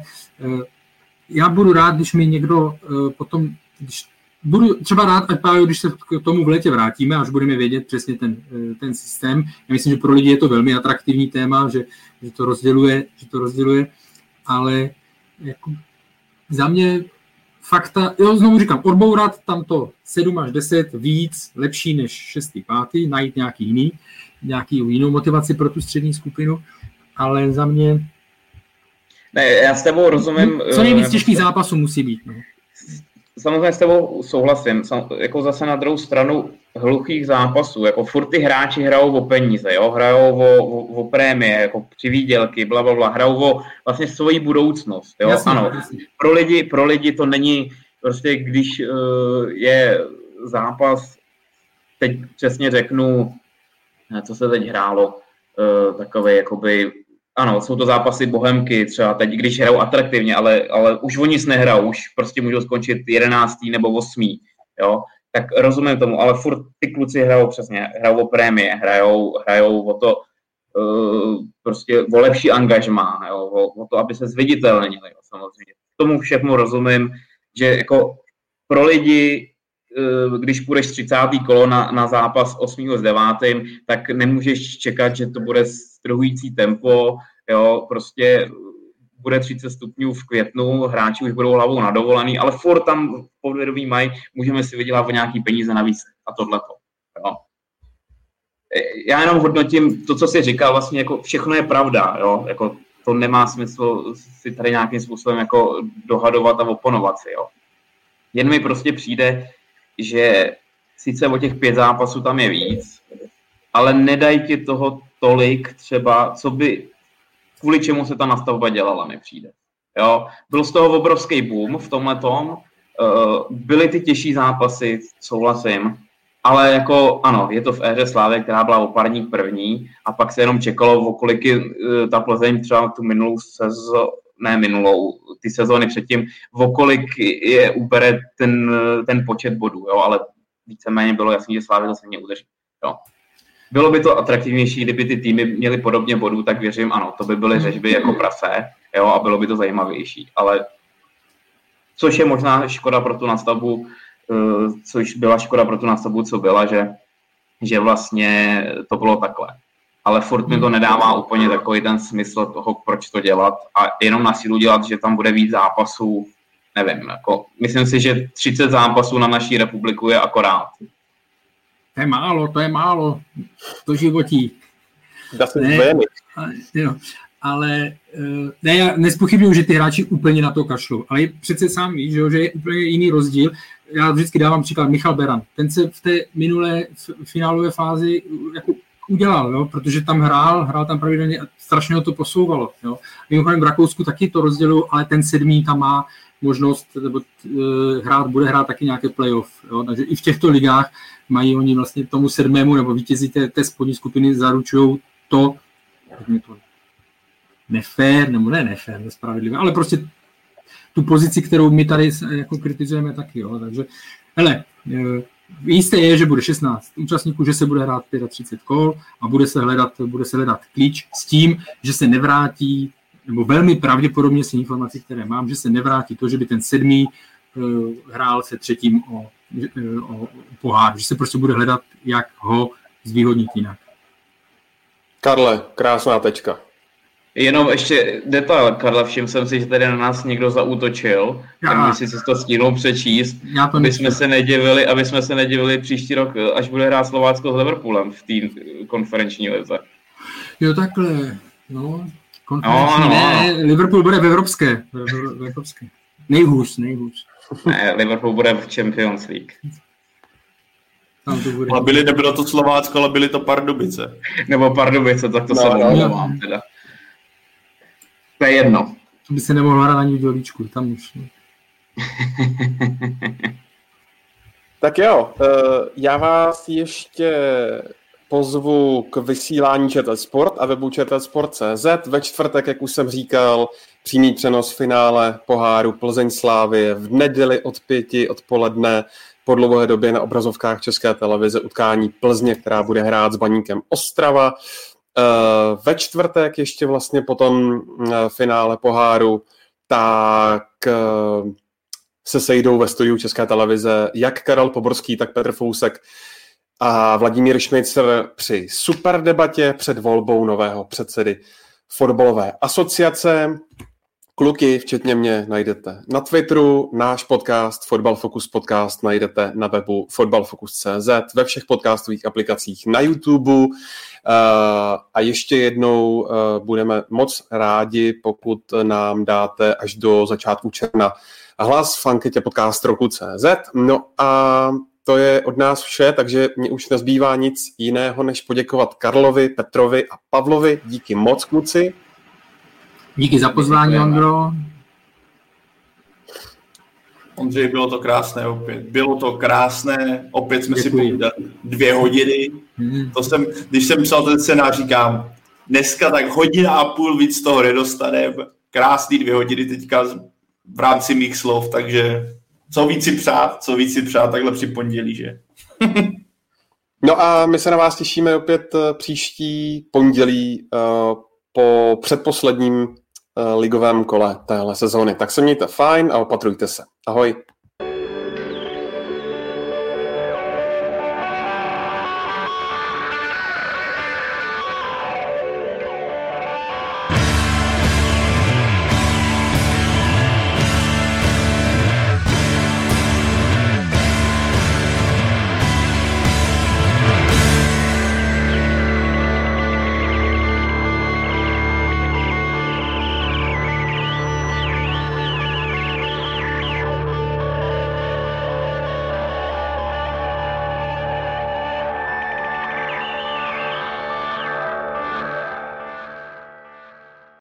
Já budu rád, když mi někdo potom, když budu třeba rád, ať Pájo, když se k tomu v létě vrátíme, až budeme vědět přesně ten, ten systém. Já myslím, že pro lidi je to velmi atraktivní téma, že, že to rozděluje, že to rozděluje. Ale jako za mě fakta, jo, znovu říkám, odbourat tam to sedm až deset víc, lepší než šestý, pátý, najít nějaký jiný, nějaký jinou motivaci pro tu střední skupinu, ale za mě... Ne, já s tebou rozumím... Co nejvíc těžkých zápasů musí být, no. Samozřejmě s tebou souhlasím, Sam, jako zase na druhou stranu hluchých zápasů, jako furt ty hráči hrajou o peníze, jo, hrajou o, o, o prémie, jako přivídělky, blablabla, hrajou o vlastně svoji budoucnost, jo, jasně, ano. Jasně. Pro lidi, pro lidi to není, prostě když uh, je zápas, teď přesně řeknu, co se teď hrálo, uh, takové jakoby, ano, jsou to zápasy Bohemky, třeba teď, když hrajou atraktivně, ale, ale už o nic nehrajou, už prostě můžou skončit jedenáctý nebo osmý, jo, tak rozumím tomu, ale furt ty kluci hrajou přesně, hrajou o prémie, hrajou, hrajou o to, uh, prostě o lepší angažmá, jo, o, o to, aby se zviditelnili, jo, samozřejmě. Tomu všechno rozumím, že jako pro lidi, uh, když půjdeš třicátý kolo na, na zápas osmého s devátým, tak nemůžeš čekat, že to bude strhující tempo, jo, prostě bude třicet stupňů v květnu, hráči už budou hlavou na dovolený, ale furt tam podvědomí mají, můžeme si vydělat o nějaký peníze navíc a tohleto. Jo. Já jenom hodnotím to, co jsi říkal, vlastně jako všechno je pravda, jo, jako to nemá smysl si tady nějakým způsobem jako dohadovat a oponovat si, jo. Jen mi prostě přijde, že sice o těch pět zápasů tam je víc, ale nedají ti toho tolik třeba, co by, kvůli čemu se ta nastavba dělala, mi přijde. Jo? Byl z toho obrovský boom v tomhletom, uh, byly ty těžší zápasy, souhlasím, ale jako ano, je to v éře Slávy, která byla o párník první a pak se jenom čekalo, o koliky uh, ta Plzeň třeba tu minulou sezónu, ne minulou, ty sezóny předtím, o kolik je ubere ten, ten počet bodů, jo? Ale víceméně bylo jasný, že Slávy zase mě udrží. Jo? Bylo by to atraktivnější, kdyby ty týmy měly podobně bodů, tak věřím, ano, to by byly řežby jako prase, jo, a bylo by to zajímavější, ale což je možná škoda pro tu nastavbu, což byla škoda pro tu nastavbu, co byla, že, že vlastně to bylo takhle. Ale furt mi to nedává úplně takový ten smysl toho, proč to dělat a jenom na sílu dělat, že tam bude víc zápasů, nevím, jako, myslím si, že třicet zápasů na naší republiku je akorát. To je málo, to je málo, to životí. Ne, jo, ale ne, já nespochybnuju, že ty hráči úplně na to kašlou, ale přece sám víš, že je úplně jiný rozdíl. Já vždycky dávám příklad Michal Beran. Ten se v té minulé finálové fázi jako udělal, jo, protože tam hrál, hrál tam pravidelně a strašně ho to posouvalo. Jo. Mimochodem v Rakousku taky to rozdělují, ale ten sedmý tam má možnost nebo, uh, hrát, bude hrát taky nějaké playoff. Jo? Takže i v těchto ligách mají oni vlastně tomu sedmému nebo vítězi té, té spodní skupiny zaručují to, to nefér, nebo ne nefér, nespravedlivé, ale prostě tu pozici, kterou my tady jako kritizujeme taky. Jo? Takže, hele, jisté je, že bude šestnáct účastníků, že se bude hrát třicet pět kol a bude se hledat, bude se hledat klíč s tím, že se nevrátí, nebo velmi pravděpodobně si informací, které mám, že se nevrátí to, že by ten sedmý uh, hrál se třetím o, uh, o pohár, že se prostě bude hledat, jak ho zvýhodnit jinak. Karle, krásná tečka. Jenom ještě detail, Karla, všiml jsem si, že tady na nás někdo zaútočil, tak jestli si to stihnul přečíst, aby jsme se nedivili, aby jsme se nedivili příští rok, až bude hrát Slovácko s Liverpoolem v té konferenční lize. Jo, takhle, no, konferenční, no, no. Ne, Liverpool bude v evropské, v evropské. Nejhůř, nejhůř. Ne, Liverpool bude v Champions League. Ale byli, nebylo to Slovácko, ale byly to Pardubice. Nebo Pardubice, tak to no, se omlouvám teda. To je jedno. To by se nemohlo hrát ani v Dělíčku, tam už. Ne. Tak jo, já vás ještě pozvu k vysílání ČT Sport a webu čtsport tečka cé zet. Ve čtvrtek, jak už jsem říkal, přímý přenos finále poháru Plzeň Slávie v neděli od pěti odpoledne po dlouhé době na obrazovkách České televize utkání Plzně, která bude hrát s Baníkem Ostrava. Ve čtvrtek ještě vlastně po tom finále poháru tak se sejdou ve studiu České televize jak Karel Poborský, tak Petr Fousek a Vladimír Šmejcer při super debatě před volbou nového předsedy fotbalové asociace. Kluky, včetně mě, najdete na Twitteru, náš podcast, Fotbal Focus podcast, najdete na webu fotbal focus tečka cé zet, ve všech podcastových aplikacích na YouTube. Uh, a ještě jednou uh, budeme moc rádi, pokud nám dáte až do začátku června hlas v anketě podcast roku tečka cé zet. No a to je od nás vše, takže mě už nezbývá nic jiného, než poděkovat Karlovi, Petrovi a Pavlovi. Díky moc, kluci. Díky za pozvání, Ondro. Ondřej, bylo to krásné opět. Bylo to krásné, opět jsme Děkuji. si povídali dvě hodiny. Hmm. To jsem, když jsem psal ten scénář, říkám, dneska tak hodina a půl víc toho nedostaneme. Krásný dvě hodiny teďka v rámci mých slov, takže co víc si přát, co víc si přát takhle při pondělí, že? No a my se na vás těšíme opět příští pondělí uh, po předposledním uh, ligovém kole téhle sezóny. Tak se mějte fajn a opatrujte se. Ahoj.